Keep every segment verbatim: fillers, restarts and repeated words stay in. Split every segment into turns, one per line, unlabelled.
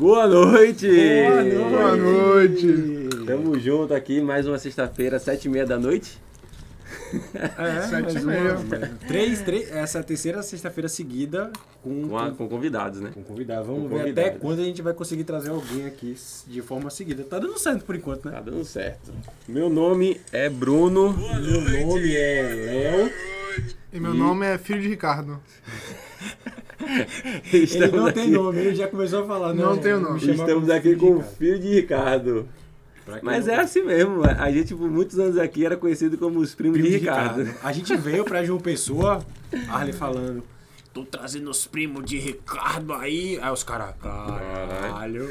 Boa noite!
Boa noite!
Boa noite!
Tamo junto aqui, mais uma sexta-feira, sete e meia da noite.
É,
Sete
mais
e meia.
uma, três, três, essa é a terceira sexta-feira seguida com,
Com, a-
com,
com convidados, né?
com convidado. Vamos
Com
ver
convidados.
até quando a gente vai conseguir trazer alguém aqui de forma seguida. Tá dando certo por enquanto, né?
Tá dando certo. Meu nome é Bruno.
Meu nome é Léo.
E meu
E-
nome é Filho de Ricardo.
Ele
Estamos
não
aqui,
tem nome, ele já começou a falar.
Não
né?
tenho nome.
Me chama
Estamos
como
aqui
filho de
com o
Ricardo.
filho de Ricardo.
Pra quem
Mas
não
é assim mesmo, a gente por muitos anos aqui era conhecido como os primos
Primo
de Ricardo.
A gente veio pra João Pessoa, Arley falando, tô trazendo os primos de Ricardo aí. Aí os caras, caralho.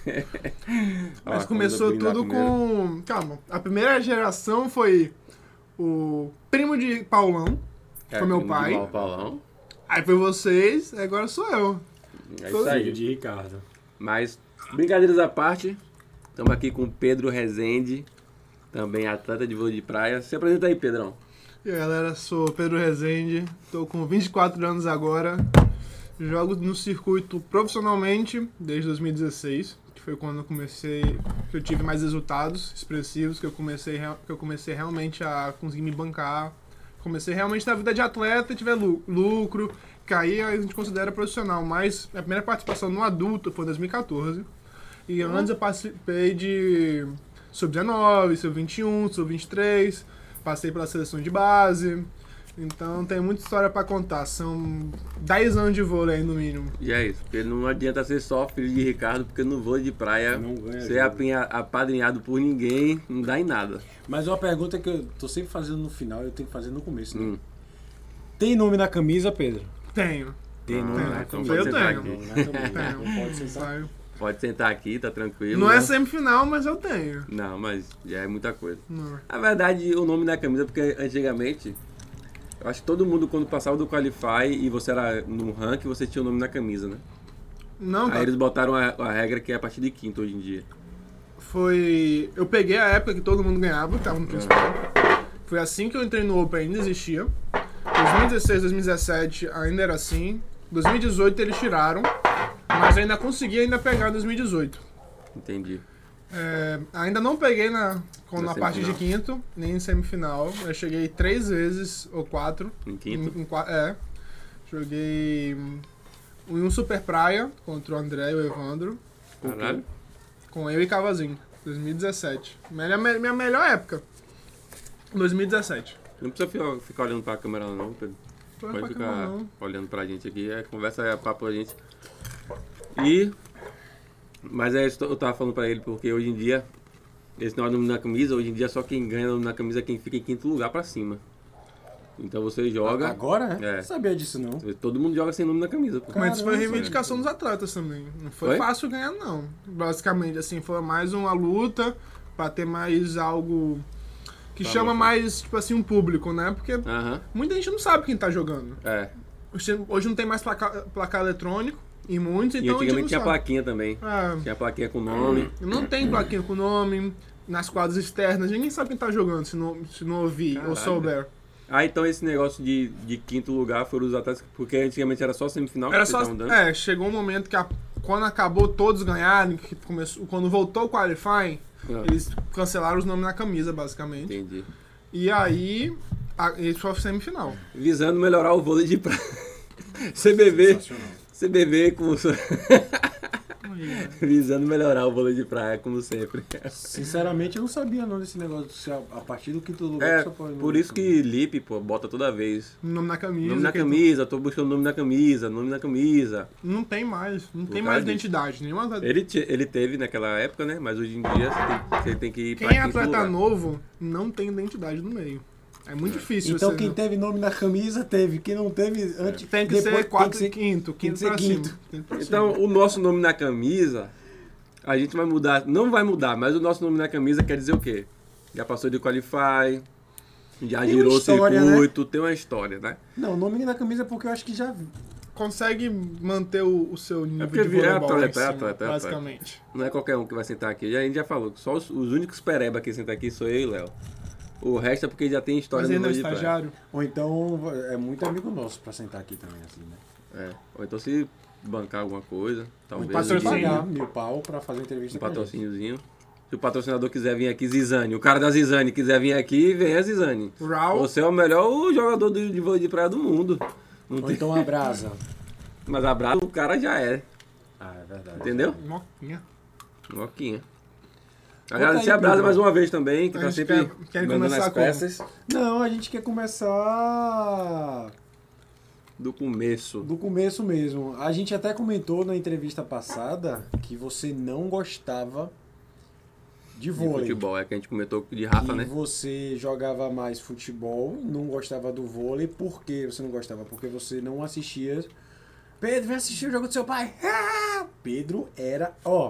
Mas
Ó,
começou
vamos brindar
tudo
primeiro.
com... Calma. A primeira geração foi o primo de Paulão.
É,
foi meu
primo de
pai.
Mal Paulão.
Aí foi vocês, agora sou eu.
É
Todo
isso aí.
Filho de Ricardo.
Mas, brincadeiras à parte, estamos aqui com o Pedro Rezende, também atleta de vôlei de praia. Se apresenta aí, Pedrão.
E aí, galera, sou Pedro Rezende, tô com vinte e quatro anos agora. Jogo no circuito profissionalmente desde dois mil e dezesseis, que foi quando eu comecei, que eu tive mais resultados expressivos, que eu comecei, rea- que eu comecei realmente a conseguir me bancar. Comecei realmente na vida de atleta e tiver lu- lucro, cair a gente considera profissional, mas a primeira participação no adulto foi em dois mil e quatorze. E antes eu participei de sub dezenove, sub vinte e um, sub vinte e três, passei pela seleção de base. Então tem muita história pra contar. São dez anos de vôlei aí no mínimo.
E é isso, porque não adianta ser só filho de Ricardo, porque no vôlei de praia,
Não ganha
ser
jogo.
apinha- apadrinhado por ninguém, não dá em nada.
Mas uma pergunta que eu tô sempre fazendo no final, eu tenho que fazer no começo, né?
Hum.
Tem nome na camisa, Pedro?
Tenho.
Tem nome
tenho.
na
então
camisa.
Eu
pode sentar
tenho.
aqui.
Nome na camisa.
Tenho.
Não pode sentar.
Saio.
Pode sentar aqui, tá tranquilo.
Não
né?
é semifinal, mas eu tenho.
Não, mas já é muita coisa.
Não.
Na verdade, o nome da camisa, porque antigamente, eu acho que todo mundo, quando passava do Qualify e você era no ranking, você tinha o nome na camisa, né?
Não,
Aí
cara.
eles botaram a, a regra que é a partir de quinto hoje em dia.
Foi. Eu peguei a época que todo mundo ganhava, que tava no principal. Foi assim que eu entrei no Open, ainda existia. dois mil e dezesseis, dois mil e dezessete ainda era assim. dois mil e dezoito eles tiraram, mas ainda consegui ainda pegar em dois mil e dezoito.
Entendi.
É, ainda não peguei na, com,
Na
na parte de
semifinal.
quinto, nem em semifinal. Eu cheguei três vezes ou quatro.
Em quinto?
Em, em qua- é. Joguei hum, em um Super Praia contra o André e o Evandro.
Caralho.
Com eu e Cavazinho, dois mil e dezessete. Minha, minha melhor época. dois mil e dezessete.
Não precisa ficar, ficar olhando pra câmera não, Pedro.
Tô
Pode
pra
ficar
câmera, não.
olhando pra gente aqui, é conversa, é papo a gente. E... Mas é isso que eu tava falando pra ele, porque hoje em dia, esse não é o nome na camisa, hoje em dia só quem ganha o nome na camisa é quem fica em quinto lugar pra cima. Então você joga...
Agora?
É.
Não sabia disso, não.
Todo mundo joga sem nome na camisa. Pô.
Mas isso foi
Caramba,
reivindicação dos atletas também. Não foi,
Foi?
fácil ganhar, não. Basicamente, assim, foi mais uma luta pra ter mais algo que
Tá
chama
bom.
mais, tipo assim, um público, né? Porque
Aham,
muita gente não sabe quem tá jogando.
é.
Hoje hoje não tem mais placar, placar eletrônico em muitos,
E
então a gente
antigamente
não
tinha
sabe.
plaquinha também.
É,
Tinha plaquinha com nome.
não tem plaquinha com nome. Nas quadras externas, ninguém sabe quem tá jogando se não, se não ouvir
Caralho.
ou souber.
Ah, então esse negócio de, de quinto lugar foram os atletas, porque antigamente era só semifinal
Era
que
só.
vocês estavam dando.
É, chegou um momento que a- quando acabou todos ganharem, que começou, quando voltou o qualifying,
Ah,
eles cancelaram os nomes na camisa, basicamente.
entendi.
E aí, a, eles foram semifinal.
Visando melhorar o vôlei de praia. C B V,
Sensacional.
C B V com... Visando melhorar o vôlei de praia, como sempre.
Sinceramente, eu não sabia não desse negócio. Se a, a partir do quinto lugar
É,
só pode
por isso que Lipe, pô, bota toda vez.
Nome na camisa.
Nome na
que-
camisa, tô buscando nome na camisa, nome na camisa.
Não tem mais. Não
Por
tem
causa
mais
disso.
identidade. Nenhuma.
Ele, te- ele teve naquela época, né? Mas hoje em dia você tem, você tem que ir
Quem
pra
é
quinto
atleta
lugar.
novo não tem identidade no meio. É muito difícil.
Então
você
quem
não-
teve nome na camisa teve. Quem não teve antes.
Tem que
depois,
ser quatro
tem
e
que
quinto.
tem
Quinto
que ser
pra
quinto.
cima. Quinto pra
Então,
cima.
o nosso nome na camisa, a gente vai mudar, não vai mudar, mas o nosso nome na camisa quer dizer o quê? Já passou de Qualify, já
Tem
girou
uma
o
história,
circuito, tem uma história, né?
Não, nome na camisa é porque eu acho que já.
Consegue manter o, o seu nível
porque
de
é
voleibol lá em
atleta, é
cima,
atleta, é atleta.
basicamente.
Não é qualquer um que vai sentar aqui. Já, a gente já falou, só os, os únicos pereba que sentam aqui sou eu e o Léo. O resto é porque já tem história
Mas
no
ainda é
vôlei de praia.
estagiário.
Ou então é muito amigo nosso pra sentar aqui também, assim, né?
É. Ou então se bancar alguma coisa,
Ou
talvez.
então se
patrocínio.
pagar mil pau pra fazer entrevista
Um
com a gente.
patrocíniozinho. Se o patrocinador quiser vir aqui, Zizane. O cara da Zizane quiser vir aqui, vem a Zizane.
Raul.
Você é o melhor jogador de, de vôlei de praia do mundo. Não
Ou
tem-
então a brasa.
Mas a brasa, o cara já é.
Ah, é verdade.
Entendeu?
Moquinha.
Moquinha. Agradecer
aí,
a Brasa
Pedro.
mais uma vez também, que
A
tá
gente
sempre
quer- quer
mandando
começar
as
como?
peças
Não, a gente quer começar
do começo.
do começo mesmo. A gente até comentou na entrevista passada que você não gostava de
De
vôlei.
futebol. É que a gente comentou de Rafa,
que
né?
você jogava mais futebol, não gostava do vôlei. Por que você não gostava? Porque você não assistia. Pedro, vem assistir o jogo do seu pai. Ah! Pedro era, ó.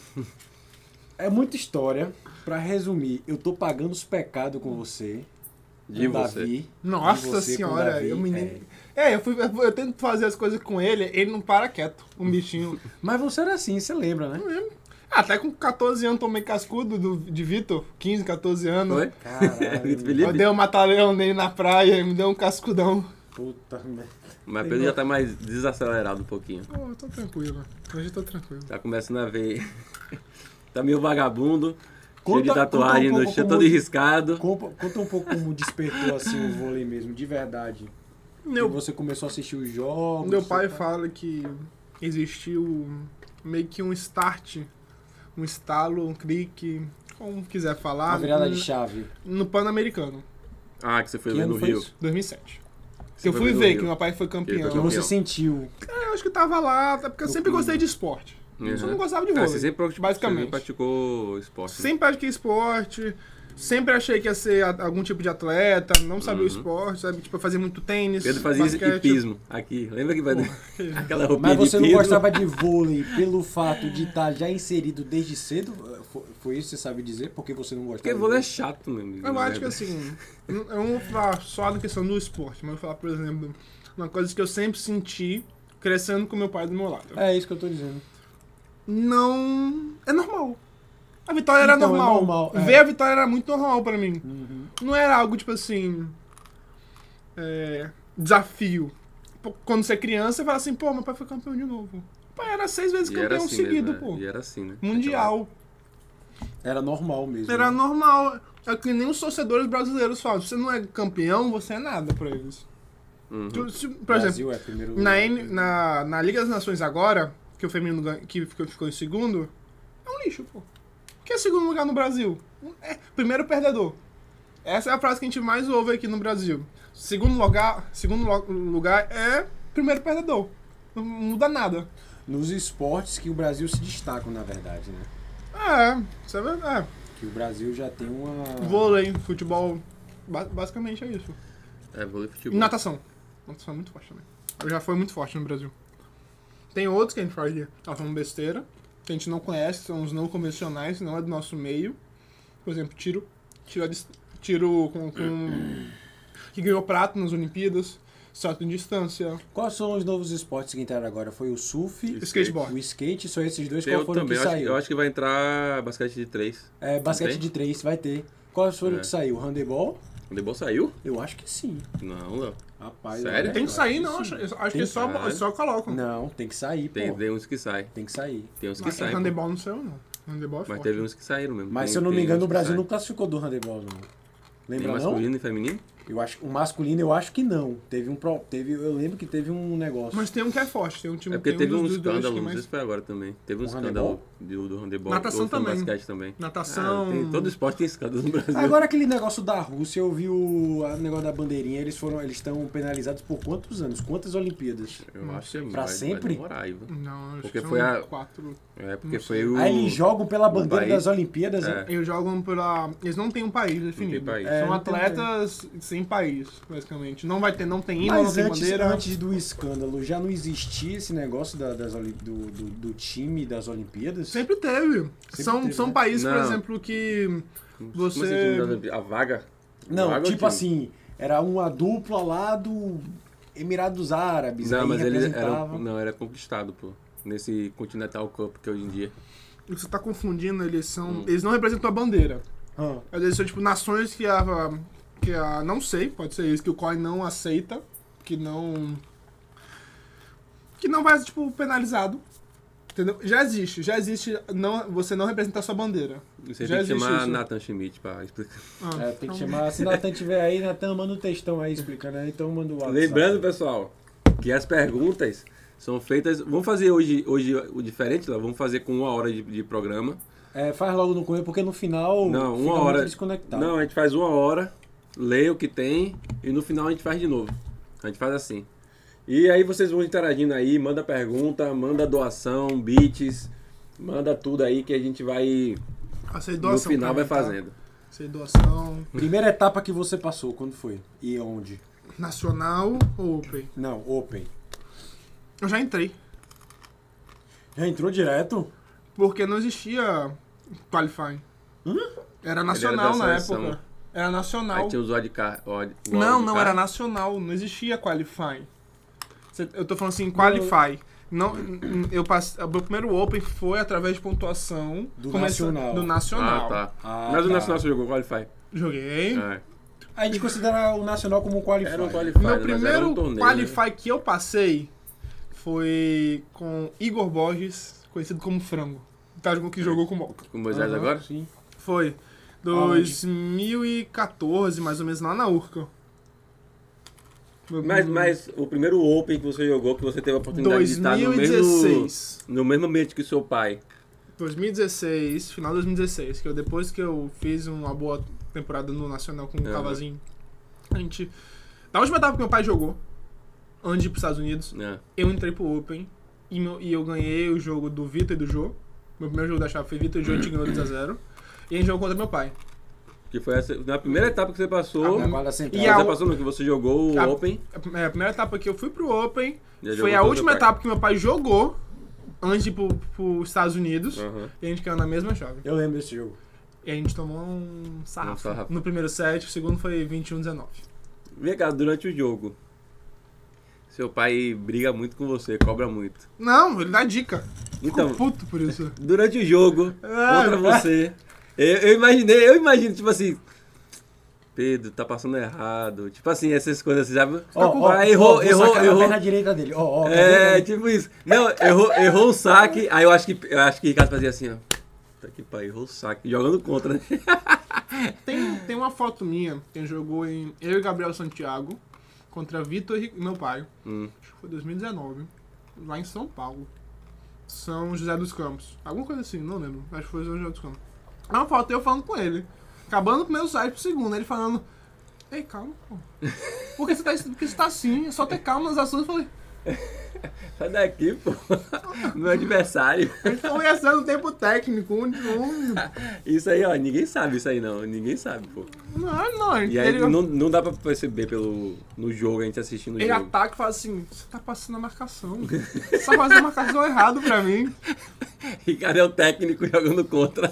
É muita história. Pra resumir, eu tô pagando os pecados com você.
De
com
você.
Davi, de
Nossa
você com
senhora,
Davi,
eu me
é.
É, eu, fui, eu, eu tento fazer as coisas com ele, ele não para quieto, um bichinho.
Mas você era assim, você lembra, né?
Até com catorze anos tomei cascudo do, de Vitor, quinze, catorze anos.
Foi?
Caralho.
Vitor
Eu
Felipe?
dei um mata-leão nele na praia, me deu um cascudão.
Puta merda.
Mas Pedro já tá mais desacelerado um pouquinho.
Oh, eu tô tranquilo, hoje eu tô tranquilo.
Tá começando a ver. Tá meio vagabundo.
Conta-
cheio de tatuagem
conta um
no
pouco
chão,
como-
todo riscado.
Conta, conta um pouco como despertou assim o vôlei mesmo, de verdade.
Meu,
E você começou a assistir os jogos.
meu pai
você-
fala que existiu meio que um start, um estalo, um clique, como quiser falar,
A virada de
no-
chave.
no Pan-Americano,
Ah, que você foi
Que
ver
ano
no
foi
Rio.
isso?
dois mil e sete.
Você
Eu
foi
fui
no
ver
Rio.
que meu pai foi campeão.
Ele
Que
foi
você
campeão.
sentiu.
É, eu acho que tava lá, até porque eu
No
sempre
clube.
gostei de esporte. Eu só
Uhum.
não gostava de
Ah,
vôlei,
você sempre, basicamente.
basicamente.
Você praticou esporte. né?
Sempre pratiquei esporte, sempre achei que ia ser a- algum tipo de atleta, não sabia o
Uhum.
esporte, sabe? Tipo, eu fazia muito tênis,
Pedro fazia
basquete.
hipismo aqui. Lembra que vai aquela roupinha
Mas você
de
não
hipismo?
gostava de vôlei pelo fato de estar já inserido desde cedo? Foi, foi isso que você sabe dizer? Porque você não gostava
Porque
de
vôlei é chato, meu amigo.
Eu
na
acho que
verdade.
assim, eu não vou falar só na questão do esporte, mas eu vou falar, por exemplo, uma coisa que eu sempre senti crescendo com meu pai do meu lado.
É isso que eu tô dizendo.
Não. É normal. A vitória era
Então, é
normal.
normal, é.
Ver a vitória era muito normal pra mim.
Uhum.
Não era algo tipo assim. É, desafio. Pô, quando você é criança, você fala assim, pô, meu pai foi campeão de novo. Pai, era seis vezes
E era
campeão
assim
seguido,
mesmo,
pô.
né? E era assim, né?
Mundial.
Era normal mesmo.
Era
né?
normal. É que nem os torcedores brasileiros falam. Se você não é campeão, você é nada pra eles.
Uhum.
Tu- se- por
Brasil
exemplo,
é primeiro
na,
lugar.
N- na, na Liga das Nações agora, que o feminino ganha- que ficou, ficou em segundo, é um lixo, pô. O que é segundo lugar no Brasil? É primeiro perdedor. Essa é a frase que a gente mais ouve aqui no Brasil. Segundo lugar, segundo lo- lugar é primeiro perdedor. Não muda nada.
Nos esportes que o Brasil se destaca, na verdade, né?
É, isso é verdade.
Que o Brasil já tem uma...
Vôlei, futebol, ba- basicamente é isso.
É, vôlei
E
futebol.
natação. Natação é muito forte também. Já foi muito forte no Brasil. Tem outros que a gente faz de tá falando besteira, que a gente não conhece, são os não convencionais, não é do nosso meio. Por exemplo, tiro. Tiro, a dis- tiro com, com- que ganhou prato nas Olimpíadas, salto em distância.
Quais são os novos esportes que entraram agora? Foi o surf,
Skateboard.
o skate, são esses dois.
Tem
Qual
outro
foram
também.
que
Eu acho,
saiu?
eu acho que vai entrar basquete de três.
É, basquete
Tem?
de três, vai ter. Quais foram
É.
que saiu? Handebol?
O Debol saiu?
Eu acho que sim.
Não, não.
Rapaz,
Sério?
eu
Tem que
acho
sair, não.
sim.
Acho, acho
Tem
que só,
que-
só colocam.
Não, tem que sair,
Tem,
pô.
tem uns que saem.
Tem que sair.
Tem uns que
Mas
saem. pô.
handebol não saiu, não. Handebol é
Mas
forte.
teve uns que saíram mesmo.
Mas
Tem-
se eu não me
tem
engano,
uns
o
que
Brasil
saem.
não classificou do handebol, não.
Tem
Lembra não?
masculino e feminino?
Eu acho, o masculino eu acho que não. Teve um pro, teve, eu lembro que teve um negócio.
Mas tem um que é forte, tem um time
É porque
tem
teve
um
um
dos, dos dois
escândalo,
que
não sei
mais...
se foi agora também. Teve um
O
escândalo
handebol?
do, do handebol.
Natação
ou foi no
também.
basquete também.
Natação...
Ah, tem- todo esporte tem escândalo no Brasil.
Agora aquele negócio da Rússia, eu vi o, o negócio da bandeirinha, eles foram, eles estão penalizados por quantos anos? Quantas Olimpíadas?
Eu acho que
Pra
vai,
sempre?
vai demorar aí, viu?
Não, acho
Porque
que
foi
são
a-
quatro...
É, porque
Não
foi
sei.
o...
Aí eles jogam pela bandeira
país-
das Olimpíadas,
É.
né?
Eles jogam pela... Eles não têm um país definido.
país.
É,
São
não tem
atletas sem país, basicamente. Não vai ter, não tem hino, não
Mas
tem
antes,
bandeira.
antes do escândalo, já não existia esse negócio da- das, Oli- do, do, do time das Olimpíadas?
Sempre teve.
Sempre
são
teve,
são
né?
países, por
Não.
exemplo, que
Como
você...
assim, a vaga?
Não,
Vaga ou
tipo
time?
assim, era uma dupla lá do Emirados Árabes.
Não,
aí
mas ele
representava.
era, não, era conquistado, pô. Nesse Continental Cup que é hoje em dia.
O que você tá confundindo, eles são...
Hum.
Eles não representam a bandeira.
Ah.
Às vezes são, tipo, nações que a... Que a não sei, pode ser isso, que o C O I não aceita, que não... Que não vai, tipo, penalizado. Entendeu? Já existe, já existe não, você não representar sua bandeira.
Você
já
tem que
existe
chamar
isso.
Nathan Schmidt pra explicar.
Ah,
É, tem que
então-
chamar. Se Natan tiver aí, Natan manda um textão aí explicando aí, então manda o WhatsApp.
Lembrando, pessoal, que as perguntas são feitas... Vamos fazer hoje, hoje o diferente, lá. Vamos fazer com uma hora de, de programa.
É, faz logo no começo, porque no final
Não,
fica
uma
muito
hora.
desconectado.
Não, a gente faz uma hora, lê o que tem e no final a gente faz de novo. A gente faz assim. E aí vocês vão interagindo aí, manda pergunta, manda doação, beats, manda tudo aí que a gente vai,
Aceito
no
doação
final vai
também, tá?
fazendo.
Aceito doação.
Primeira etapa que você passou, quando foi? E onde?
Nacional ou Open?
Não, Open.
Eu já entrei.
Já entrou direto?
Porque não existia Qualifying. Era nacional
da
na
seleção.
época. Era nacional.
Aí tinha os wildcard. Odd, o
Não,
wildcard.
não, era nacional. Não existia Qualify. Cê- Eu tô falando assim, Qualify. Não, n- eu passei, o meu primeiro Open foi através de pontuação
Do
começa-
nacional.
Do nacional.
Ah, tá.
Ah,
Mas o
tá.
Nacional você jogou Qualify?
Joguei.
É.
A gente considera o Nacional como um qualifier.
Era um Qualify,
Meu
mas era
primeiro
um torneio.
Qualify que eu passei foi com Igor Borges, conhecido como Frango. Tá, que jogou com o Moca.
Né? Com o Moisés
Aham,
agora?
Sim.
Foi. dois mil e quatorze, mais ou menos, lá na Urca.
Mas, mas o primeiro Open que você jogou, que você teve a oportunidade de estar no mesmo,
dois mil e dezesseis.
no mesmo ambiente que o seu pai.
dois mil e dezesseis, final de dois mil e dezesseis, que eu, depois que eu fiz uma boa temporada no Nacional com o
Uhum.
Cavazinho, a gente... Na última etapa que meu pai jogou, antes de ir pros Estados Unidos,
Né?
eu entrei pro Open e, meu- e eu ganhei o jogo do Vitor e do Jô. Meu primeiro jogo da chave foi Vitor e Jô, a gente ganhou dois a zero. E a gente jogou contra meu pai.
Que foi essa, na primeira etapa que você passou.
Na quadra central.
E a
você
o-
passou no que você jogou o
A-
Open.
A, é, a primeira etapa que eu fui pro Open
Já
foi
jogou
a
com
última
seu pai.
etapa que meu pai jogou antes de ir pro, pros Estados Unidos.
Aham.
E a gente caiu na mesma chave.
Eu lembro desse jogo.
E a gente tomou um sarrafo.
Um sarrafo.
No primeiro set, o segundo foi vinte e um a dezenove.
Vem cá, durante o jogo. Seu pai briga muito com você, cobra muito.
Não, ele dá dica.
Então,
Fico puto por isso.
durante o jogo,
Ah,
contra você, eu, eu imaginei, eu imagino, tipo assim, Pedro, tá passando errado. Tipo assim, essas coisas, assim, sabe?
Ó,
Ah, errou,
vou
errou,
sacar
errou.
a perna direita dele. Ó, ó,
É,
cadê?
tipo isso. Não, errou, errou o saque, aí eu acho que, eu acho que Ricardo fazia assim, ó. Tá aqui, pai, errou o saque, jogando contra, né?
Tem, tem uma foto minha, quem jogou em eu e Gabriel Santiago contra Vitor e meu pai.
Hum.
Acho que foi dois mil e dezenove. Lá em São Paulo. São José dos Campos. Alguma coisa assim, não lembro. Acho que foi São José dos Campos. É uma foto eu falando com ele. Acabando o primeiro site pro segundo. Ele falando: Ei, calma, pô. Por que você tá, por que você tá assim? É só ter calma nas ações. Eu falei:
Sai daqui, pô. Meu adversário.
eles estão conversando o tempo técnico. Um, um,
Isso aí, ó, ninguém sabe isso aí não. Ninguém sabe, pô.
não, não.
E aí
ele
não, não dá pra perceber pelo, no jogo, a gente assistindo o
ele
jogo.
ataca e fala assim: Você tá passando a marcação. Você tá fazendo a marcação errado pra mim.
Ricardo é o técnico jogando contra.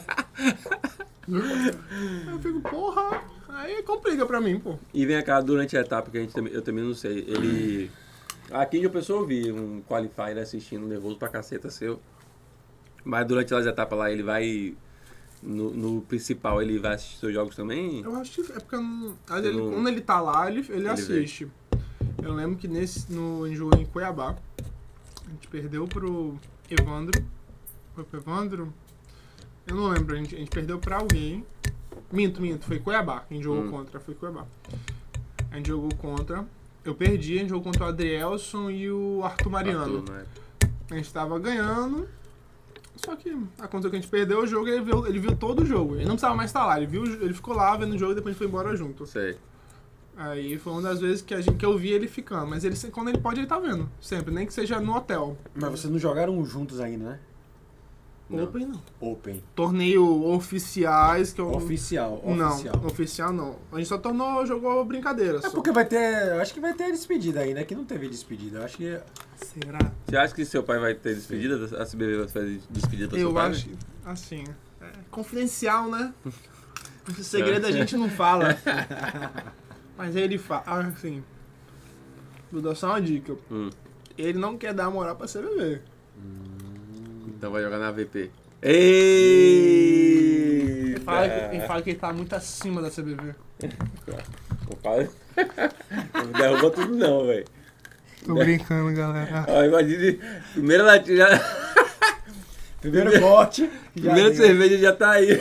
Eu fico, porra. Aí complica pra mim, pô.
E vem cá, durante a etapa, que a gente também, eu também não sei, ele... Aqui de pessoa eu vi um qualifier assistindo, nervoso pra caceta seu. Mas durante as etapas lá, ele vai... No, no principal, ele vai assistir seus jogos também?
Eu acho que é porque eu não- às vezes ele-
Não-
quando ele tá lá, ele, ele, assiste. Eu lembro que nesse, no em jogo em Cuiabá, a gente perdeu pro Evandro. Foi pro Evandro? Eu não lembro, a gente, a gente perdeu pra alguém. Minto, minto, foi Cuiabá. Quem jogou
Hum.
contra foi Cuiabá. A gente jogou contra. Eu perdi, a gente jogou contra o Adrielson e o Arthur Mariano.
Arthur, né?
A gente tava ganhando. Só que aconteceu que a gente perdeu o jogo e ele viu, ele viu todo o jogo. Ele não precisava mais estar lá, ele, viu, ele ficou lá vendo o jogo e depois a gente foi embora junto.
Sei.
Aí foi uma das vezes que, a gente, que eu vi ele ficando. Mas ele, quando ele pode, ele tá vendo. Sempre, nem que seja no hotel.
Mas vocês não jogaram juntos ainda, né?
Não.
Open não.
Open.
Torneio oficiais que eu...
Oficial,
Não,
oficial.
oficial não. A gente só tornou, jogou brincadeira.
É
Só.
porque vai ter. Acho que vai ter despedida aí, né? Que não teve despedida. Eu acho que.
Será?
Você acha que seu pai vai ter despedida? A C B B vai fazer despedida do seu
Eu
pai?
acho, assim, é confidencial, né? Esse segredo a gente não fala. Mas ele fala, assim, vou dar só uma dica.
Hum.
Ele não quer dar moral pra C B B.
Então vai jogar na A V P. Ei!
fala, que, ele fala que ele tá muito acima da C B V.
Não fala. Não derruba tudo não, velho.
Tô brincando, galera.
Ó, imagine, primeira latinha já...
Primeiro corte.
Primeira
deu.
cerveja já tá aí.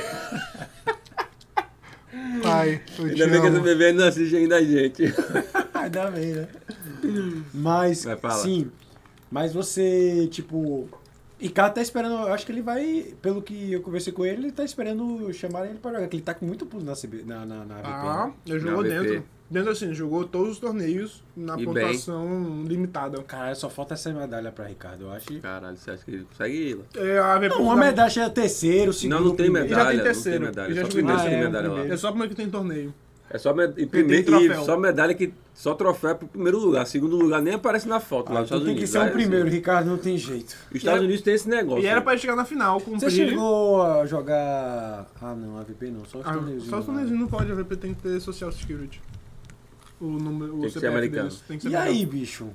Pai, eu te
Ainda bem que essa
amo.
bebê não assiste ainda a gente.
Ainda bem, né? Mas,
Vai pra lá.
sim. Mas você, tipo... E cara tá esperando, eu acho que ele vai, pelo que eu conversei com ele, ele tá esperando chamar ele pra jogar, que ele tá com muito pulo na, C B, na, na, na A V P.
Ah,
né?
ele jogou
Na A V P.
dentro. Dentro assim, jogou todos os torneios na
E
pontuação limitada.
Caralho, só falta essa medalha pra Ricardo, eu acho.
Caralho, você acha que ele consegue ir lá?
É, a A V P
Não, uma medalha é terceiro, segundo,
Não, não tem
primeiro.
Ele já tem
medalha, não
terceiro.
tem medalha,
Ele já
só
jogou em
primeiro
Ah,
tem
é,
medalha lá.
primeiro.
É só porque tem torneio.
É só, med... e
tem
primeiro,
troféu.
e só medalha que. Só troféu pro primeiro lugar. Segundo lugar nem aparece na foto lá
Ah,
nos
então
Estados
tem que
Unidos.
ser um
Lá é
primeiro,
assim.
Ricardo, não tem jeito.
Os Estados
E era-
Unidos tem esse negócio.
E era pra ele chegar na final com o
Você
Brilho.
chegou a jogar... Ah, não, A V P não, só os
Ah,
torneios.
só os torneios não pode, a A V P tem que ter Social Security. O número, o
Tem que ser
C P F
americano.
deles tem que ser
E
americano.
aí, bicho?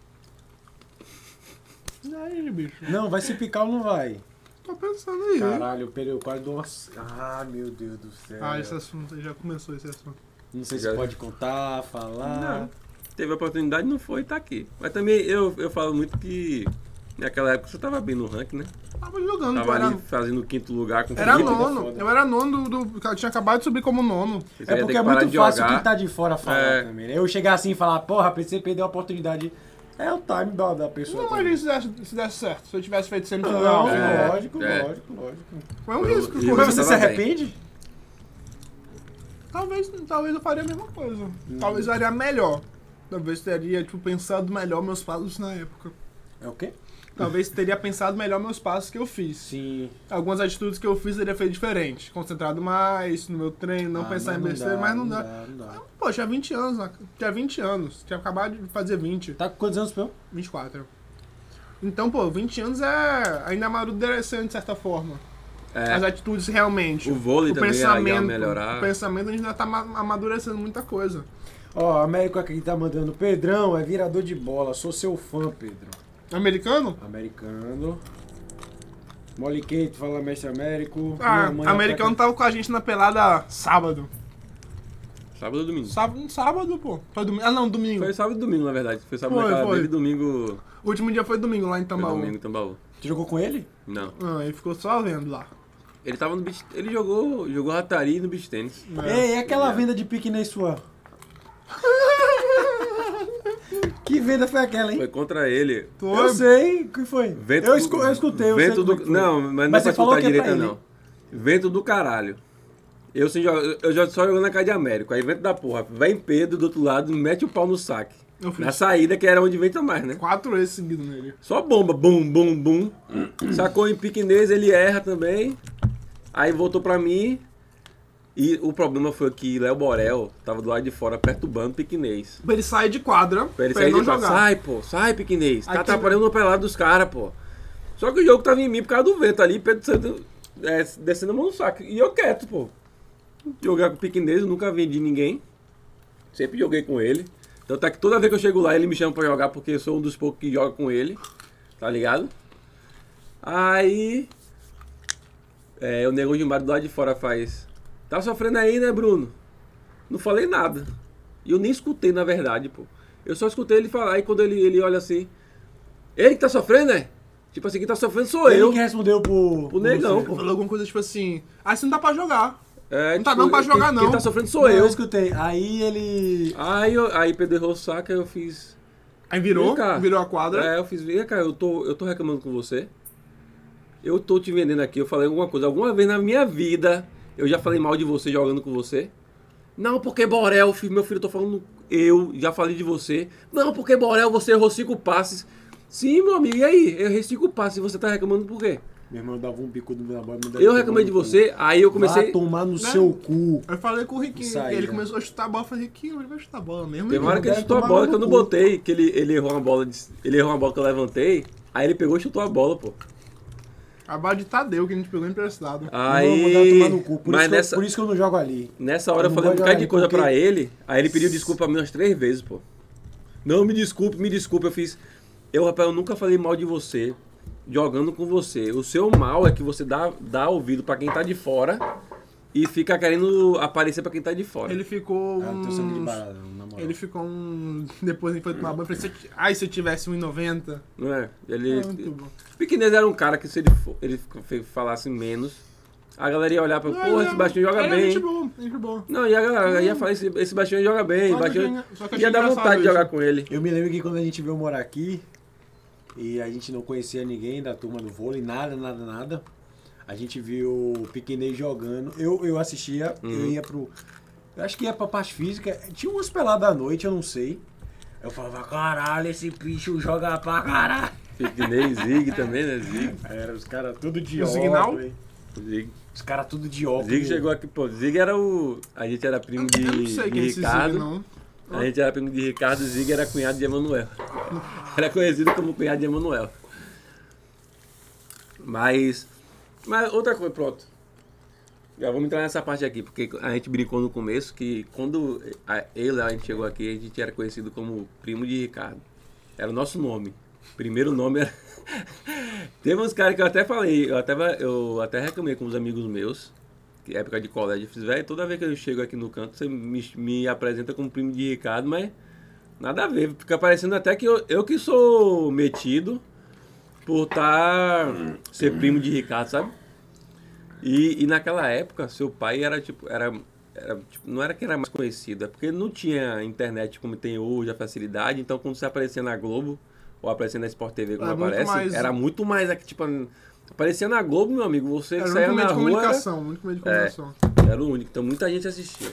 E aí, bicho?
Não, vai se picar ou não vai?
Tô pensando aí, hein?
Caralho, eu perdi o quadro do... Ah, meu Deus do céu.
Ah, esse assunto, já começou esse assunto.
Não sei se
Já-
pode contar, falar...
Não. Teve a oportunidade, não foi e tá aqui. Mas também eu, eu falo muito que naquela época você tava bem no ranking, né?
Tava jogando,
Tava
pô, era,
ali fazendo o quinto lugar com
era
Felipe.
nono.
foda.
Eu era nono do, do. Eu tinha acabado de subir como nono.
Você
É
ia
porque
ter
é
que parar
muito
de
fácil
jogar.
quem tá de fora falar
É.
também, né? Eu chegar assim e falar, porra, você perdeu a oportunidade. É o time da, da pessoa.
Não
também.
imagina se desse, se desse certo. Se eu tivesse feito
Não,
semifinal.
É,
lógico,
é.
lógico, lógico.
Foi um
Eu-
risco.
eu-
pô.
Mas você
tava
se
bem.
arrepende?
Talvez, talvez eu faria a mesma coisa. Talvez eu faria melhor. Talvez teria, tipo, pensado melhor meus passos na época.
É o quê?
Talvez teria pensado melhor meus passos que eu fiz.
Sim.
Algumas atitudes que eu fiz teria feito diferente. Concentrado mais no meu treino, não
Ah,
pensar
mas
em besteira,
dá,
mas não
não
dá.
dá, não dá.
Pô, tinha vinte anos, né? Tinha vinte anos. Tinha acabado de fazer vinte.
Tá com quantos anos, Pel?
vinte e quatro. Então, pô, vinte anos é ainda amadurecendo de certa forma.
É,
As atitudes realmente.
o vôlei
o
também é
pensamento,
legal melhorar.
O pensamento a gente ainda tá ama- amadurecendo muita coisa.
Ó, a Américo aqui tá mandando. Pedrão é virador de bola. Sou seu fã, Pedro.
Americano?
Americano. Molly Kate fala mestre Américo.
Ah,
Minha mãe
americano
ataca-
tava com a gente na pelada sábado.
sábado ou domingo?
Sábado, sábado pô. Foi domingo. Ah, não, domingo.
Foi sábado e domingo, na verdade. Foi sábado
Foi,
na casa
foi.
dele e domingo.
O último dia foi domingo lá em
Foi
Tambaú.
domingo em Tambaú.
Tu jogou com ele?
Não.
Ah, ele ficou só vendo lá.
Ele tava no beach. Ele jogou. Jogou Ratari no beach tênis.
É.
Ei, e aquela
É.
venda de piquenês sua? Que venda foi aquela, hein?
Foi contra ele.
Foi.
Eu sei, o que foi?
Vento
eu,
do-
escu- eu escutei, eu
Vento
sei
do.
como é que foi.
Não, mas não
Mas
é
você
pra
falou
escutar
que é pra
direita,
ele.
não. Vento do caralho. Eu, sem jogar, eu já só jogando na casa de Américo. Aí vento da porra. Vem Pedro do outro lado, mete o pau no saque.
Eu fiz
Na saída, que era onde venta mais, né?
quatro vezes seguido nele.
Só bomba, bum, bum, bum. Sacou em piquenês, ele erra também. Aí voltou pra mim. E o problema foi que Léo Borel tava do lado de fora perturbando o piquenês.
Pra ele sair de quadra,
Pra ele
pra
sair
ele não
de quadra.
jogar.
Sai, pô, sai, piquenês. Tá
Aí
atrapalhando o pelado dos caras, pô. Só que o jogo tava em mim por causa do vento ali, Pedro Santos é, descendo a mão no saco. E eu quieto, pô. Jogar com o piquenês, eu nunca vendi ninguém. Sempre joguei com ele. Então tá que toda vez que eu chego lá, ele me chama pra jogar, porque eu sou um dos poucos que joga com ele. Tá ligado? Aí... É, o Nego de Mário do lado de fora faz... Tá sofrendo aí, né, Bruno? Não falei nada. E eu nem escutei, na verdade, pô. Eu só escutei ele falar, e quando ele, ele olha assim... Ele que tá sofrendo, né? Tipo assim, quem tá sofrendo sou
Ele
eu.
que respondeu pro...
O negão,
você.
pô.
Falou alguma coisa tipo assim, ah, isso não dá pra jogar.
É,
Não tá dando pra jogar,
quem,
não.
Quem tá sofrendo sou
Não,
eu.
eu escutei. Aí ele...
Aí, eu, aí Pedro errou o saco, aí eu fiz...
Aí virou,
Vem cá.
virou a quadra.
É, eu fiz, vem cá, eu tô, eu tô reclamando com você. Eu tô te vendendo aqui, eu falei alguma coisa. Alguma vez na minha vida, eu já falei mal de você jogando com você. Não, porque Borel, filho, meu filho, eu tô falando eu, já falei de você. Não, porque Borel, você errou cinco passes. Sim, meu amigo, e aí? Eu errei cinco passes e você tá reclamando por quê?
Meu irmão dava um bico na bola. me dava
Eu
um
reclamei de
bico no cu.
você, aí eu comecei...
Vai tomar no
Né?
seu cu.
Eu falei com o Riquinho,
Isso aí,
ele
né?
começou a chutar a bola, eu falei, Riquinho, ele vai chutar a bola mesmo.
Teve uma hora que ele
deve
chutou a
tomar
bola
no
que eu não
cu.
botei, que ele, ele errou uma bola, de- ele errou uma bola que eu levantei, aí ele pegou e chutou a bola, pô.
A bola de Tadeu, que a gente pegou emprestado.
Aí...
Não, mandar tomar no cu. Por,
Mas
isso que eu-
nessa...
por isso que eu não jogo ali.
Nessa hora
Eu
eu
não
falei um
vou
bocado de
jogar
coisa
porque-
pra ele, aí ele pediu desculpa pra mim umas três vezes, pô. Não, me desculpe, me desculpe, eu fiz... Eu, rapaz, eu nunca falei mal de você, jogando com você. O seu mal é que você dá, dá ouvido pra quem tá de fora e fica querendo aparecer pra quem tá de fora.
Ele ficou
Ah, não tenho sangue de
uns...
barata, não, na moral.
Ele ficou um... Depois ele foi tomar banho, falei, se... ai, se eu tivesse um e noventa.
Não é? Ele...
É muito bom.
Piquinez era um cara que se ele, for- ele falasse menos, a galera ia olhar pra,
Não,
porra,
ele
esse baixinho joga
ele é
bem.
gente boa, gente boa.
Não, e a galera ia falar, esse, esse baixinho joga bem,
Só que
baixinho...
eu achei- só que eu
ia
achei
dar
engraçado
vontade de
isso.
jogar com ele.
Eu me lembro que quando a gente veio morar aqui, e a gente não conhecia ninguém da turma do vôlei, nada, nada, nada. A gente viu o Piquinez jogando. Eu, eu assistia, eu
Uhum.
ia pro... Eu acho que ia pra parte física. Tinha umas peladas à noite, eu não sei. Eu falava, caralho, esse bicho joga pra caralho.
Piquinez, Zig também, né? Zig.
Era os caras tudo de
O Signal?
óculos.
Zig.
Os caras tudo de óculos.
Zig chegou aqui, pô, Zig era o... A gente era primo de,
Eu não sei
de
quem é esse
Ricardo.
Zig, não.
A gente era primo de Ricardo, Zig era cunhado de Emanuel. Era conhecido como cunhado de Emanuel. Mas... Mas outra coisa, pronto. Já vamos entrar nessa parte aqui, porque a gente brincou no começo que quando a, ele, a gente chegou aqui, a gente era conhecido como primo de Ricardo. Era o nosso nome. Primeiro nome era... Teve uns caras que eu até falei, eu até, eu até reclamei com uns amigos meus, que época de colégio, eu fiz, velho, toda vez que eu chego aqui no canto, você me, me apresenta como primo de Ricardo, mas nada a ver, fica parecendo até que eu, eu que sou metido por tá, ser primo de Ricardo, sabe? E, e naquela época, seu pai era tipo, era, era tipo, não era que era mais conhecido, é porque não tinha internet como tem hoje, a facilidade, então quando você aparecia na Globo, ou aparecia na Sport T V como
Era muito
aparece,
mais-
era muito mais aqui, tipo, aparecia na Globo, meu amigo, você
Era
que
o
saía
único meio
na
de
rua, era,
comunicação, o único meio de
É.
comunicação.
era o único, então muita gente assistia.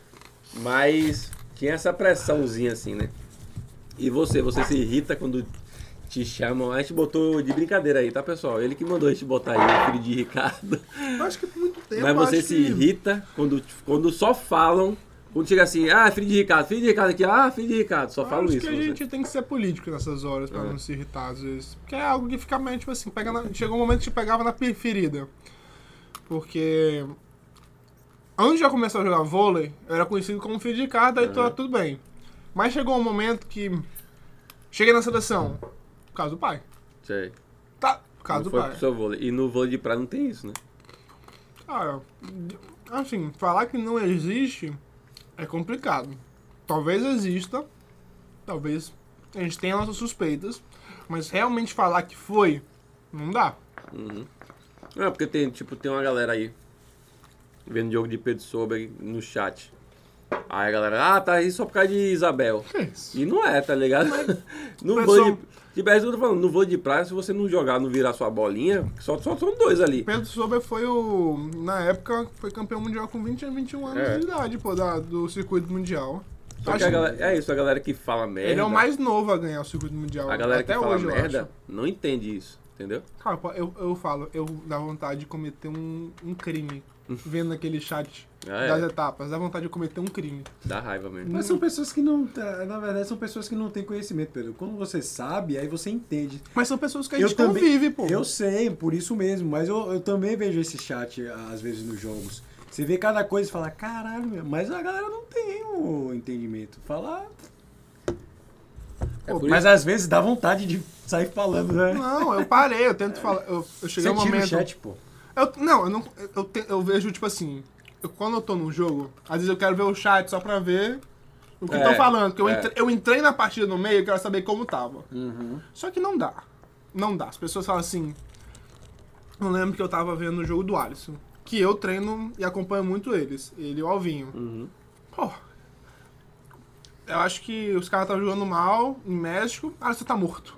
Mas tinha essa pressãozinha assim, né? E você, você se irrita quando te chamam, a gente botou de brincadeira aí, tá pessoal? Ele que mandou a gente botar aí, o filho de Ricardo.
Eu acho que por muito tempo,
Mas você
acho
se
que...
irrita quando, quando só falam, quando chega assim, ah, filho de Ricardo, filho de Ricardo aqui, ah, filho de Ricardo, só
Eu
falo
acho
isso.
que a
você.
gente tem que ser político nessas horas pra
É.
não se irritar às vezes. Porque é algo que fica meio, tipo assim, pega na... chegou um momento que te pegava na ferida. Porque antes de eu começar a jogar vôlei, eu era conhecido como filho de Ricardo, aí
Uhum.
tá tudo bem. Mas chegou um momento que cheguei na seleção, por causa do pai.
Sei.
Tá, por causa
Não
do
foi
pai.
pro seu vôlei. E no vôlei de praia não tem isso, né?
Cara, assim, falar que não existe é complicado. Talvez exista, talvez a gente tenha nossas suspeitas, mas realmente falar que foi, não dá.
Uhum. Não, porque tem, tipo, tem uma galera aí vendo jogo de Pedro Sober no chat. Aí a galera, ah, tá aí só por causa de Isabel.
Que isso?
E não é, tá ligado? No
Mas
vôlei
são-
de... Tipo, é isso que eu tô falando, no vôlei de praia, se você não jogar, não virar sua bolinha, só, só são dois ali.
Pedro Sober foi o, na época, foi campeão mundial com vinte a vinte e um anos
É.
de idade, pô, da, do circuito mundial.
Só que
Acho
a galera, é isso, a galera que fala merda.
Ele é o mais novo a ganhar o circuito mundial.
A galera
até
que fala
hoje, eu
merda
acho.
não entende isso, entendeu?
Cara, pô, eu, eu falo, eu dá vontade de cometer um, um crime vendo aquele chat
Ah, é.
das etapas. Dá vontade de cometer um crime.
Dá raiva mesmo.
Mas são pessoas que não. tá, Na verdade, são pessoas que não têm conhecimento, Pedro. Quando você sabe, aí você entende.
Mas são pessoas que a
Eu
gente
também-
convive, pô.
Eu sei, por isso mesmo, mas eu, eu também vejo esse chat às vezes nos jogos. Você vê cada coisa e fala, caralho, meu", mas a galera não tem o entendimento. Fala.
É por
Mas
isso-
às vezes dá vontade de sair falando, né?
Não, eu parei, eu tento falar. Eu, eu cheguei
Você
um
tira
momento.
o chat, pô.
Eu, não, eu não. Eu, te- eu vejo, tipo assim. Eu- quando eu tô num jogo, às vezes eu quero ver o chat só pra ver o que
É,
estão falando. Porque eu,
é.
entre- eu entrei na partida no meio e quero saber como tava.
Uhum.
Só que não dá. Não dá. As pessoas falam assim. Eu lembro que eu tava vendo o jogo do Alisson. Que eu treino e acompanho muito eles. Ele e o Alvinho.
Uhum.
Pô. Eu acho que os caras estavam jogando mal em México. Alisson tá morto.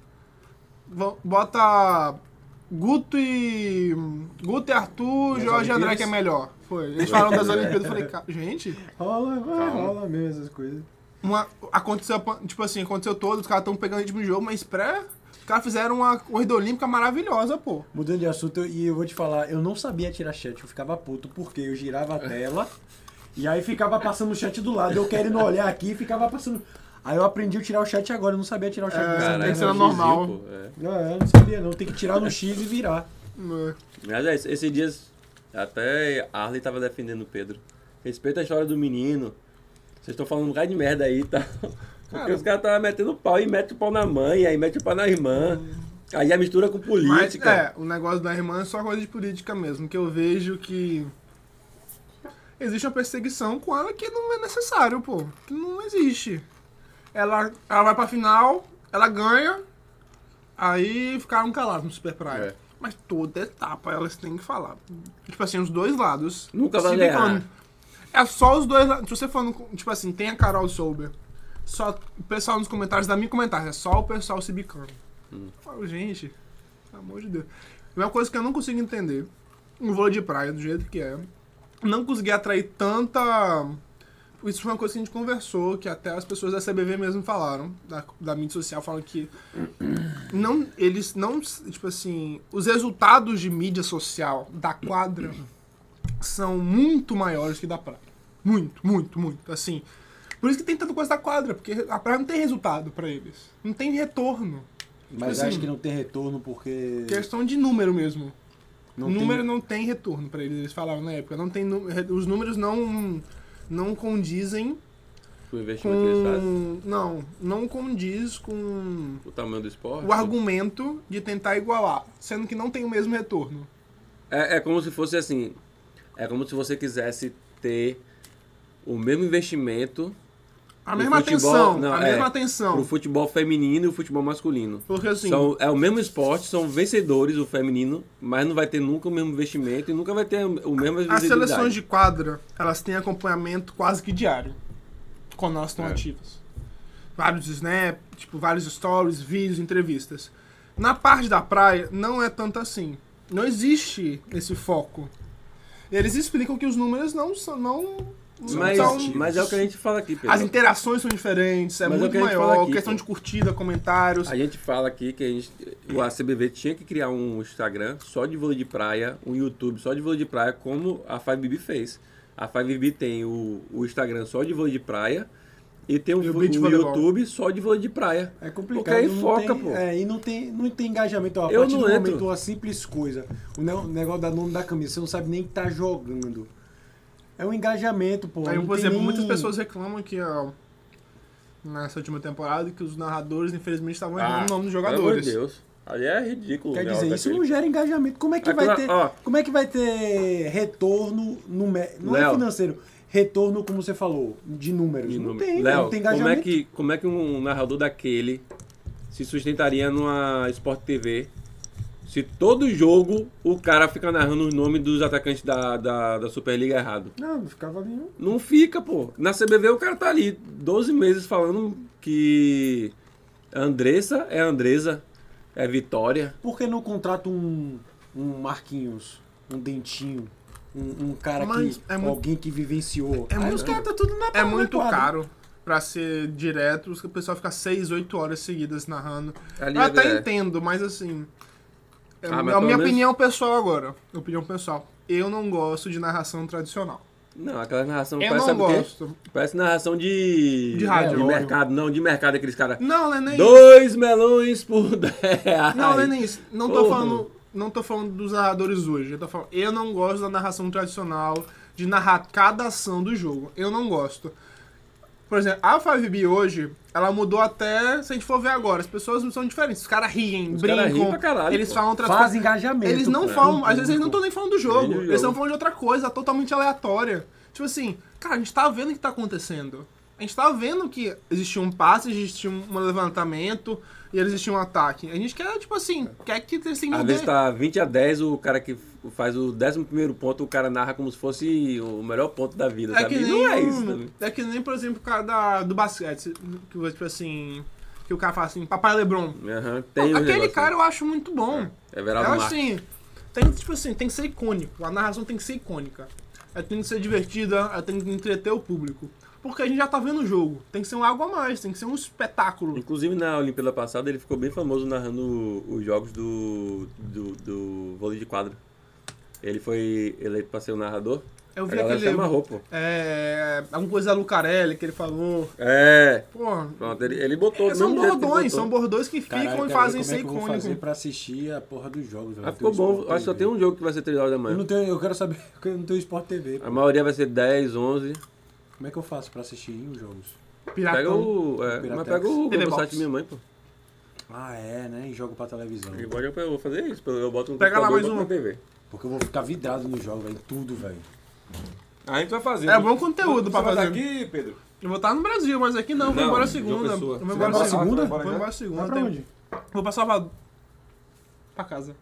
Vo- Bota Guto e. Guto e Arthur,
Nas
Jorge e André
Olimpíadas?
que é melhor. Foi. Eles falaram das Olimpíadas. Eu falei, "Ca- gente,
Rola, vai,
Calma.
rola mesmo essas coisas.
uma, aconteceu, tipo assim, aconteceu todo, os caras estão pegando ritmo de jogo, mas pré. Os caras fizeram uma corrida olímpica maravilhosa, pô.
Mudando de assunto, eu- e eu vou te falar, eu não sabia tirar chat, eu ficava puto, porque eu girava a tela e aí ficava passando o chat do lado. Eu querendo olhar aqui e ficava passando. Aí eu aprendi a tirar o chat agora, eu não sabia tirar o chat
É,
dessa
tem que
merda.
ser
é
normal.
Gizil, pô, é.
Não, eu não sabia não, tem que tirar no X e virar.
É.
Mas é, esses dias, até a Arley tava defendendo o Pedro. Respeita a história do menino. Vocês estão falando um bocado de merda aí, tá? Porque
Cara,
os caras estavam metendo pau e mete o pau na mãe, aí mete o pau na irmã. Aí já mistura com
Mas,
política.
é, o negócio da irmã é só coisa de política mesmo, que eu vejo que existe uma perseguição com ela que não é necessário, pô. Que não existe. Ela, ela vai pra final, ela ganha, aí ficaram calados no Super Praia.
É.
Mas toda etapa elas têm que falar. Tipo assim, os dois lados.
Nunca
se
vai
bicando.
errar.
É só os dois lados. Se você for no, tipo assim, tem a Carol Sober. Só o pessoal nos comentários, da minha comentário, é só o pessoal se bicando.
Hum.
Eu falo, gente, pelo amor de Deus. É uma coisa que eu não consigo entender. Um vôlei de praia, do jeito que é. Não consegui atrair tanta... Isso foi uma coisa que a gente conversou, que até as pessoas da C B V mesmo falaram, da, da mídia social, falam que não, eles não, tipo assim, os resultados de mídia social da quadra são muito maiores que da praia. Muito, muito, muito, assim. Por isso que tem tanta coisa da quadra, porque a praia não tem resultado pra eles. Não tem retorno.
Mas
assim,
acho que não tem retorno porque...
Questão de número mesmo.
Não
o número
tem...
não tem retorno pra eles, eles falaram na época. Não tem, nu- os números não, não condizem
O investimento que eles fazem,
com... Não, não condiz com
o tamanho do esporte.
o argumento de tentar igualar, sendo que não tem o mesmo retorno.
É, é como se fosse assim, é como se você quisesse ter o mesmo investimento
A
no
mesma
futebol-
atenção,
não,
a
é,
mesma atenção.
pro futebol feminino e o futebol masculino.
Porque assim,
São, é o mesmo esporte, são vencedores o feminino, mas não vai ter nunca o mesmo investimento e nunca vai ter o mesmo
as
visibilidade.
seleções de quadra, elas têm acompanhamento quase que diário, quando elas estão
É.
ativas. Vários snaps, tipo, vários stories, vídeos, entrevistas. Na parte da praia, não é tanto assim. Não existe esse foco. Eles explicam que os números não são... Não, não
Mas,
são
mas é o que a gente fala aqui, Pedro.
As interações são diferentes, é
Mas é o
muito
que a gente
maior,
fala aqui,
questão
pô.
de curtida, comentários.
A gente fala aqui que a, gente, o A C B V tinha que criar um Instagram só de vôlei de praia, um YouTube só de vôlei de praia, como a five B B fez. A five B B tem o, o Instagram só de vôlei de praia e tem o,
E o
o
beach voleibol.
YouTube só de vôlei de praia.
É complicado.
Porque aí
não
foca,
tem,
pô.
É, e não tem, não tem engajamento. Ó, a
Eu
partir
não
do
entro.
momento, uma simples coisa. O ne- o negócio da nome da camisa, você não sabe nem que tá jogando. É um engajamento, pô.
Aí,
não
por
tem
exemplo,
nem-
muitas pessoas reclamam que ó, nessa última temporada que os narradores, infelizmente, estavam errando o nome dos
Ah, Pelo amor
jogadores.
de Deus. Ali é ridículo.
Quer
né,
dizer, isso
daquele-
não gera engajamento. Como é que
Aquela-
vai ter,
ó.
como é que vai ter retorno nume- não é
Léo.
financeiro, retorno como você falou, de números.
de
não
número.
tem,
Léo,
não tem
como é,
engajamento.
que, como é que um narrador daquele se sustentaria numa Sport T V se todo jogo o cara fica narrando os nomes dos atacantes da, da, da Superliga errado?
Não, não ficava nenhum.
Não fica, pô. Na C B V o cara tá ali doze meses falando que Andressa é Andresa, é Vitória.
Por que não contrata um, um Marquinhos, um Dentinho, um, um cara
Mas
que.
é muito-
alguém que vivenciou?
É
Aí
muito-
os caras tá tudo na
É
na
muito
quadra.
caro pra ser direto, o pessoal fica seis, oito horas seguidas narrando.
Ali
Eu
é-
até
é-
entendo, mas assim. É
Ah,
a
mas
minha
pelo menos-
opinião pessoal agora. Opinião pessoal. Eu não gosto de narração tradicional.
Não, aquela narração
Eu
parece,
não
sabe o quê?
gosto.
Parece narração de...
De rádio.
de mercado. Não, de mercado, aqueles caras...
Não, não é nem
Dois melões por dez.
Não, não é nem isso. Não tô
Porra.
falando, não tô falando dos narradores hoje. Eu tô falando, eu não gosto da narração tradicional, de narrar cada ação do jogo. Eu não gosto. Por exemplo, a five B hoje, ela mudou até, se a gente for ver agora, as pessoas são diferentes. Os caras riem,
Os
brincam,
caras riem pra caralho,
eles
pô.
falam outras
Faz
coisas.
engajamento.
Eles não
pô.
falam,
Com
às vezes eles não estão
público.
nem falando do jogo,
Nem do
eles
jogo.
estão falando de outra coisa, totalmente aleatória. Tipo assim, cara, a gente tá vendo o que tá acontecendo. A gente tá vendo que existia um passe, existia um levantamento e existia um ataque. A gente quer, tipo assim, quer que assim,
Às vezes tá vinte a dez, o cara que faz o décimo primeiro ponto, o cara narra como se fosse o melhor ponto da vida,
É
sabe?
que,
E
nem
não é
um-
isso também.
é que nem, por exemplo, o cara da, do basquete, que tipo assim, que o cara fala assim, papai LeBron.
Aham, tem um
Aquele
negócio.
cara eu acho muito bom.
É
Eu
Everaldo
acho
Marques.
assim, tem, tipo assim, tem que ser icônico. A narração tem que ser icônica. Ela tem que ser divertida, ela tem que entreter o público. Porque a gente já tá vendo o jogo. Tem que ser um algo a mais, tem que ser um espetáculo.
Inclusive na Olimpíada passada ele ficou bem famoso narrando os jogos do, do, do vôlei de quadra. Ele foi eleito pra ser o narrador.
Eu
A
vi
galera se
aquele.
amarrou, pô.
É. Alguma coisa da Lucarelli que ele falou.
É,
Pô.
pronto, ele, ele botou do
São
mesmo jeito que ele
bordões,
botou.
são bordões que ficam
Caralho,
e
quero
fazem
ver
ser
como é que eu vou fazer
icônico.
pra assistir a porra dos jogos, velho.
Ah,
Eu
ficou
tenho
bom,
Sport
acho que só
T V.
tem um jogo que vai ser três horas da
Eu
manhã.
não tenho, eu quero saber, porque eu não tenho Sport T V. pô.
A maioria vai ser dez, onze.
Como é que eu faço pra assistir os jogos?
Piratão.
Pega o. É,
Piratex.
mas pega o,
T V
o
Box.
site da minha mãe, pô.
Ah, é, né? E jogo pra televisão.
Igual eu vou fazer isso, eu boto no
Pega lá
computador
mais
e boto
um.
na T V.
Porque eu vou ficar vidrado no jogo, velho. Em tudo, velho.
A gente vai fazer.
É bom conteúdo pra
Você vai
fazer.
daqui, Pedro?
Eu vou estar no Brasil, mas aqui não, vou
Não,
embora
João
segunda.
Pessoa.
Eu vou
Você
embora
vai
segunda.
embora
Vou
segunda?
embora segunda.
Vai pra
tem-
onde?
Vou pra Salvador. Pra casa.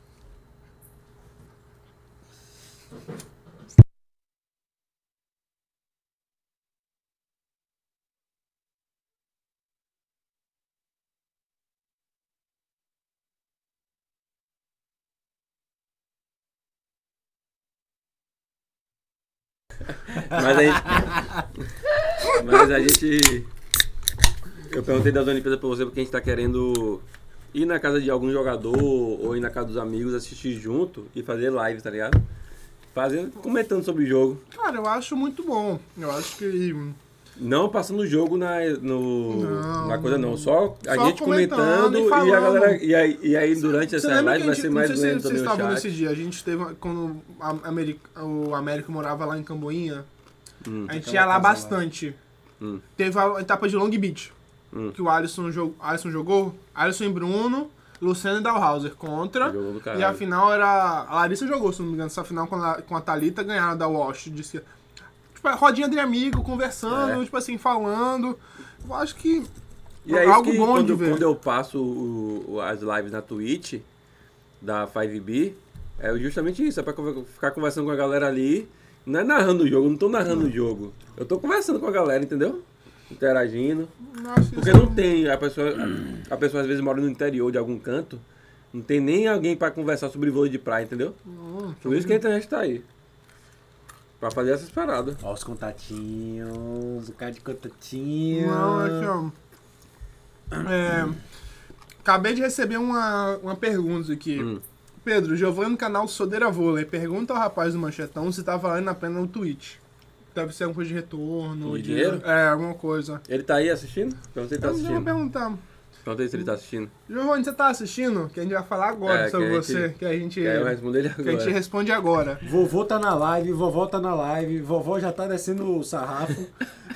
Mas a gente. Mas a gente. Eu perguntei das Olimpíadas pra você porque a gente tá querendo ir na casa de algum jogador ou ir na casa dos amigos, assistir junto e fazer live, tá ligado? Fazendo, comentando sobre o jogo.
Cara, eu acho muito bom. Eu acho que...
Não passando o jogo na, no,
Não,
na coisa, não. Só a
só
gente
comentando
comentando
e
e,
falando.
a galera. E aí, e aí durante
Você
essa
lembra
live
que a
vai
gente,
ser
não
mais
sei se
lento
vocês
também o
estavam
chat.
nesse dia, a gente teve, quando a América, o Américo morava lá em Camboinha,
Hum.
a gente
Aquela
ia lá
casa lá.
bastante.
Hum.
Teve a etapa de Long Beach,
Hum.
que o Alisson, jog, Alisson jogou, Alisson e Bruno, Luciano e Dalhauser contra,
Jogou do
e
caralho.
a final era, a Larissa jogou, se não me engano, essa final com a, com a Thalita ganharam da Wash, disse que, tipo, rodinha de amigo, conversando,
É.
tipo assim, falando, eu acho que
E é
é
isso
algo
que
bom
quando,
de ver.
quando eu passo o- o- as lives na Twitch da five B, é justamente isso, é pra conver- ficar conversando com a galera ali. Não é narrando o jogo, eu não tô narrando o jogo. Eu tô conversando com a galera, entendeu? Interagindo.
Nossa,
Porque
isso-
não tem, a pessoa, a pessoa às vezes mora no interior de algum canto, não tem nem alguém pra conversar sobre vôlei de praia, entendeu?
Hum,
Por isso que a internet tá aí. Pra fazer essas paradas.
Ó os contatinhos, um bocado de contatinho.
Não, aqui, ó. É, acabei de receber uma, uma pergunta aqui.
Hum.
Pedro, Giovanni no canal Sodeira Vôlei. Pergunta ao rapaz do Manchetão se tá valendo a pena no Twitch. Deve ser alguma coisa de retorno.
De dinheiro?
É, alguma coisa.
Ele tá aí assistindo? Perguntei se ele tá
Eu vou
assistindo.
perguntar.
Perguntei se ele tá assistindo.
Giovanni, você tá assistindo? Que a gente vai falar agora
É,
sobre
que a gente-
você. Que a gente,
Quer eu responder ele
que a gente
agora.
responde agora.
Vovô tá na live, vovó tá na live, vovó já tá descendo o sarrafo.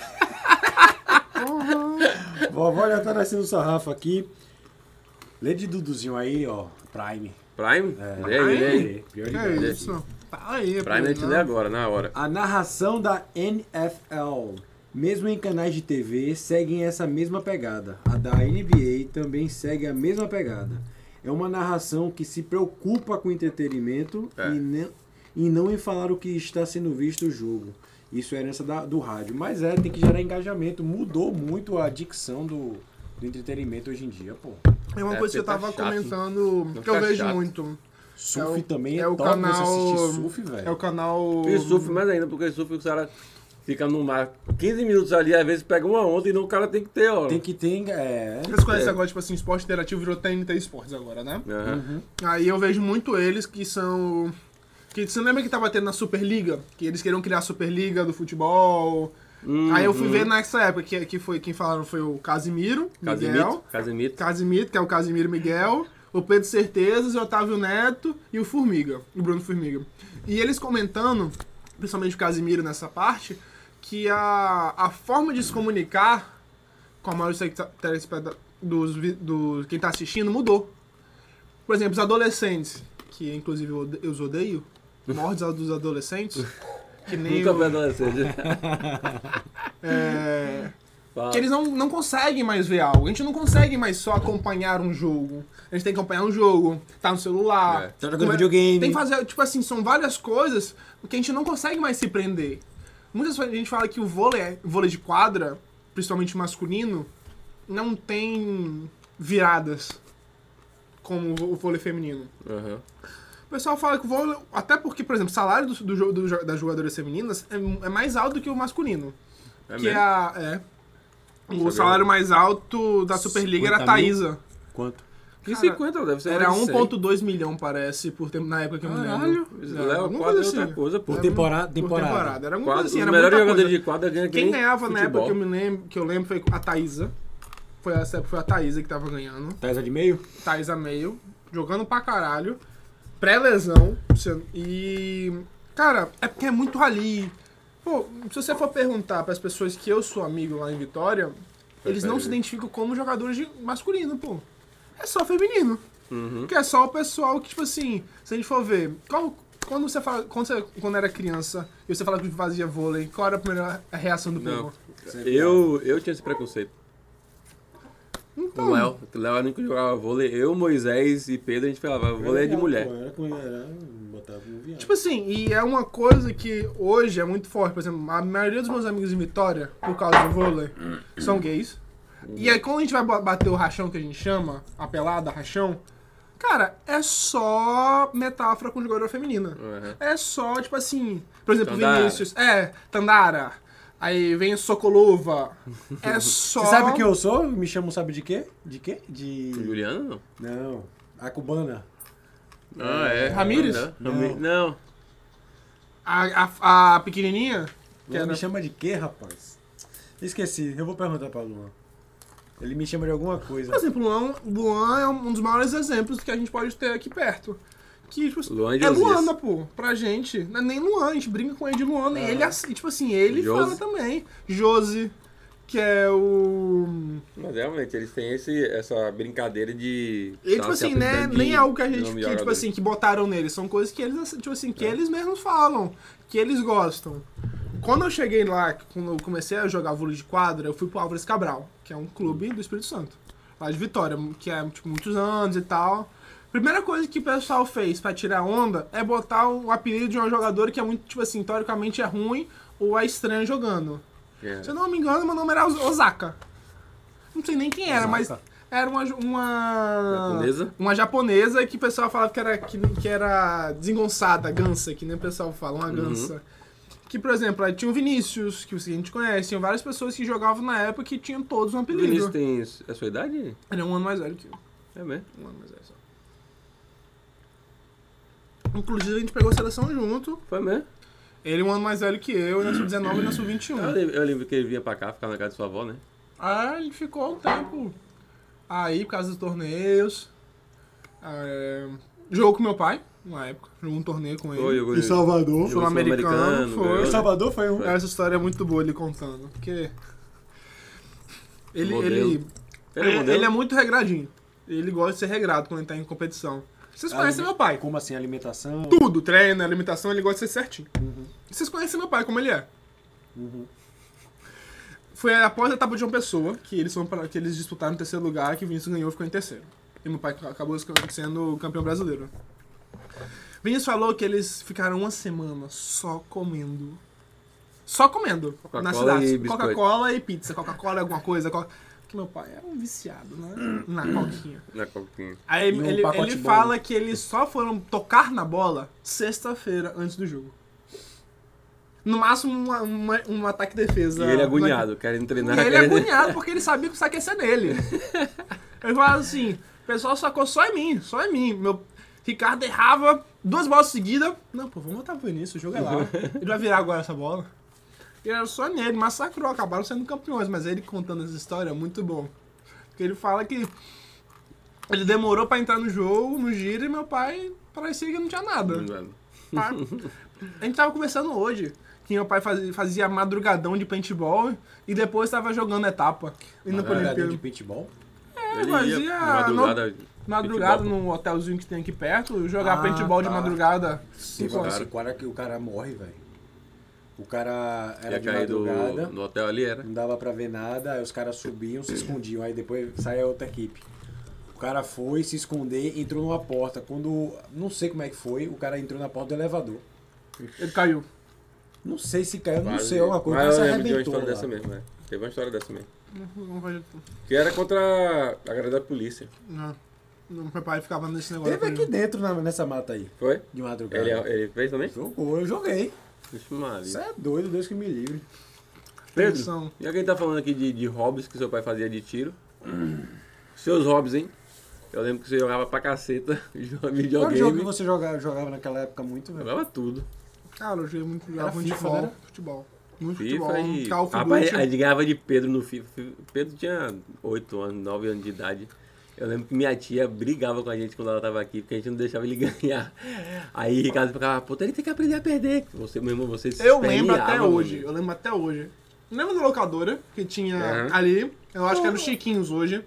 Vovó já tá descendo o sarrafo aqui. Lê de Duduzinho aí, ó, Prime.
Prime?
É.
Lê aí, lê aí.
Pior de
Que
verdade.
é isso? Tá aí,
Prime a gente
Pedro.
lê agora, na hora.
A narração da N F L, mesmo em canais de T V, seguem essa mesma pegada. A da N B A também segue a mesma pegada. É uma narração que se preocupa com entretenimento
É.
e, ne- e não em falar o que está sendo visto o jogo. Isso é herança da- do rádio. Mas é, tem que gerar engajamento. Mudou muito a dicção do, do entretenimento hoje em dia, pô.
É uma
É,
coisa que eu
porque tá
tava
chato.
comentando,
Vai
que eu
ficar
vejo
chato.
muito.
Surf
É o-
também é,
é o
top
canal-
você assistir surf, velho.
É o canal...
E surf mais ainda, porque surf o cara fica no mar quinze minutos ali, às vezes pega uma onda e não, o cara tem que ter, ó.
Tem que ter... É...
Vocês conhecem
É.
agora, tipo assim, esporte interativo virou T N T Esportes agora, né?
Aham.
Uhum.
Aí eu vejo muito eles que são... Que, você lembra que tava tendo na Superliga? Que eles queriam criar a Superliga do futebol.
Uhum.
Aí eu fui ver nessa época, que, que foi, quem falaram foi o Casimiro, Miguel.
Casimito, Casimito.
Casimiro, que é o Casimiro Miguel. O Pedro Certezas, o Otávio Neto e o Formiga, o Bruno Formiga. E eles comentando, principalmente o Casimiro nessa parte, que a, a forma de se comunicar com a maioria dos telespectadores, dos, vi- do, quem tá assistindo, mudou. Por exemplo, os adolescentes, que inclusive eu ode- eu os odeio, mordes dos adolescentes, que nem
Nunca
o,
foi adolescente.
é,
Fala.
que eles não, não conseguem mais ver algo. A gente não consegue mais só acompanhar um jogo. A gente tem que acompanhar um jogo, tá no celular.
É.
Tá jogando
Come-
videogame.
Tem que fazer, tipo assim, são várias coisas que a gente não consegue mais se prender. Muitas vezes a gente fala que o vôlei, vôlei de quadra, principalmente masculino, não tem viradas como o vôlei feminino.
Aham.
O pessoal fala que o vôlei, até porque, por exemplo, o salário do, do, jo- do jo- das jogadoras femininas é, é mais alto do que o masculino.
É
que
mesmo?
é a. É. O
Sabia.
salário mais alto da Superliga era a
cinquenta mil?
Thaísa.
Quanto?
Que
Cara,
cinquenta, deve ser
Era
mais de
um
cem.
ponto dois milhão, parece, por tempo, na época que eu me
Caralho,
lembro.
Léo,
alguma
quadra é
coisa
outra coisa, pô.
Por
Era
temporada-
Por
temporada.
temporada. Era alguma
Quadra,
coisa assim,
os
era
melhores
muita
jogadores
coisa.
de quadra ganham
Quem
nem
ganhava na época
futebol.
que eu me lembro, que eu lembro foi a Thaísa. Foi essa época foi a Thaísa que tava ganhando.
Thaisa de meio?
Thaísa meio, jogando pra caralho. Pré-lesão. E. Cara, é porque é muito rali. Pô, se você for perguntar pras pessoas que eu sou amigo lá em Vitória, eles não se identificam como jogadores de masculino, pô. É só feminino.
Uhum.
Que é só o pessoal que, tipo assim, se a gente for ver, qual, quando você fala, quando você quando era criança e você falava que fazia vôlei, qual era a primeira reação do
Não.
povo?
Eu, eu tinha esse preconceito.
Então,
O Léo, o Léo era o único que jogava vôlei. Eu, Moisés e Pedro, a gente falava, vôlei é de mulher.
Pô, era com era, botava um viado.
tipo assim, e é uma coisa que hoje é muito forte. Por exemplo, a maioria dos meus amigos em Vitória, por causa do vôlei, são gays. E aí quando a gente vai ba- bater o rachão que a gente chama, a pelada, rachão, cara, é só metáfora com jogadora feminina.
Uhum.
É só, tipo assim, por exemplo,
Tandara.
Vinícius. É, Tandara. Aí vem Sokolova. É só.
Você sabe o que eu sou? Me chamam, sabe de quê? De quê? De...
Juliano, não?
Não, a cubana.
Ah, é.
Ramírez?
Não.
Não.
Rami- não.
A, a, a pequenininha? Que
Ela
era-
me chama de quê, rapaz? Esqueci, eu vou perguntar pra Luan. Ele me chama de alguma coisa.
Por exemplo, Luan, Luan é um dos maiores exemplos que a gente pode ter aqui perto. Que, tipo,
Luan de
é
Osias.
Luana, pô, pra gente. Não é nem Luan, a gente brinca com ele de Luana. E
Ah.
ele, assim, tipo assim, ele
Josi.
fala também. Josi, que é o...
Mas realmente, eles têm esse, essa brincadeira de...
E,
tá
tipo
se
assim, né,
apelidando de-
nem é algo que a
de
gente,
nome de
que, tipo
jogador.
assim, que botaram neles. São coisas que eles, tipo assim,
É.
que eles mesmos falam. Que eles gostam. Quando eu cheguei lá, quando eu comecei a jogar vôlei de quadra, eu fui pro Álvares Cabral, que é um clube do Espírito Santo. Lá de Vitória, que é, tipo, muitos anos e tal. Primeira coisa que o pessoal fez pra tirar onda é botar o apelido de um jogador que é muito, tipo assim, teoricamente é ruim ou é estranho jogando.
É.
Se eu não me engano, meu nome era Osaka. Não sei nem quem era, mas
Osaka?
era uma, uma...
Japonesa?
Uma japonesa que o pessoal falava que era, que, que era desengonçada, gansa, que nem o pessoal fala, uma gansa. Que, por exemplo, aí tinha o Vinícius, que a gente conhece, tinha várias pessoas que jogavam na época que tinham todos um
O
apelido.
Vinícius tem a sua idade?
Ele é um ano mais velho que eu.
É mesmo?
Um ano mais velho só. Inclusive, a gente pegou a seleção junto.
Foi mesmo?
Ele um ano mais velho que eu, e na sub dezenove e na sub vinte e um.
Eu lembro, eu lembro que ele vinha pra cá, ficava na casa de sua avó, né?
Ah, ele ficou um tempo aí por causa dos torneios. É, jogou com meu pai, na época. Jogou um torneio com ele.
Foi, jogou
Em Salvador.
jogou
Sul-americano,
Sul-Americano,
foi.
ganhou,
Em
né?
Salvador foi um.
Essa história é muito boa ele contando. Porque. Ele,
Modelo.
ele,
Ele é
ele,
modelo?
ele é muito regradinho. Ele gosta de ser regrado quando ele tá em competição. Vocês conhecem meu pai.
Como assim, alimentação?
Tudo, treino, alimentação, ele gosta de ser certinho.
Uhum.
Vocês conhecem meu pai, como ele é.
Uhum.
Foi após a etapa de uma pessoa que eles, foram pra, que eles disputaram em terceiro lugar, que o Vinícius ganhou e ficou em terceiro. E meu pai acabou sendo campeão brasileiro. Vinícius falou que eles ficaram uma semana só comendo. Só comendo
Coca-Cola
na cidade.
e biscoito.
Coca-Cola e pizza. Coca-Cola é alguma coisa. Coca... Que meu pai era um viciado, né? Na coquinha.
Na coquinha.
Aí
E um
ele,
pacote
ele
bom.
fala que eles só foram tocar na bola sexta-feira antes do jogo. No máximo uma- uma- um ataque de defesa.
E ele agoniado, querendo treinar.
E ele é
querendo-
agoniado porque ele sabia que o saque ia ser nele. Ele fala assim, o pessoal sacou só em mim, só em mim. Meu Ricardo errava duas bolas seguidas. Não, pô, vamos botar pro Vinícius, o jogo é lá. Ele vai virar agora essa bola. E era só nele, massacrou, acabaram sendo campeões. Mas ele contando essa história é muito bom. Porque ele fala que ele demorou pra entrar no jogo, no giro, e meu pai parecia que não tinha nada. Tá? A gente tava conversando hoje que meu pai fazia, fazia madrugadão de paintball e depois tava jogando etapa. Indo pra
Madrugadão de
Olimpíada.
paintball?
É,
Ele
fazia
ia madrugada.
madrugada
paintball.
num hotelzinho que tem aqui perto, jogar
Ah,
paintball de
tá.
madrugada.
Teve
cinco
uma
horas.
cinco horas que o cara morre, velho. O cara era
Ia
de
cair do,
madrugada,
do hotel ali, era.
não dava pra ver nada, aí os caras subiam, se escondiam, aí depois saía outra equipe. O cara foi se esconder, entrou numa porta. Quando, não sei como é que foi, o cara entrou na porta do elevador.
Ele caiu.
Não sei se caiu, não
Quase.
sei, alguma coisa,
Mas
mas se
eu lembro de uma
arrebentou
história
lá.
dessa mesmo, né? Teve uma história dessa mesmo.
Não, não vai-
Que era contra a galera da polícia.
não. Não, meu pai ficava nesse negócio.
Teve aqui dentro, na- nessa mata aí,
Foi?
de madrugada.
Ele, ele fez também?
Jogou, eu joguei.
Vixe, Maria.
Isso é doido, Deus que me livre.
Pedro,
Tensão.
e alguém tá falando aqui de, de hobbies que seu pai fazia de tiro? Seus hobbies, hein? Eu lembro que você jogava pra caceta, jogava
Qual
videogame.
jogo que você jogava, jogava naquela época muito, velho?
Jogava tudo.
Cara, eu joguei muito, jogava
Era
muito
FIFA,
futebol.
né?
Futebol. Muito
FIFA
futebol.
e...
Call of
Rapaz,
Duty.
a gente ganhava de Pedro no FIFA. Pedro tinha oito anos, nove anos de idade. Eu lembro que minha tia brigava com a gente quando ela tava aqui, porque a gente não deixava ele ganhar. Aí Ricardo ficava, pô, ele tem que aprender a perder. Você, meu irmão, você se
Eu lembro até
esperneava,
hoje,
mano.
eu lembro até hoje. Lembra da locadora que tinha
Aham.
ali? Eu acho que era o Chiquinhos hoje.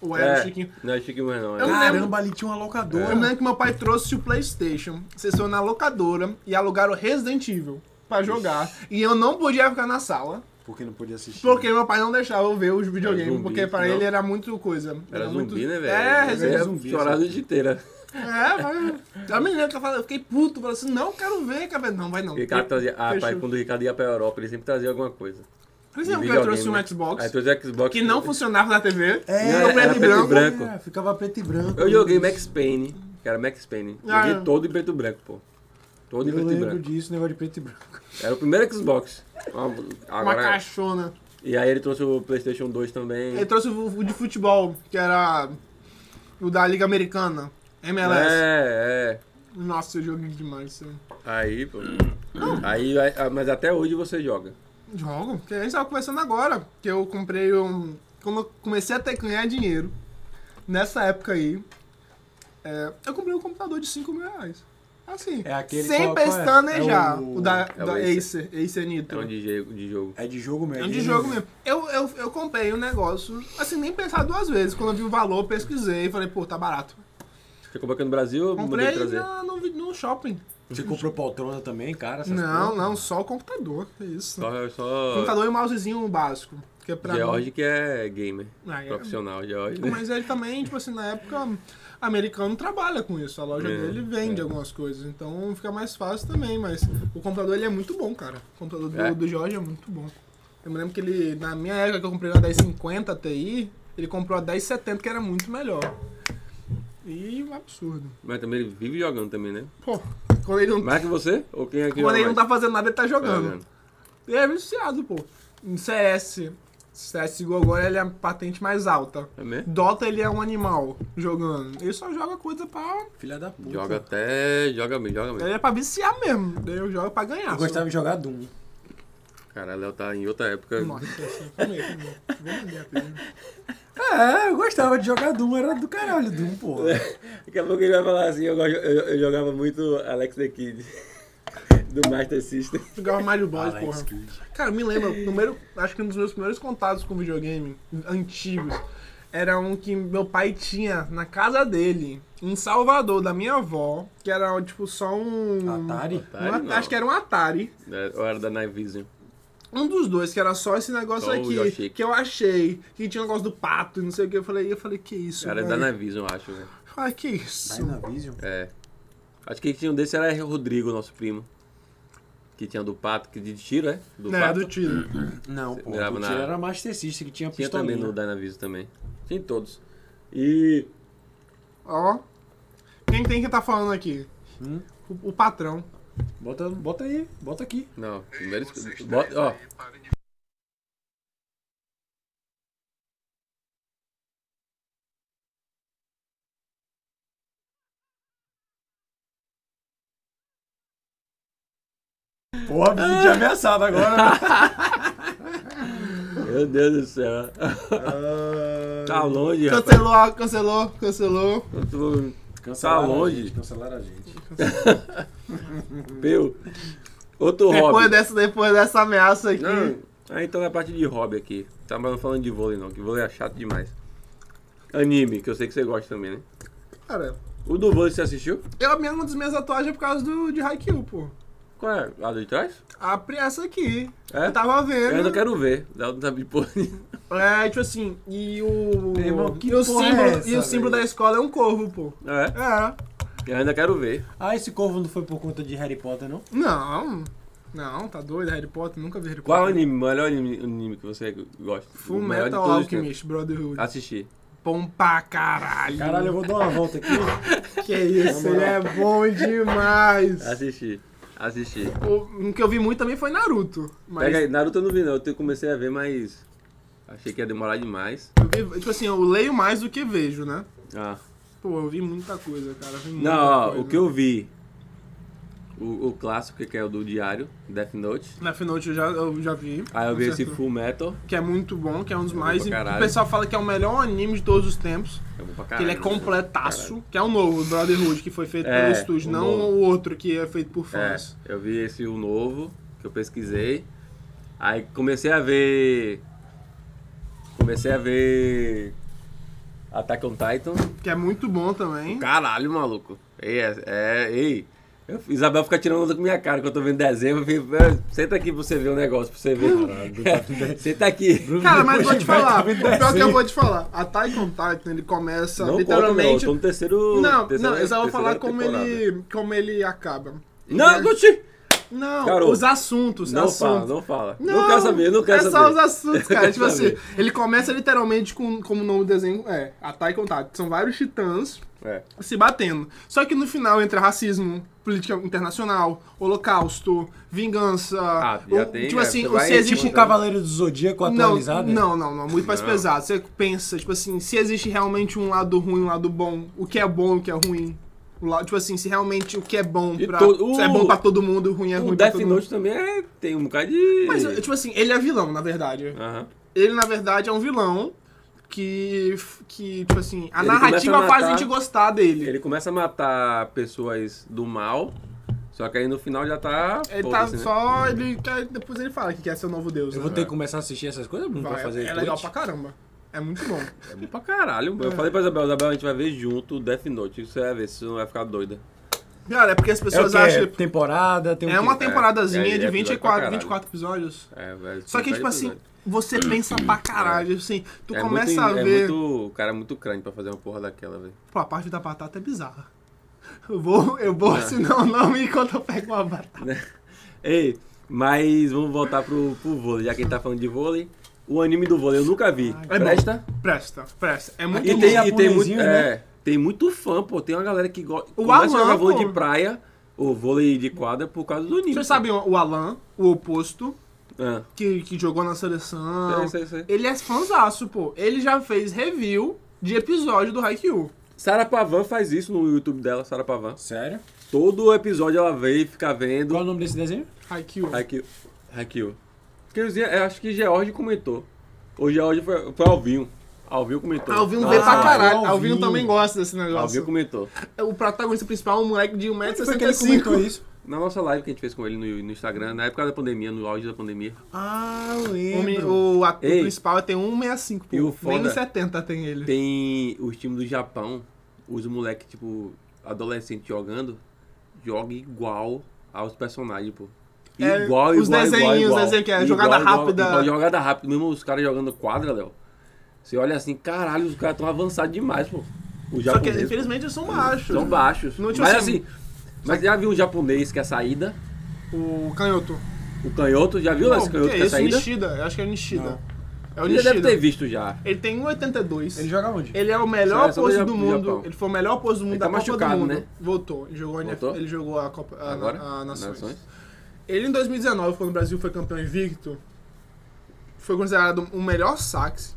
Ou era
É,
o Chiquinho?
Não é Chiquinho mais não.
Eu
É.
não
Caramba, ali tinha uma locadora.
Eu me lembro que meu pai trouxe o PlayStation, vocês foram na locadora e alugaram Resident Evil pra jogar. E eu não podia ficar na sala,
Porque não podia assistir.
porque meu pai não deixava eu ver os videogames,
zumbi,
porque pra
não?
ele era muito coisa.
Era zumbi,
muito...
né, velho?
É,
Você
Resident
ia
zumbi,
chorar a
assim.
noite inteira.
É, vai. Eu me lembro que eu, falei, eu fiquei puto, falei assim, não quero ver, cara. Não, vai não.
O Ricardo trazia... Ah,
Fechou.
pai, quando o Ricardo ia pra Europa, ele sempre trazia alguma coisa.
Por
De
exemplo, que eu
videogame,
trouxe um
né?
Xbox
Aí trouxe o Xbox.
que não funcionava na T V,
É,
ficou
era
preto e
preto e
branco.
branco.
É, ficava preto e branco.
Eu joguei Max Payne, que era Max Payne.
Ah,
Joguei
é.
todo em preto e branco, pô. Todo em
Eu
preto e
lembro
branco.
disso, negócio de preto e branco.
Era o primeiro Xbox.
Uma
Agora...
caixona.
E aí ele trouxe o PlayStation dois também.
Ele trouxe o o de futebol, que era o da Liga Americana, M L S.
É, é.
Nossa, eu joguei demais isso aí.
Aí, pô. Aí, aí- mas até hoje você joga.
Jogo, porque a gente tava conversando agora, que eu comprei um... Quando eu comecei a ter que ganhar dinheiro, nessa época aí, é, eu comprei um computador de cinco mil reais. Assim,
É aquele
sem
qual- qual é?
pestanejar.
É o-
o, da,
é o
da
Acer.
Acer, Acer Nitro.
É um de jogo. De jogo.
É de jogo mesmo.
É um de jogo mesmo. Eu, eu, eu comprei um negócio, assim, nem pensar duas vezes. Quando eu vi o valor, eu pesquisei e falei, pô, tá barato.
Você comprou aqui no Brasil ou mandou
Comprei
trazer?
na, no, no shopping.
Você comprou poltrona também, cara? essas
Não,
coisas?
não, só o computador. É isso.
Só, só
Computador e um mousezinho básico. Que é pra
George que é gamer.
Ah, é.
Profissional, George. Né?
Mas ele também, tipo assim, na época, americano trabalha com isso. A loja
É,
dele vende
é.
algumas coisas. Então fica mais fácil também. Mas o computador ele é muito bom, cara. O computador do,
É?
do Jorge é muito bom. Eu me lembro que ele, na minha época que eu comprei na dez cinquenta Ti, ele comprou a dez setenta que era muito melhor. E um absurdo.
Mas também ele vive jogando também, né?
Pô, quando ele não,
Mais que você? Ou quem é que
quando
joga
ele não
mais?
tá fazendo nada, ele tá jogando.
Jogando.
Ele é viciado, pô. Em C S, C S G O agora ele é a patente mais alta.
É mesmo?
Dota ele é um animal jogando. Ele só joga coisa pra.
Filha da puta.
Joga até... Joga bem, joga bem.
Ele é pra viciar mesmo. Daí eu jogo pra ganhar.
Eu gostava de jogar Doom.
Cara, Léo tá em outra época.
Só. Nossa, calma aí, calma aí. Vou vender a pena.
É, eu gostava de jogar Doom, era do caralho Doom, pô.
Daqui a pouco ele vai falar assim, eu, gosto- eu, eu jogava muito Alex the Kid. Do Master System.
Jogava Mario Bros,
Alex
porra.
Kidd.
Cara, me lembra, o primeiro, acho que um dos meus primeiros contatos com videogame antigos era um que meu pai tinha na casa dele, em Salvador, da minha avó, que era tipo só um.
Atari?
um
Atari,
At-
não.
acho que era um Atari.
É, ou era da Night Vision.
Um dos dois, que era só esse negócio
Só o
aqui,
joystick.
que eu achei, que tinha um negócio do pato e não sei o que. Eu falei, eu falei, que isso,
Era da
velho?
Night Vision, eu acho, né?
Ai, que isso?
Dynavision?
É. Acho que quem tinha um desse era o Rodrigo, nosso primo. Que tinha do pato, que de tiro, é? Do
É,
pato.
do tiro.
Não,
Você
pô.
mirava
O
na-
tiro era Master System, que tinha
Tinha
pistolinha.
também no Dynavision também. Tinha em todos. E...
Ó. Quem tem que tá falando aqui?
Hum?
O, o patrão.
Bota, bota aí, bota aqui.
Não, primeiro... esco- Bota, ó.
Porra, me senti ameaçado agora.
Meu Deus do céu. Tá longe, rapaz.
Cancelou, cancelou, cancelou.
Eu tô-
Cancelaram
Tá
a
longe.
gente, cancelaram a gente.
Meu. Outro
Depois
hobby.
dessa, depois dessa ameaça aqui.
Não, aí então na parte de hobby aqui. Tava falando de vôlei não, que vôlei é chato demais. Anime, que eu sei que você gosta também, né?
Cara,
O do vôlei você assistiu?
eu, a minha- uma das minhas tatuagens é por causa do, de Haikyuu, pô.
Qual é? Lá de trás?
A essa aqui.
É?
Eu tava vendo.
Eu ainda quero ver. Dá não sabe de porra nenhuma.
É, tipo assim, e o.
Meu irmão, que
e o
porra é
símbolo,
essa,
e o símbolo
velho?
da escola é um corvo, pô.
É?
É.
Eu ainda quero ver.
Ah, esse corvo não foi por conta de Harry Potter, não?
Não. Não, tá doido, Harry Potter, nunca vi Harry
Qual é o
Potter.
anime, o melhor anime, anime que você gosta?
Full
O melhor de
Metal
todos os
Alchemist, Brotherhood.
tempos. Assistir.
Bom pra caralho.
Caralho, eu vou dar uma volta aqui.
Que isso, ele é bom demais.
Assistir. Assistir.
O, o que eu vi muito também foi Naruto. Mas
Pega aí, Naruto eu não vi não, eu comecei a ver, mas achei que ia demorar demais.
eu vi, tipo assim, eu leio mais do que vejo, né?
Ah.
Pô, eu vi muita coisa, cara. eu vi muita
Não, ó,
coisa.
o que eu vi, o, o clássico que é o do Diário, Death Note.
Death Note eu já, eu já vi.
Aí eu
com
vi esse
certeza.
Full Metal,
Que é muito bom, que é um dos mais.
pra
O
caralho.
pessoal fala que é o melhor anime de todos os tempos.
é bom pra
Que
caralho.
ele é completaço. Que é o novo, o Brotherhood, que foi feito
É,
pelo estúdio,
o
não
novo.
o outro que é feito por
É,
fãs.
eu vi esse o novo, que eu pesquisei. Aí comecei a ver. Comecei a ver. Attack on Titan.
Que é muito bom também.
Caralho, maluco. Ei, é, é, ei. Eu, Isabel fica tirando onda com minha cara quando eu tô vendo desenho. Eu fico, "É, senta aqui pra você ver o negócio, pra você ver. Caralho, senta aqui.
Cara, mas vou te
Vai
falar.
tá
O pior que eu vou te falar. Attack on Titan, ele começa
Não
literalmente...
conta, não. Eu tô no terceiro...
Não,
terceira,
não, eu só vou falar
terceira
como
temporada.
ele, como ele acaba.
Não,
Ele é-
Gucci!
Não,
Garoto,
os assuntos,
Não
assuntos.
fala, não fala. Não, quero saber, não quero
é
saber.
só os assuntos, cara.
Quero
tipo assim,
saber.
ele começa literalmente com, como o nome do desenho é, Attack on Titan. São vários titãs
É.
se batendo. Só que no final entra racismo, política internacional, holocausto, vingança.
Ah, já
ou,
tem,
tipo
é,
assim,
você
ou
vai
se
Tipo
existe
um Cavaleiro do Zodíaco
não,
atualizado?
não, não, não, muito mais
Não.
pesado. Você pensa, tipo assim, se existe realmente um lado ruim, um lado bom, o que é bom, o que é ruim. O lado, tipo assim, se realmente o que é bom
E
pra,
todo- o-
é bom pra todo mundo, o ruim é
O
ruim pra
Death
todo mundo.
Note também é, tem um bocado de...
Mas, tipo assim, ele é vilão, na verdade.
Aham.
Ele, na verdade, é um vilão que, que tipo assim, a
Ele
narrativa
começa a
faz a
matar-
gente gostar dele.
Ele começa a matar pessoas do mal, só que aí no final já tá...
Ele tá
foda-se, né?
só. Ele, quer- depois ele fala que quer ser o novo deus.
Eu
né?
vou ter que começar a assistir essas coisas, Bruno, pra
Vai,
fazer
é legal
Twitch?
pra caramba. É muito bom.
É bom pra caralho. Eu
É.
falei pra Isabel, Isabel, a gente vai ver junto o Death Note. Você vai ver, se você não vai ficar doida.
Cara, é porque as
É o
pessoas
quê?
acham.
É temporada, tem um
É uma
quê?
temporadazinha
É, é
de
episódio
vinte e
pra
quatro,
caralho.
vinte e quatro episódios.
É, velho.
Só que,
Tá
tipo assim,
episódio.
você pensa pra caralho, assim, tu
É
começa
muito,
a
é
ver.
muito, o cara é muito crânio pra fazer uma porra daquela, velho.
Pô, a parte da batata é bizarra. Eu vou, eu vou, senão não me enquanto eu pego uma batata.
Ei, mas vamos voltar pro, pro vôlei, já que a gente tá falando de vôlei. O anime do vôlei eu nunca vi.
É bom.
Presta?
Presta, presta. É muito
E
bom.
tem, e tem muito,
japonesinho,
é,
né?
tem muito fã, pô. Tem uma galera que go-
O
começa a
Alan,
jogar vôlei
pô.
de praia ou vôlei de quadra por causa do anime.
Você
pô.
sabe o Alan, o oposto,
Ah,
que, que jogou na seleção.
sei, sei, sei.
Ele é fãzaço, pô. Ele já fez review de episódio do Haikyuu.
Sarah Pavan faz isso no YouTube dela, Sarah Pavan.
Sério?
Todo episódio ela vem e fica vendo.
Qual é o nome desse desenho?
Haikyuu.
Haikyuu. Haikyuu. Inclusive, eu acho que George comentou. O George foi, foi Alvinho. Alvinho comentou.
Alvinho
Ah,
vê pra caralho.
Alvinho.
Alvinho também gosta desse
Alvinho
negócio.
comentou.
O protagonista principal é um moleque de um metro e
Foi que
sessenta
ele
e cinco.
comentou isso?
Na nossa live que a gente fez com ele no, no Instagram, na época da pandemia, no auge da pandemia.
Ah, eu
O, mi-
lembro.
o ator
Ei.
principal tem um vírgula sessenta e cinco, pô.
E o foda-
Nem um setenta tem ele.
Tem os times do Japão, os moleques, tipo, adolescentes jogando, joga igual aos personagens, pô.
É,
Igual,
os
igual,
desenhinhos,
igual, igual.
desenho que é
Igual,
jogada
igual,
rápida.
igual, jogada rápida, mesmo os caras jogando quadra, Léo. Você olha assim, caralho, os caras estão avançados demais, pô. Os
Só que,
japoneses, pô.
infelizmente, eles são baixos.
São baixos.
Não, tipo
mas
assim-
assim, mas já viu um japonês que é saída?
O canhoto.
O canhoto, já viu
Pô,
esse canhoto
que
que
é
é
isso?
saída?
Nishida. Eu acho que é Nishida.
Não.
É o
Você já deve
Nishida.
ter visto já.
Ele tem um vírgula oitenta e dois.
Ele joga onde?
Ele é o melhor
Só- só do
posto
Ja-
do
do
mundo.
Japão.
Ele foi o melhor posto do mundo
Ele
da
tá
Copa
machucado,
do Mundo.
né?
Voltou. Ele jogou, a N F L,
Voltou?
ele jogou a Copa a,
Agora?
a Nações.
Nações?
Ele em dois mil e dezenove, quando o Brasil foi campeão invicto, foi considerado o melhor sax.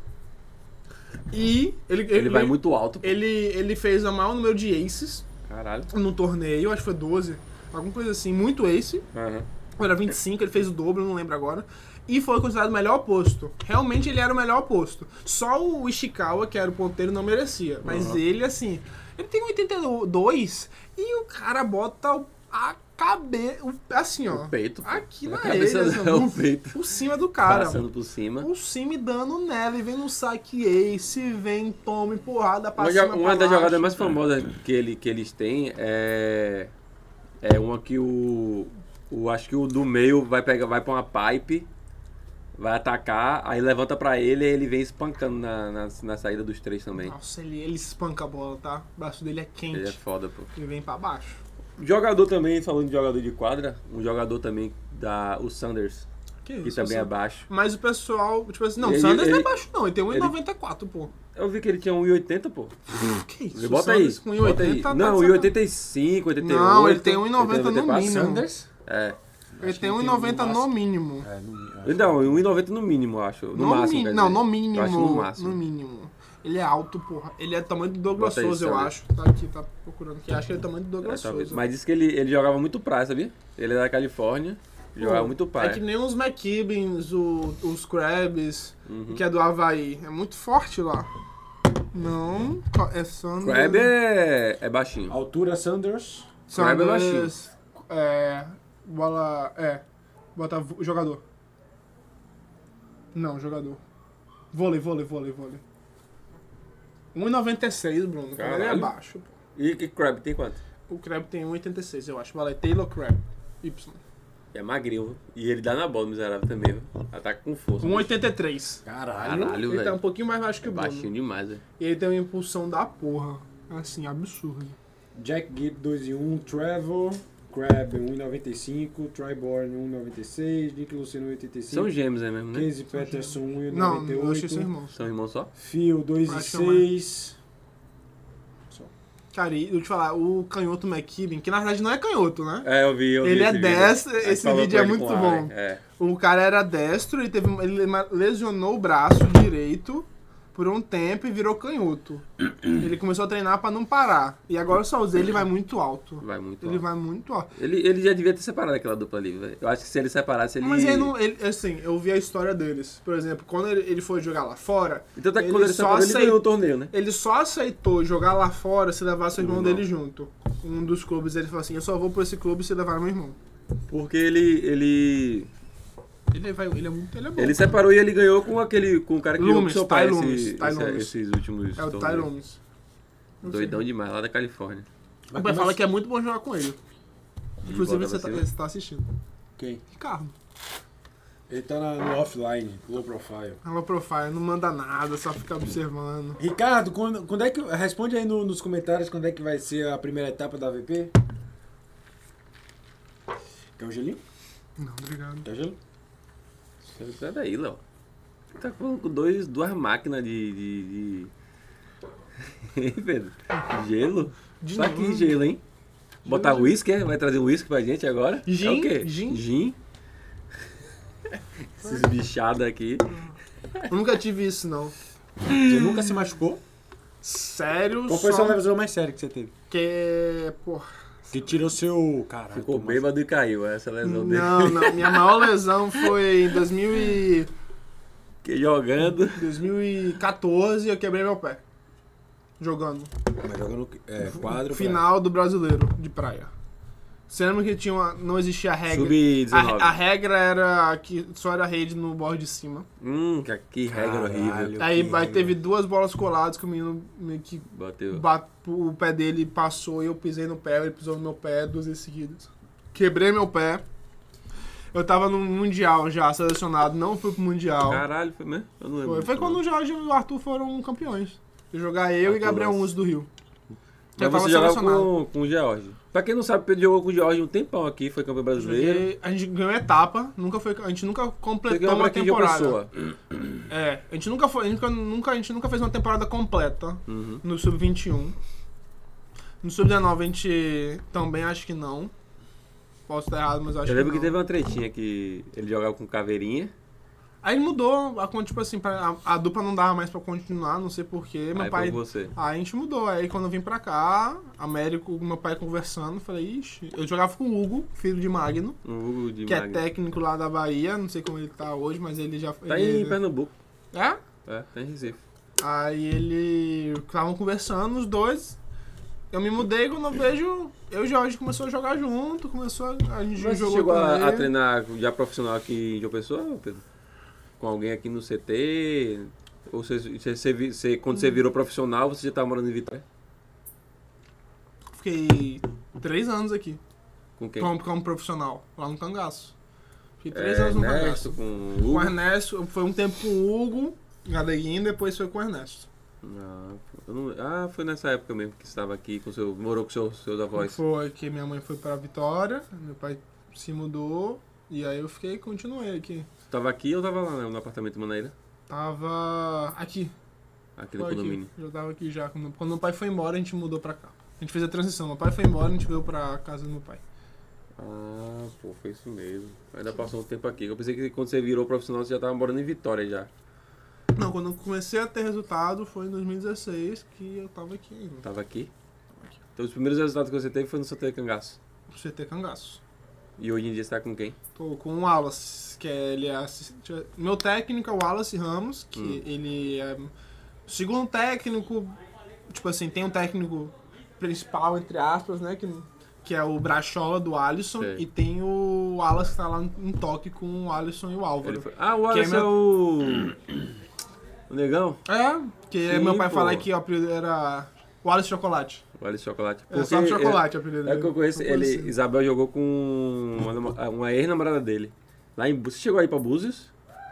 E ele, ele,
Ele vai muito alto, pô.
ele, ele fez o maior número de aces
Caralho.
no torneio, acho que foi doze, alguma coisa assim, muito ace.
Aham.
Ou era vinte e cinco, ele fez o dobro, não lembro agora. E foi considerado o melhor posto. Realmente ele era o melhor posto. Só o Ishikawa, que era o ponteiro, não merecia. Mas
Uhum.
ele, assim, ele tem oitenta e dois e o cara bota o- a cabeça, assim, ó.
O peito. pô.
Aqui
A
na
cabeça
ele, assim,
é o
por,
peito.
por cima do cara.
Passando por cima.
O cime dando nela, e vem no saque ace, vem, toma empurrada pra
Uma,
cima,
jo- uma
pra
das
baixo.
jogadas mais famosas que, ele, que eles têm é. É uma que o. o acho que o do meio vai pegar, vai pra uma pipe, vai atacar, aí levanta pra ele e ele vem espancando na, na, na saída dos três também.
Nossa, ele, ele espanca a bola, tá? O braço dele é quente.
Ele é foda, pô.
Ele vem pra baixo.
Jogador também, falando de jogador de quadra, um jogador também da. O Sanders,
Que
que
isso,
também
assim.
é baixo.
Mas o pessoal, tipo assim, não, o
Ele-
Sanders não é
ele-
baixo não, ele tem um e
ele-
noventa e quatro, pô.
Eu vi que ele tinha um e oitenta, pô.
Que isso?
Ele
o
bota aí.
Sanders com
Bota aí.
um e oitenta tá
Não,
de
um e oitenta e cinco, oitenta e oito.
Não, ele tem um e noventa no
oitenta e quatro.
mínimo.
Sanders?
É.
Ele
Acho
tem
que
um e
tem
noventa
no
no
máximo.
mínimo.
É, no,
Não, um e noventa no mínimo, eu acho. No,
No
máximo.
mi-
quer
Não,
dizer.
no mínimo.
Eu acho no máximo.
No mínimo. Ele é alto, porra. Ele é do tamanho do Douglas
Bota aí,
Souza, eu
Sanders.
acho. Tá aqui, tá procurando aqui. Acho que ele é do tamanho do
É,
Douglas
talvez.
Souza.
Mas disse que ele, ele jogava muito praia, sabia? Ele é da Califórnia, jogava
Pô,
muito praia.
É que nem os McKibbins, o- os Krabs,
Uhum.
que é do Havaí. É muito forte lá. Não, é Sanders.
Crab é, é baixinho.
altura Sanders.
Crab é
Sanders. É. Bola. É. Bota vo- jogador. Não, jogador. Vôlei, vôlei, vôlei, vôlei. um e noventa e seis, Bruno. Quando ele é
Caralho.
baixo. Pô.
E que Crab tem quanto?
O Crab tem um e oitenta e seis, eu acho. Vale, Taylor Crab. Y.
É magrinho, viu? E ele dá na bola, miserável também, viu? Ataca com força.
um e oitenta e três.
Caralho.
Caralho,
Ele tá um
velho.
pouquinho mais baixo que
É
o Bruno.
baixinho demais, velho.
E ele tem uma impulsão da porra. Assim, absurdo.
Jack Gibb dois e um, Trevor, Crab um e noventa e cinco, Tryborn um e noventa e seis, Nick Luceno um e oitenta e cinco,
São gêmeos, é mesmo, né?
Casey Patterson um e
Não,
noventa e
eu achei seu
oito,
irmão.
São irmãos só?
Phil dois e
Acho que é mais.
seis.
Cara, e eu te falar, o canhoto McKibben, que na verdade não é canhoto, né?
É, eu vi, eu vi
Ele é
esse vídeo.
destro,
Aí
esse
falou
vídeo
com
é
ele
muito
com A,
bom.
É.
O cara era destro, ele, teve, ele lesionou o braço direito por um tempo e virou canhoto. Ele começou a treinar pra não parar. E agora só usei, ele vai muito alto.
Vai muito
Ele
alto.
vai muito alto.
Ele, ele já devia ter separado aquela dupla ali, velho. Eu acho que se ele separasse, ele...
Mas ele não, ele, assim, eu vi a história deles. Por exemplo, quando ele, ele foi jogar lá fora,
Então tá que
ele
quando ele
só
separou, ele
aceit-
ganhou o torneio, né?
ele só aceitou jogar lá fora se levasse o irmão
Não.
dele junto. Um dos clubes, ele falou assim, eu só vou pra esse clube se levar meu irmão.
Porque ele... Ele,
Ele, vai, ele é muito, ele é bom.
ele separou e ele ganhou com aquele... Com o cara que jogou com
Loomis,
seu pai
Ty
esse,
Loomis, Ty
esse-
Loomis.
esses últimos
É o Ty
torneios.
Loomis. Não sei.
Doidão demais, lá da Califórnia.
O pai fala que é muito bom jogar com ele.
De
Inclusive
volta
você
pra
tá,
cima.
você tá assistindo.
Quem?
Ricardo.
Ele tá na- no offline, low profile.
Ela profile, não manda nada, só fica observando.
Ricardo, quando, quando é que. Responde aí no- nos comentários quando é que vai ser a primeira etapa da A V P. Quer um gelinho?
Não, obrigado.
Quer gelo?
Sai daí, Léo. Tá com dois, duas máquinas de... de, de... Hein, Pedro? Gelo?
De
Tá
novo.
aqui gelo, hein? Botar
Gelo.
uísque, é? Vai trazer um uísque pra gente agora? É
Gin,
o quê?
gin.
Gin? Esses bichados aqui.
Eu nunca tive isso, não.
Você nunca se machucou?
Sério,
Qual foi a
só
sua lesão mais séria que você teve?
que... Porra.
Que tirou seu. Caralho.
Ficou
tô
bêbado e caiu, essa lesão dele.
Não, não. Minha maior lesão foi em dois mil e...
Fiquei jogando.
dois mil e quatorze, eu quebrei meu pé. Jogando.
Mas jogando é, quadro.
Final do Brasileiro de praia. Você lembra que tinha uma, não existia a regra?
sub dezenove.
A, a regra era que só era rede no bordo de cima.
Hum, que, que regra
Caralho.
horrível.
Aí,
que
aí
regra.
teve duas bolas coladas que o menino meio que
Bateu.
bat- o pé dele passou e eu pisei no pé, ele pisou no meu pé duas vezes seguidas. Quebrei meu pé. Eu tava no Mundial já, selecionado, não fui pro Mundial.
Caralho, foi mesmo? Eu não lembro.
Foi, foi
disso,
quando
não.
o Jorge e o Arthur foram campeões. Eu jogar eu e
Arthur
Gabriel
Lance.
Unz do Rio.
Mas
Eu tava
você jogava
selecionado.
com, com o George. Pra quem não sabe, o Pedro jogou com o George um tempão aqui, foi campeão brasileiro.
Joguei- a gente ganhou etapa, nunca foi, a gente nunca
Você
completou
ganhou
uma
pra quem de
temporada.
pessoa.
É, a gente nunca foi, a gente nunca, nunca- a gente nunca fez uma temporada completa
Uhum.
no sub vinte e um. No sub dezenove a gente também acho que não. Posso estar errado, mas acho
Eu lembro
que
que
não.
teve uma tretinha que ele jogava com caveirinha.
Aí mudou, a, con- tipo assim, pra- a, a dupla não dava mais pra continuar, não sei porquê. Meu
Aí
pai.
foi você.
Aí a gente mudou. Aí quando eu vim pra cá, Américo, meu pai conversando, falei, ixi, eu jogava com o Hugo, filho de Magno,
Um Hugo de
que é
Magno.
técnico lá da Bahia, não sei como ele tá hoje, mas ele já
Tá
ele,
em Pernambuco.
É?
É, tá em Recife.
Aí ele. Estavam conversando, os dois. Eu me mudei quando eu vejo. Eu e o Jorge começou a jogar junto, começou a. A gente
Mas você
jogou
chegou a,
torneio.
a treinar já profissional aqui em João Pessoa, Pedro? Com alguém aqui no C T? Ou você, você, você, vi- você- quando você virou profissional, você já tava morando em Vitória?
Fiquei três anos aqui,
Com quem?
como, como profissional, lá no Cangaço. Fiquei três
É,
anos no
Ernesto,
Cangaço.
com o
Com o
Hugo?
Ernesto, foi um tempo com o Hugo, Galeguinho, depois foi com o Ernesto.
Ah, eu não- ah, foi nessa época mesmo que você estava aqui, com seu, morou com seu, seus avós.
Foi que minha mãe foi pra Vitória, meu pai se mudou, e aí eu fiquei continuei aqui.
Você tava aqui ou tava lá né, no apartamento de Manaíra?
Tava aqui.
Aqui no
Foi aqui.
condomínio.
Já tava aqui já. Quando, quando meu pai foi embora, a gente mudou pra cá. A gente fez a transição. Meu pai foi embora, a gente veio pra casa do meu pai.
Ah, pô, foi isso mesmo. Ainda passou um tempo aqui. Eu pensei que quando você virou profissional, você já tava morando em Vitória já.
Não, quando eu comecei a ter resultado foi em dois mil e dezesseis que eu tava aqui ainda.
Tava aqui. Então os primeiros resultados que você teve foi no C T Cangaço.
C T Cangaço.
E hoje em dia você tá com quem?
Tô com o Wallace, que é, ele é assistente. Meu técnico é o Wallace Ramos, que
Hum.
ele é o segundo técnico. Tipo assim, tem um técnico principal, entre aspas, né? Que, que é o Brachola do Alisson.
Sei.
E tem o Wallace que tá lá em toque com o Alisson e o Álvaro.
Ele foi... Ah, o
Que é
Alisson é,
meu-
o... O Negão?
É, que
Sim,
meu pai
pô.
fala que o apelido era o Wallace Chocolate.
Olha esse chocolate.
É só
Porque
chocolate o apelido
É, é
dele.
que eu conheço.
Uma
Ele,
coisa assim.
Isabel jogou com uma, namo- uma ex-namorada dele. Lá em Búzios. Você chegou aí pra Búzios?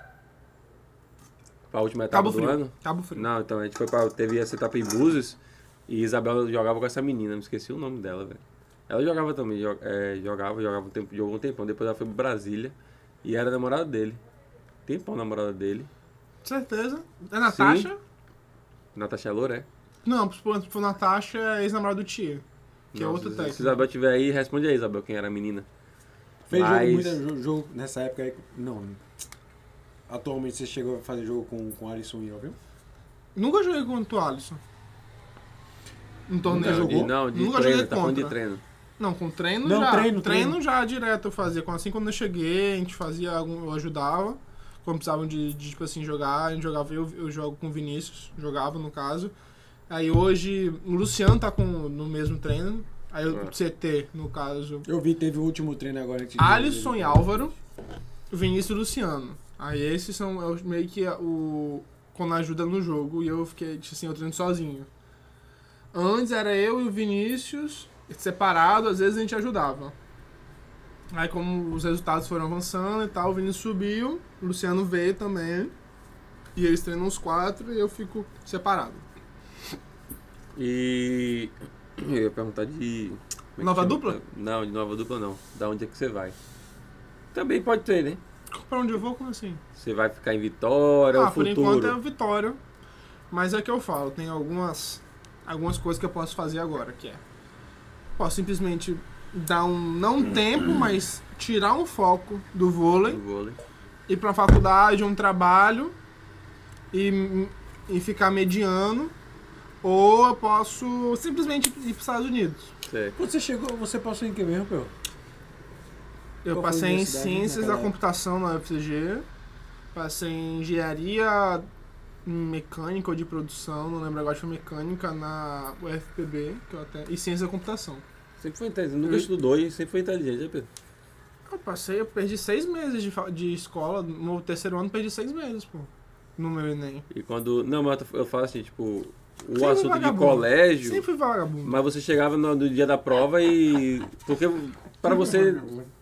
Pra última etapa
Cabo
do
Frio.
ano?
Cabo Frio.
Não, então a gente foi pra. Teve essa etapa em Búzios e Isabel jogava com essa menina, não esqueci o nome dela, velho. Ela jogava também, jo- é, jogava, jogava um tempo, jogou um tempão, depois ela foi pra Brasília e era namorada dele. Tempão namorada dele.
Certeza. É Natasha?
Natasha Loura, é?
Não, se for, se for Natasha, é ex-namorado do Tia. Que é
Nossa,
outro
se-
técnico.
Se Isabel tiver aí, responde aí, Isabel, quem era a menina.
Fez
Mas-
jogo, muito jo- jogo nessa época aí. Não. Atualmente você chegou a fazer jogo com, com Alisson e viu?
Nunca joguei contra o Alisson. Um torneio.
Nunca jogou?
De, não, de
Nunca
treino,
joguei
tá falando de
contra.
treino.
Não, com treino
Não,
já.
treino, treino.
já direto eu fazia. Assim, quando eu cheguei, a gente fazia algum, eu ajudava. Quando precisavam de, de, tipo assim, jogar, a gente jogava, eu, eu jogo com o Vinícius, jogava no caso. Aí hoje, o Luciano tá com, no mesmo treino. Aí o
Ah.
C T, no caso,
Eu vi, teve o último treino agora. antes de-
Alisson e Álvaro, Vinícius e Luciano. Aí esses são é o- meio que o quando ajuda no jogo e eu fiquei tipo assim, eu treino sozinho. Antes era eu e o Vinícius separado, às vezes a gente ajudava. Aí como os resultados foram avançando e tal, o Vinícius subiu, o Luciano veio também. E eles treinam os quatro e eu fico separado.
E eu ia perguntar de... como é que
Nova
chama?
dupla?
Não, de nova dupla não. Da onde é que você vai? Também pode ter, né?
Pra onde eu vou, como assim?
Você vai ficar em Vitória
Ah,
ou
por
Futuro?
enquanto é o Vitória. Mas é que eu falo, tem algumas, algumas coisas que eu posso fazer agora, que é... Posso simplesmente dar um, não um tempo, mas tirar um foco do vôlei,
Do vôlei.
ir pra faculdade, um trabalho e, e ficar mediano. Ou eu posso simplesmente ir pros Estados Unidos.
Certo.
Quando você chegou, você passou em que mesmo, Pel?
Eu
Qual foi a
passei em
universidade
Ciências
naquela
da Computação na U F C G, passei em Engenharia Mecânica ou de Produção, não lembro agora se foi Mecânica, na U F P B, que eu até, e Ciência da Computação.
Sempre foi inteligente. Nunca
Eu-
estudou e sempre foi inteligente, né, Pedro?
Eu passei, eu perdi seis meses de, fa- de escola, no terceiro ano perdi seis meses, pô, no meu Enem.
E quando... Não, mas eu falo assim, tipo... O
Sempre
assunto de
vagabundo.
colégio...
Sempre fui vagabundo.
Mas você chegava no, no dia da prova e... Porque para você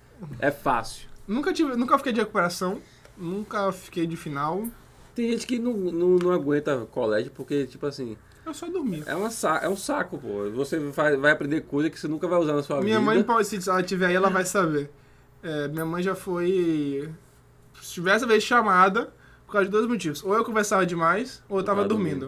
é fácil.
Nunca, tive, nunca fiquei de recuperação, nunca fiquei de final,
Tem gente que não, não, não aguenta colégio porque, tipo assim...
eu só dormia.
É, uma sa é um saco, pô. Você vai, vai aprender coisa que você nunca vai usar na sua
Minha
vida.
mãe, pode- se ela tiver aí, ela vai saber. É, minha mãe já foi. Se tivesse vez chamada, por causa de dois motivos. Ou eu conversava demais, ou eu tava
tava
dormindo.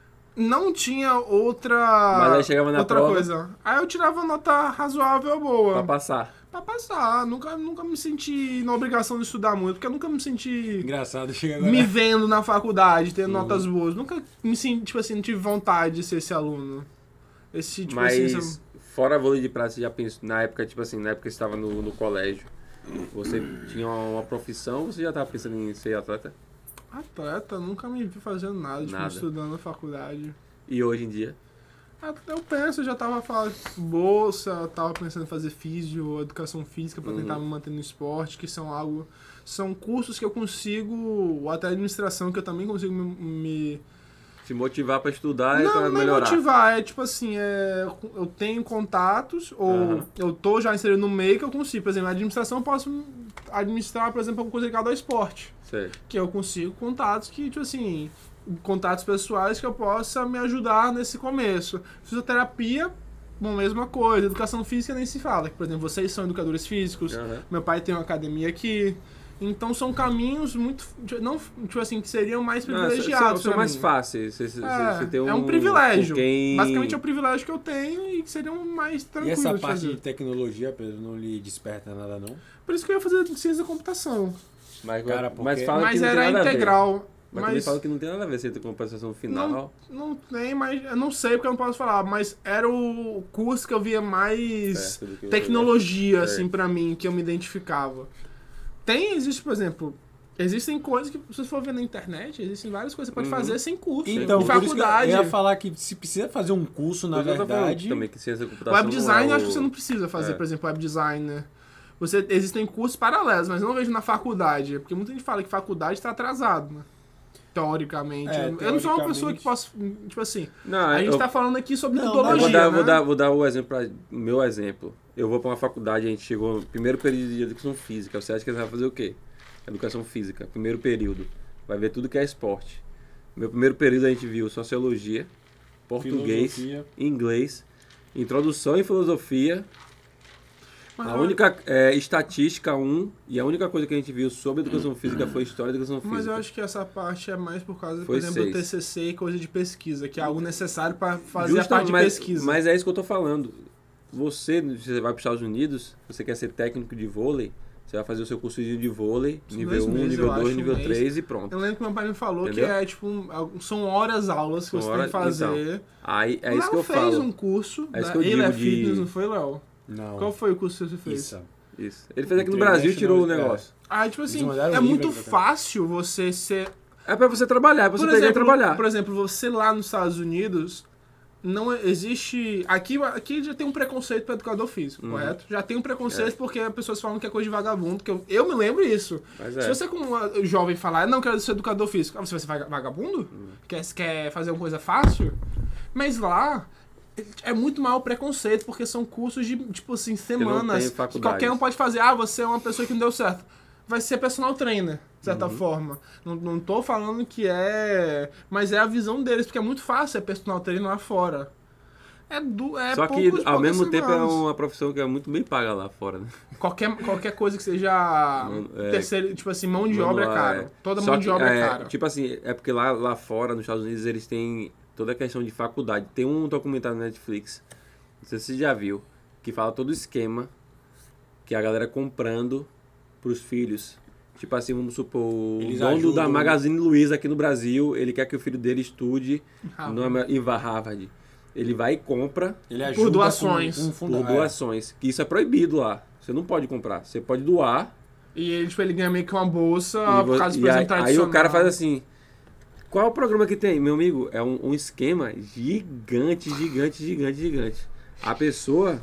Não tinha outra.
Mas aí chegava na
outra
prova-
coisa. Aí eu tirava nota razoável boa.
Pra passar.
Pra passar. Nunca, nunca me senti na obrigação de estudar muito, porque eu nunca me senti
Engraçado, chega agora.
me vendo na faculdade, tendo
Uhum.
notas boas. Nunca me senti, tipo assim, não tive vontade de ser esse aluno. Esse, tipo assim,
Mas,
esse-
fora vôlei de praia, você já pensou... Na época, tipo assim, na época que você estava no, no colégio, você tinha uma profissão ou você já estava pensando em ser atleta?
Atleta, nunca me vi fazendo nada, tipo,
Nada.
estudando na faculdade.
E hoje em dia?
Ah, eu penso, eu já tava falando bolsa, tava pensando em fazer físio, educação física pra
Uhum.
tentar me manter no esporte, que são algo. São cursos que eu consigo, ou até administração, que eu também consigo me. me-
Se motivar pra estudar e
não,
pra
não
melhorar.
motivar, é tipo assim, é, eu tenho contatos, ou
Aham.
eu tô já inserido no meio que eu consigo. Por exemplo, na administração eu posso administrar, por exemplo, alguma coisa ligada ao esporte.
Certo.
Que eu consigo contatos que, tipo assim, contatos pessoais que eu possa me ajudar nesse começo. Fisioterapia, bom, mesma coisa. Educação física nem se fala. Por exemplo, vocês são educadores físicos,
Aham.
meu pai tem uma academia aqui. Então são caminhos muito, não, tipo assim, que seriam mais
Não,
privilegiados
são, são
pra
mais
mim.
fáceis. Você, você-
É,
você tem um,
é um privilégio.
com Quem...
Basicamente é um privilégio que eu tenho e que seriam mais
E
tranquilos
essa
de
parte
fazer.
de tecnologia, Pedro, não lhe desperta nada, não?
Por isso que eu ia fazer ciência da computação.
Mas,
Cara, porque-
mas fala que
Mas
não
era
tem nada a ver.
integral.
Mas, também
Mas
fala que não tem nada a ver ciência com compensação final.
Não, não tem, mas eu não sei porque eu não posso falar, mas era o curso que eu via mais
Perto do que você
tecnologia,
vê.
assim,
Certo.
pra mim, que eu me identificava. Tem, existe, por exemplo, existem coisas que, se você for ver na internet, existem várias coisas que você pode
Uhum.
fazer sem curso.
Então,
em
por isso que eu
faculdade.
ia falar que se precisa fazer um curso, na
Eu já tô falando
verdade...
também que ciência da computação
Web
não
design,
é
acho que
o-
você não precisa fazer,
É.
por exemplo, web design, né? Você, existem cursos paralelos, mas eu não vejo na faculdade, porque muita gente fala que faculdade está atrasado, né? teoricamente.
É,
eu não sou uma pessoa
teoricamente.
que posso, tipo assim,
Não,
a gente
eu,
tá falando aqui sobre
Não,
metodologia,
eu vou dar,
né?
vou dar, vou dar o exemplo, pra, o meu exemplo. Eu vou pra uma faculdade, a gente chegou no primeiro período de educação física. Você acha que você vai fazer o quê? Educação física, primeiro período. Vai ver tudo que é esporte. Meu primeiro período a gente viu sociologia, português,
Filosofia.
inglês, introdução em filosofia,
Mas
a
eu-
única é, estatística um, e a única coisa que a gente viu sobre educação física foi história da educação física.
Mas eu acho que essa parte é mais por causa, por
Foi
exemplo, do
seis.
T C C e coisa de pesquisa, que é algo necessário para fazer a
Justa-
parte de
mas,
pesquisa.
Mas é isso que eu tô falando. Você, você vai para os Estados Unidos, você quer ser técnico de vôlei, você vai fazer o seu cursozinho de vôlei,
São
nível
dois
um,
meses,
nível
eu
dois,
acho,
nível
um mês.
três e pronto.
Eu lembro que meu pai me falou
Entendeu?
que é tipo um- são horas aulas que
São
você
horas-
tem que fazer.
Aí é
O
isso que
Léo
eu
fez
falo.
um curso
É isso
da
que eu digo
Ele
de-
Fitness, não foi, Léo?
Não.
Qual foi o curso que você fez?
Isso.
Isso. Ele fez aqui no
International,
Brasil e tirou o
é.
negócio.
Ah, tipo assim,
Eles mandaram
é
um
muito
livro pra cá.
fácil você ser...
É pra você trabalhar, é pra você
Por
pegar e
exemplo,
trabalhar.
por exemplo, você lá nos Estados Unidos, não existe... Aqui, aqui já tem um preconceito para educador físico,
Uhum.
correto? Já tem um preconceito
É.
porque as pessoas falam que é coisa de vagabundo, que eu, eu me lembro isso.
Mas
Se
é.
você como uma jovem falar, não quero ser educador físico, ah, você vai ser vaga- vagabundo?
Uhum.
Quer, quer fazer uma coisa fácil? Mas lá é muito mal o preconceito, porque são cursos de, tipo assim,
não
semanas.
tem
Que
faculdades.
qualquer um pode fazer, ah, você é uma pessoa que não deu certo. Vai ser personal trainer, de certa
Uhum.
forma. Não, não tô falando que é... Mas é a visão deles, porque é muito fácil ser personal trainer lá fora. É, du, é
Só que
poucos-
ao
poucas
mesmo tempo é
semanas.
uma profissão que é muito bem paga lá fora, né?
Qualquer, qualquer coisa que seja
Mano, é-
terceiro, tipo assim, mão de
Mano,
obra é
lá,
caro.
é.
Toda
Só
mão de
que,
obra é
é,
cara.
Tipo assim, é porque lá, lá fora, nos Estados Unidos, eles têm toda a questão de faculdade. Tem um documentário na Netflix, não sei se você já viu, que fala todo o esquema que a galera comprando pros filhos. Tipo assim, vamos supor, o
Eles
dono
ajudam-
da Magazine Luiza aqui no Brasil, ele quer que o filho dele estude
Harvard.
no, em Harvard. Ele vai e compra
Ele ajuda
doações.
Com, com
por
funda- é.
doações. Que isso é proibido lá. Você não pode comprar. Você pode doar.
E ele, tipo, ele ganha meio que uma bolsa
E, vo-
por causa,
e
por
aí,
exemplo,
aí
tradicional.
o cara faz assim. Qual é o programa que tem? Meu amigo, é um, um esquema gigante, gigante, gigante, gigante. A pessoa,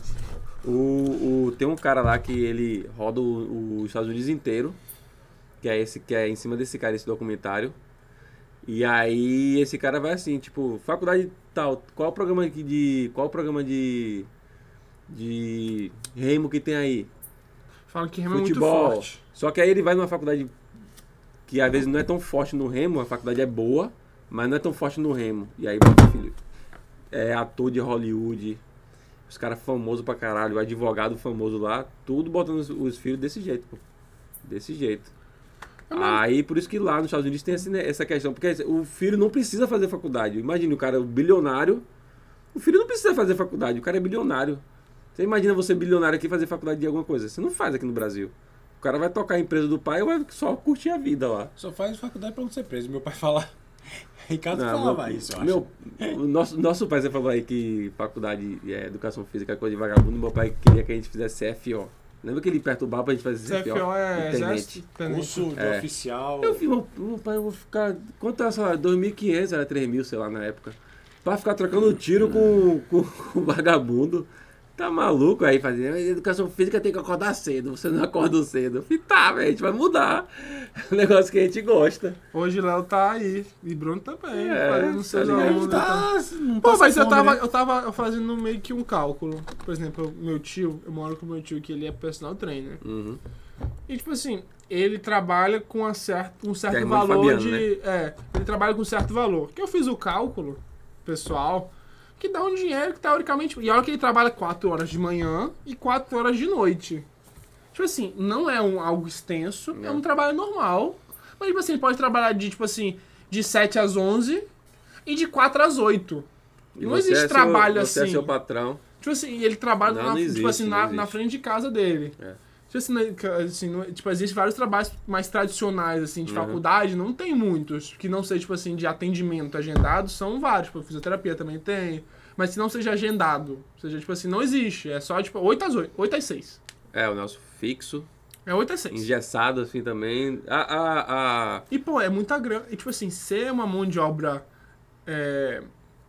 o, o, tem um cara lá que ele roda o- os Estados Unidos inteiro, que é esse que é em cima desse cara, esse documentário. E aí esse cara vai assim, tipo, faculdade tal, qual o programa aqui de. Qual o programa de. de remo que tem aí?
Fala que remo é muito
Futebol.
forte.
Só que aí ele vai numa faculdade que às vezes não é tão forte no remo, a faculdade é boa, mas não é tão forte no remo. E aí bota o filho. É ator de Hollywood, os caras famosos pra caralho, o advogado famoso lá, tudo botando os, os filhos desse jeito, pô. Desse jeito. Aí por isso que lá nos Estados Unidos tem esse- essa questão, porque o filho não precisa fazer faculdade. Imagina o cara bilionário, o filho não precisa fazer faculdade, o cara é bilionário. Você imagina você bilionário aqui fazer faculdade de alguma coisa? Você não faz aqui no Brasil. O cara vai tocar a empresa do pai ou vai só curtir a vida lá.
Só faz faculdade pra não ser preso. Meu pai fala. Ricardo
Não,
falava
meu-
isso, eu acho.
meu, o nosso, nosso pai, você falou aí que faculdade é educação física é coisa de vagabundo. Meu pai queria que a gente fizesse C F O. Lembra que ele perturbava pra gente fazer
C F O é
Tenente.
exército, tenente.
Curso de
É.
oficial.
Eu vi, meu, meu pai, eu vou ficar. Quanto era, sei lá, dois mil e quinhentos, era três mil, sei lá, na época. Pra ficar trocando tiro com, com, com vagabundo. Tá maluco aí, fazendo. Educação física tem que acordar cedo, você não acorda cedo. Eu falei, tá, velho, a gente vai mudar. É um negócio que a gente gosta.
Hoje Léo tá aí. E Bruno também,
É,
fazendo seus
tá ligado?
alunos.
Ele tá, não
Pô,
passa
mas eu
fome,
tava,
né?
eu tava fazendo meio que um cálculo. Por exemplo, meu tio, eu moro com meu tio que ele é personal trainer.
Uhum.
E tipo assim, ele trabalha com um certo, um certo
Que é irmão do
valor
Fabiano,
de. É, ele trabalha com um certo valor. Que eu fiz o cálculo, pessoal, que dá um dinheiro que teoricamente. E olha que ele trabalha quatro horas de manhã e quatro horas de noite. Tipo assim, não é um, algo extenso, é
Não.
um trabalho normal. Mas tipo assim, ele pode trabalhar de, tipo assim, de sete às onze e de quatro às oito.
E
Não
você
existe
é seu-
trabalho
Você é
assim.
seu patrão.
Tipo assim, ele trabalha
Não,
na,
não
tipo
existe,
assim,
não
na,
existe.
na frente de casa dele.
É.
Tipo assim, né, que, assim, não- tipo, existem vários trabalhos mais tradicionais, assim, de
Uhum.
faculdade, não tem muitos, que não seja, tipo assim, de atendimento agendado, são vários, tipo, fisioterapia também tem, mas se não seja agendado, seja, tipo assim, não existe, é só, tipo, oito às oito, oito às seis.
É, o nosso fixo.
É oito às seis.
Engessado assim também. A, a, a...
E, pô, é muita grana, e, tipo assim, ser uma mão de obra, é...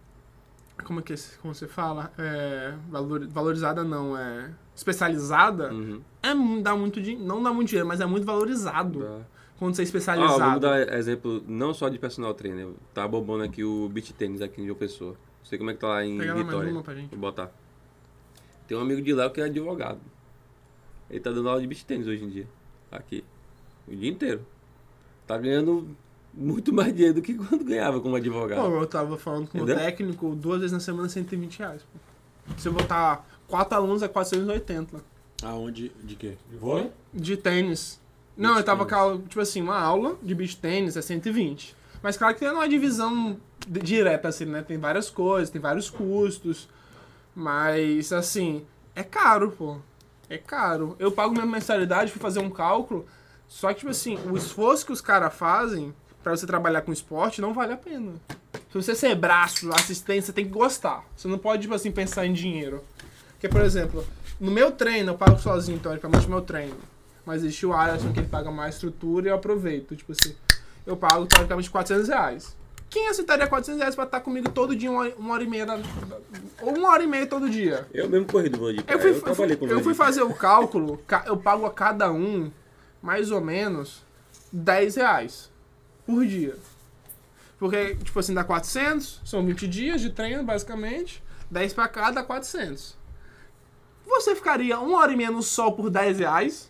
Como é que é, como você fala? É, valor, valorizada não, é especializada,
Uhum.
é, mu- dá muito din- não dá muito dinheiro, mas é muito valorizado.
Tá.
quando você é
Ah,
especializado.
vamos dar exemplo não só de personal trainer. Tá bombando aqui o beach tênis aqui em João Pessoa. Não sei como é que tá lá em
Pega lá mais
Vitória.
uma pra gente.
Vou botar. Tem um amigo de lá que é advogado. Ele tá dando aula de beach tênis hoje em dia. Aqui. O dia inteiro. Tá ganhando muito mais dinheiro do que quando ganhava como advogado.
Pô, eu tava falando com
Entendeu?
o técnico, duas vezes na semana, cento e vinte reais. Pô. Se eu botar quatro alunos, é quatrocentos e oitenta.
Aonde? De quê? De vôlei?
De tênis. Não,
Beach
eu tava
tênis.
com, tipo assim, uma aula de beach tênis é cento e vinte. Mas claro que tem uma divisão di- direta, assim, né? Tem várias coisas, tem vários custos. Mas, assim, é caro, pô. É caro. Eu pago minha mensalidade, fui fazer um cálculo. Só que, tipo assim, o esforço que os caras fazem pra você trabalhar com esporte não vale a pena. Se você ser braço, assistente, você tem que gostar. Você não pode, tipo assim, pensar em dinheiro. Porque, por exemplo, no meu treino, eu pago sozinho, teoricamente, meu treino. Mas existe o Alisson, que ele paga mais estrutura e eu aproveito. Tipo assim, eu pago, teoricamente, quatrocentos reais. Quem aceitaria quatrocentos reais pra estar comigo todo dia, uma hora, uma hora e meia, da, ou uma hora e meia todo dia?
Eu mesmo corri do vôlei de praia.
Eu fui,
Eu, trabalhei com
eu
vôlei
fui
de-
fazer o cálculo, ca- eu pago a cada um, mais ou menos, dez reais por dia. Porque, tipo assim, dá quatrocentos, são vinte dias de treino, basicamente. dez pra cá dá quatrocentos. Você ficaria uma hora e meia no sol por dez reais?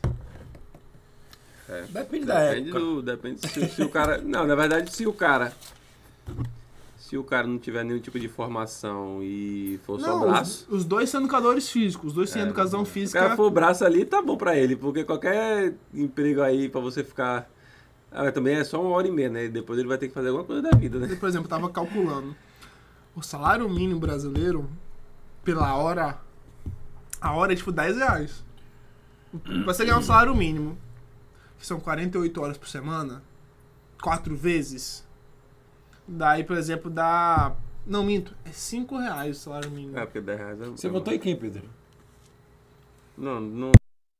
É.
Depende da
Depende
época.
do. Depende se, se o cara. Não, na verdade, se o cara. Se o cara não tiver nenhum tipo de formação e for só
Não,
braço.
os, os dois são educadores físicos, os dois têm educação
Se o
física.
cara for braço ali, tá bom pra ele, porque qualquer emprego aí pra você ficar. Ah, também é só uma hora e meia, né? Depois ele vai ter que fazer alguma coisa da vida, né?
Por exemplo, eu tava calculando. O salário mínimo brasileiro, pela hora, a hora é tipo dez reais. Pra você ganhar um salário mínimo, que são quarenta e oito horas por semana, quatro vezes, daí, por exemplo, dá... Não, minto, é cinco reais o salário mínimo.
É, porque dez reais é.
Você
é
votou em quem, Pedro?
Não, não.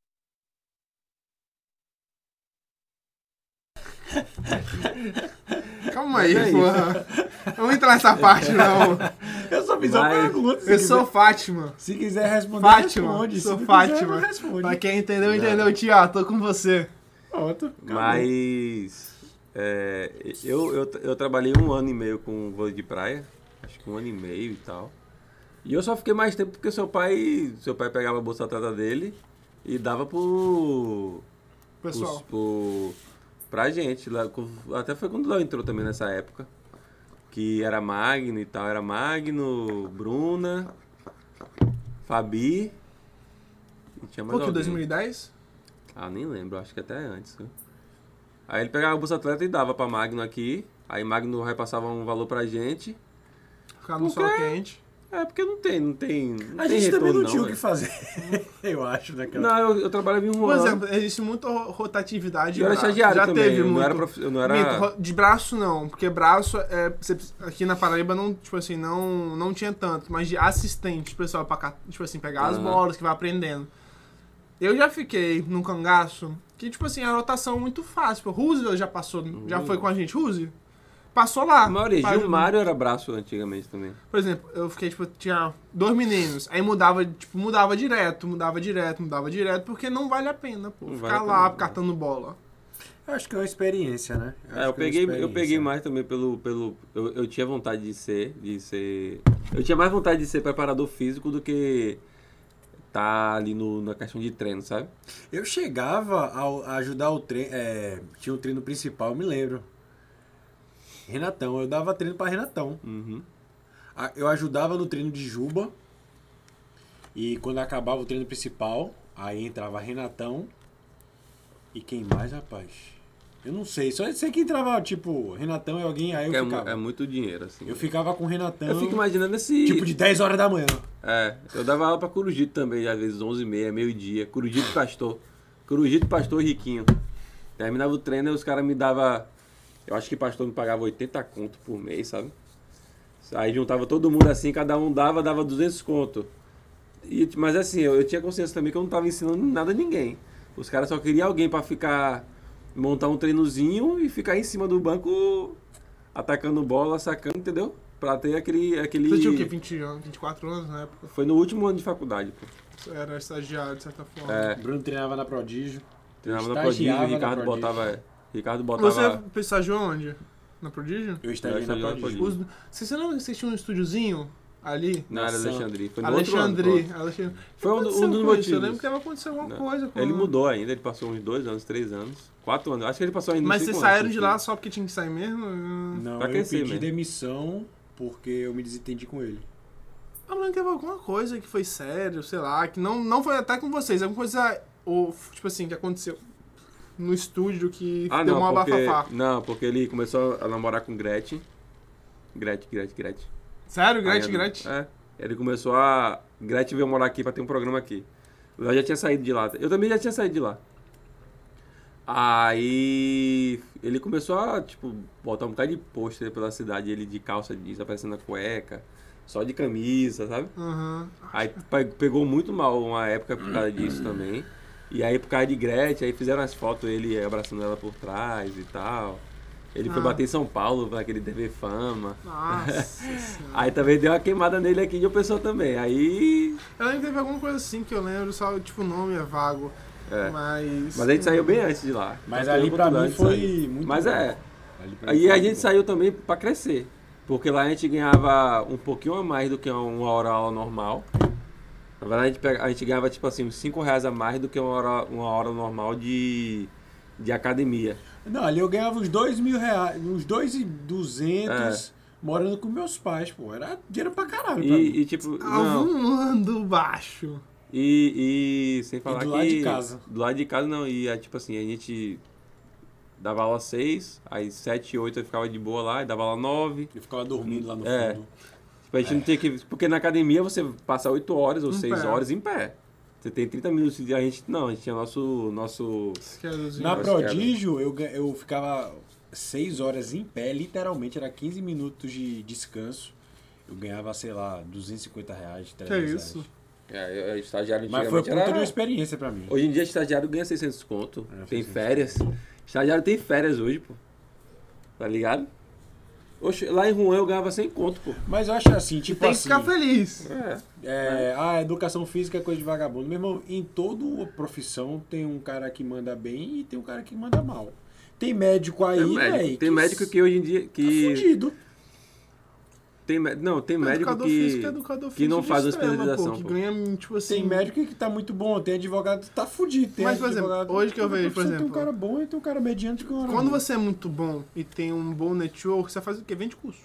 Calma aí,
Mas é
porra. Vamos entrar nessa parte, não.
Eu só fiz
Mas-
uma pergunta. Se
Eu
quiser,
sou Fátima.
se quiser responder,
Fátima,
responde.
sou
se não
Fátima.
Quiser, não responde.
Pra quem entendeu,
Não.
entendeu, tia, tô com você.
Pronto. acabou.
Mas. é, eu, eu, eu trabalhei um ano e meio com vôlei de praia. Acho que um ano e meio e tal. E eu só fiquei mais tempo porque seu pai. Seu pai pegava a bolsa atrás dele e dava pro.
Pessoal,
pro, pra gente. Lá, com- até foi quando o Léo entrou também nessa época. Que era Magno e tal. Era Magno, Bruna, Fabi. E tinha mais
qual que
alguém.
dois mil e dez?
Ah, nem lembro, acho que até antes. Viu? Aí ele pegava o bolsa atleta e dava pra Magno aqui. Aí Magno repassava um valor pra gente.
Ficar no
Por
sol
quê?
quente.
É, porque não tem, não tem. Não
A
tem
gente também
retorno,
não tinha o
velho.
que fazer. Eu acho, naquela.
Não, eu, eu trabalhava em um
Por
ano.
exemplo, existe muita ro- rotatividade
E
de
eu era
braço.
estagiário
Já
também.
teve
eu,
muito.
não era prof... eu não era.
Minto, ro- de braço não, porque braço é, você- aqui na Paraíba não, tipo assim, não, não tinha tanto, mas de assistente, pessoal, pra cá, tipo assim, pegar as
Aham.
bolas que vai aprendendo. Eu já fiquei num cangaço que, tipo assim, a rotação é muito fácil. Pô, Roosevelt já passou, já foi com a gente, Ruse? Passou lá.
A maioria,
Faz-
Gilmário era braço antigamente também.
Por exemplo, eu fiquei, tipo, tinha dois meninos, aí mudava, tipo, mudava direto, mudava direto, mudava direto, porque não vale a pena, pô,
Não
ficar
vale a
lá
pena,
catando bola.
Eu acho que é uma experiência, né?
É,
acho
eu
que é uma
peguei, eu
experiência.
peguei mais também pelo. pelo eu, eu tinha vontade de ser. De ser. Eu tinha mais vontade de ser preparador físico do que tá ali no, na questão de treino, sabe?
Eu chegava ao- a ajudar o treino. É, tinha o treino principal, eu me lembro. Renatão, eu dava treino pra Renatão.
Uhum.
A- Eu ajudava no treino de Juba. E quando acabava o treino principal, aí entrava Renatão. E quem mais, rapaz? Eu não sei, só sei que entrava, tipo, Renatão e alguém, aí eu
É, mu-
ficava.
é muito dinheiro, assim.
Eu ficava com o Renatão,
Eu fico imaginando esse.
tipo, de dez horas da manhã.
É, eu dava aula pra Corujito também, às vezes onze e meia, meio-dia. Corujito Pastor. Corujito Pastor e Riquinho. Terminava o treino e os caras me davam. Eu acho que Pastor me pagava oitenta conto por mês, sabe? Aí juntava todo mundo assim, cada um dava, dava duzentos conto. E, mas assim, eu, eu tinha consciência também que eu não tava ensinando nada a ninguém. Os caras só queriam alguém pra ficar. Montar um treinozinho e ficar em cima do banco atacando bola, sacando, entendeu? Pra ter aquele. aquele...
Você tinha o quê? vinte anos, vinte e quatro anos na época?
Foi no último ano de faculdade, pô.
Você era estagiário, de certa forma.
É.
Bruno treinava na Prodígio.
Treinava na
Estagiava
Prodígio, o
na
Ricardo
Prodígio.
botava. Ricardo botava...
Você estagiou onde? Na Prodígio?
Eu estagiei
Eu
na
estagiei na
Prodígio.
Os, você, você lembra que vocês tinham um estúdiozinho ali?
Não, era
Nossa.
Alexandre. Foi no outro ano,
Alexandre.
pronto.
Alexandre.
Foi um, do-
Aconteceu
um dos
com isso?
motivos.
Eu lembro que aconteceu alguma
Não.
coisa com
Ele mudou ainda, ele passou uns dois anos, três anos, quatro anos. Acho que ele passou ainda uns
Mas
cinco
vocês
anos,
saíram de
assim.
lá só porque tinha que sair mesmo?
Não,
Pra
eu
crescer
pedi
mesmo.
demissão porque eu me desentendi com ele.
Eu lembro que teve alguma coisa que foi sério, sei lá, que não, não foi até com vocês, alguma coisa, ou, tipo assim, que aconteceu no estúdio que
Ah,
deu
não,
uma
porque,
bafafá.
não, porque ele começou a namorar com Gretchen. Gretchen, Gretchen, Gretchen.
Sério, Gretchen,
Aí,
Gretchen?
É, ele começou a... Gretchen veio morar aqui pra ter um programa aqui. Eu já tinha saído de lá. Eu também já tinha saído de lá. Aí ele começou a, tipo, botar um bocado de pôster pela cidade, ele de calça jeans, aparecendo na cueca, só de camisa, sabe?
Aham.
Aí pe- pegou muito mal uma época por causa disso também. E aí por causa de Gretchen, aí fizeram as fotos, ele abraçando ela por trás e tal. Ele foi
Ah.
bater em São Paulo, naquele T V Fama.
Nossa senhora.
Aí também deu uma queimada nele aqui de uma pessoa também. Aí.
Eu lembro que teve alguma coisa assim que eu lembro, só tipo o nome é vago.
É.
Mas.
Mas a gente saiu bem antes de lá.
Mas
Nós
ali
temos
pra
oportunidade
mim
de
foi
sair.
muito
Mas
bom.
é.
Ali pra mim
Aí
foi
a
muito
gente
bom.
saiu também pra crescer. Porque lá a gente ganhava um pouquinho a mais do que uma hora aula normal. Na verdade, a gente, pega- a gente ganhava tipo assim, uns cinco reais a mais do que uma hora, uma hora normal de, de academia.
Não, ali eu ganhava uns dois mil reais, uns dois e duzentos morando com meus pais, pô. Era dinheiro pra caralho pra mim.
E, e tipo. Não,
Avumando baixo.
e, e sem falar
do
que.
lado de casa.
Do lado de casa não. E é, tipo assim, a gente dava aula seis, aí sete, oito eu ficava de boa lá, e dava aula nove.
Eu ficava dormindo lá no
É.
fundo.
Tipo, a gente não tinha que. Porque na academia você passa oito horas ou
Em
seis
pé.
horas em pé. Você tem trinta minutos de. A gente. Não, a gente tinha nosso. nosso
Esquerdozinho.
Na
Nossa,
Prodígio, eu, ga- eu ficava seis horas em pé, literalmente, era quinze minutos de descanso. Eu ganhava, sei lá, duzentos e cinquenta reais,
Que
trezentos
isso?
reais.
É, estagiário
Mas foi
antigamente
puta de uma
era...
experiência pra mim.
Hoje em dia estagiário ganha seiscentos conto.
É,
tem
seiscentos.
férias. Estagiário tem férias hoje, pô. Tá ligado? Oxe, lá em Juan eu ganhava cem conto, pô.
Mas eu acho assim, tipo
Tem que
assim...
ficar feliz.
É.
É, ah, educação física é coisa de vagabundo. Meu irmão, em toda profissão tem um cara que manda bem e tem um cara que manda mal. Tem médico aí,
Tem médico,
véi,
tem médico que hoje em dia.
tá
Que
fudido.
tem, mé- não, tem médico
educador
que.
físico é educador
que
físico
não
de
faz
estrela,
hospitalização,
pô, que
pô.
ganha, tipo assim...
Tem médico que tá muito bom, tem advogado que tá fudido. Tem
Mas, por exemplo,
advogado-
hoje que eu
toda
vejo, por
profissão
exemplo-
Tem um cara bom e tem um cara mediante que é um cara
Quando
ruim.
você é muito bom e tem um bom network, você faz o quê? Vende curso.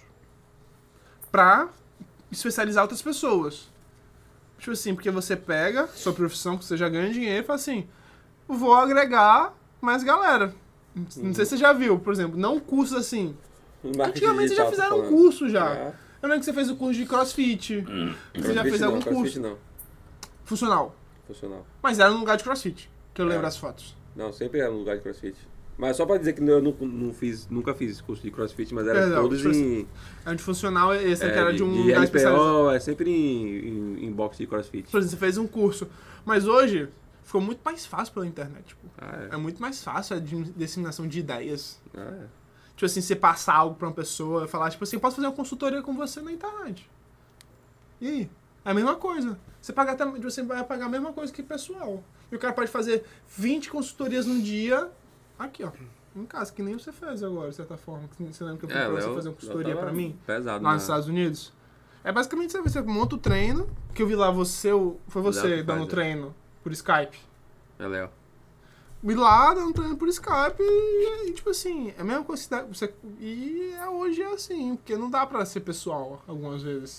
Pra especializar outras pessoas. Tipo assim, porque você pega sua profissão, que você já ganha dinheiro, e fala assim, vou agregar mais galera. Não sei se você já viu, por exemplo, não cursos assim. Antigamente vocês já fizeram um curso já.
É.
Eu lembro que você fez o curso de crossfit. Você já fez
não,
algum
crossfit
curso
não.
funcional.
Funcional.
Mas era no lugar de crossfit, que eu
É.
lembro as fotos.
Não, sempre era no lugar de crossfit. Mas só pra dizer que eu não, não fiz, nunca fiz curso de crossfit, mas era
Perdão,
todos
tipo
em.
Era de funcional, esse
é,
aqui era de um
de
lugar especializado.
L P O, é sempre em, em, em box de crossfit.
Por exemplo, você fez um curso. Mas hoje ficou muito mais fácil pela internet. Tipo,
Ah,
é muito mais fácil a di- disseminação de ideias.
é. Ah, é.
Tipo assim, você passar algo pra uma pessoa e falar, tipo assim, posso fazer uma consultoria com você na internet. E aí? É a mesma coisa. Você, paga até, você vai pagar a mesma coisa que o pessoal. E o cara pode fazer vinte consultorias num dia, aqui, ó. Em casa, que nem você fez agora, de certa forma. Você lembra que eu pedi
É,
pra você
Léo-
fazer uma consultoria
Léo tava
pra mim?
Pesado,
Lá
né?
nos Estados Unidos? É basicamente você, você monta o treino, que eu vi lá você, o- foi
Léo
você
que
dando o
faz, é.
treino por Skype.
É, Léo.
Ir lá, dando treino por Skype e, e, tipo assim, é a mesma coisa que dá- você. E é, hoje é assim, porque não dá pra ser pessoal algumas vezes.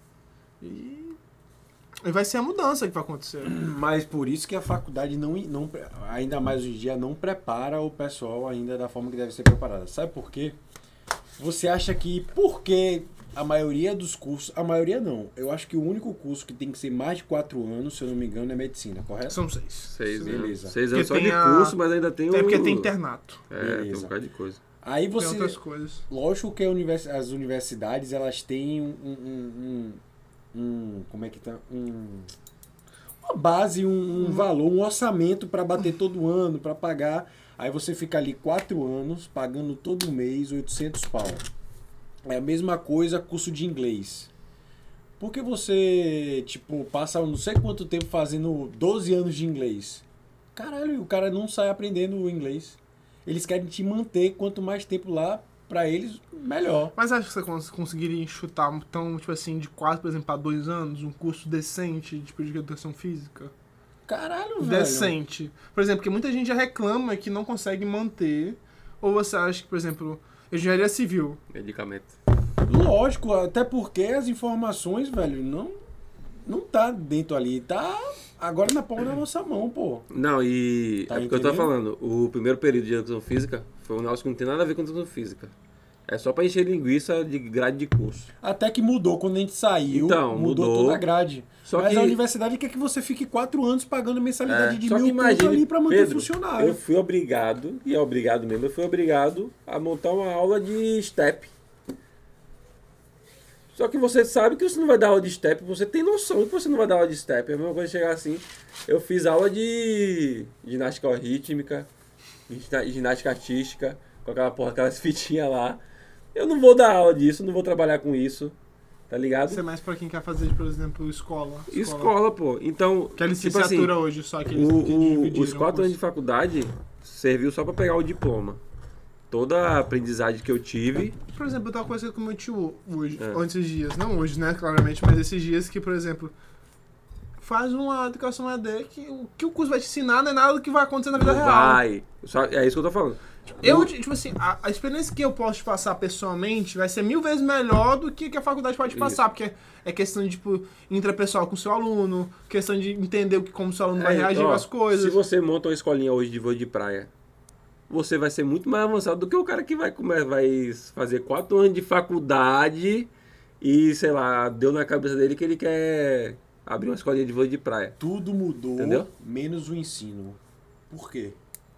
E. E vai ser a mudança que vai acontecer.
Mas por isso que a faculdade, não, não, ainda mais hoje em dia, não prepara o pessoal ainda da forma que deve ser preparada. Sabe por quê? Você acha que porque a maioria dos cursos, a maioria não, eu acho que o único curso que tem que ser mais de quatro anos, se eu não me engano, é medicina, correto?
São seis.
Seis
Beleza.
anos. Seis anos
Porque
só de
tem a-
curso, mas ainda tem o.
É porque tem internato.
É, tem um
Beleza.
bocado de coisa.
Aí
Tem
você,
outras coisas.
lógico que a univers- as universidades, elas têm um, um, um, um- como é que tá, um, uma base, um, um valor, um orçamento para bater todo ano, para pagar. Aí você fica ali quatro anos pagando todo mês oitocentos pau. É a mesma coisa curso de inglês. Porque você, tipo, passa não sei quanto tempo fazendo doze anos de inglês. Caralho, o cara não sai aprendendo o inglês. Eles querem te manter quanto mais tempo lá, pra eles, melhor.
Mas acho que você cons- conseguiria enxutar, então, tipo assim, de quatro, por exemplo, pra dois anos, um curso decente tipo, de educação física?
Caralho, velho.
Decente. Por exemplo, porque muita gente já reclama que não consegue manter. Ou você acha que, por exemplo, engenharia civil.
Medicamento.
Lógico, até porque as informações, velho, não, não tá dentro ali. Tá agora na palma da nossa mão, pô.
Não, e
Tá
é porque eu tô
entendendo?
falando, o primeiro período de educação física foi um negócio que não tem nada a ver com educação física. É só pra encher linguiça de grade de curso.
Até que mudou quando a gente saiu,
Então,
mudou,
mudou.
toda a grade.
Só
Mas
que-
a universidade quer que você fique quatro anos pagando mensalidade
É,
de
só que
mil conto
imagine,
ali pra manter
Pedro,
funcionário.
eu fui obrigado, e é obrigado mesmo, eu fui obrigado a montar uma aula de step. Só que você sabe que você não vai dar aula de step, você tem noção que você não vai dar aula de step. É a mesma coisa chegar assim, eu fiz aula de ginástica rítmica, gina- ginástica artística, com aquela porra, aquelas fitinhas lá. Eu não vou dar aula disso, não vou trabalhar com isso, tá ligado?
Isso é mais pra quem quer fazer, por exemplo, escola.
Escola, pô. Então,
Que é
tipo assim,
licenciatura hoje, só que eles
o,
que
o-
dividiram
os quatro
o
anos de faculdade serviu só pra pegar o diploma. Toda a aprendizagem que eu tive,
Por exemplo, eu tava conversando com meu tio hoje,
É.
ou esses dias. Não hoje, né, claramente, mas esses dias que, por exemplo, faz uma educação E A D que o que o curso vai te ensinar não é nada do que vai acontecer na vida
não
real.
vai. Só, é isso que eu tô falando.
Eu,
O-
tipo assim, a, a experiência que eu posso te passar pessoalmente vai ser mil vezes melhor do que, que a faculdade pode te passar, porque é questão de, tipo, intrapessoal com o seu aluno, questão de entender o que, como o seu aluno vai
É,
reagir
ó,
às coisas.
Se você monta uma escolinha hoje de vôlei de praia, você vai ser muito mais avançado do que o cara que vai, come- vai fazer quatro anos de faculdade e, sei lá, deu na cabeça dele que ele quer abrir uma escolinha de vôlei de praia.
Tudo mudou,
Entendeu?
menos o ensino. Por quê?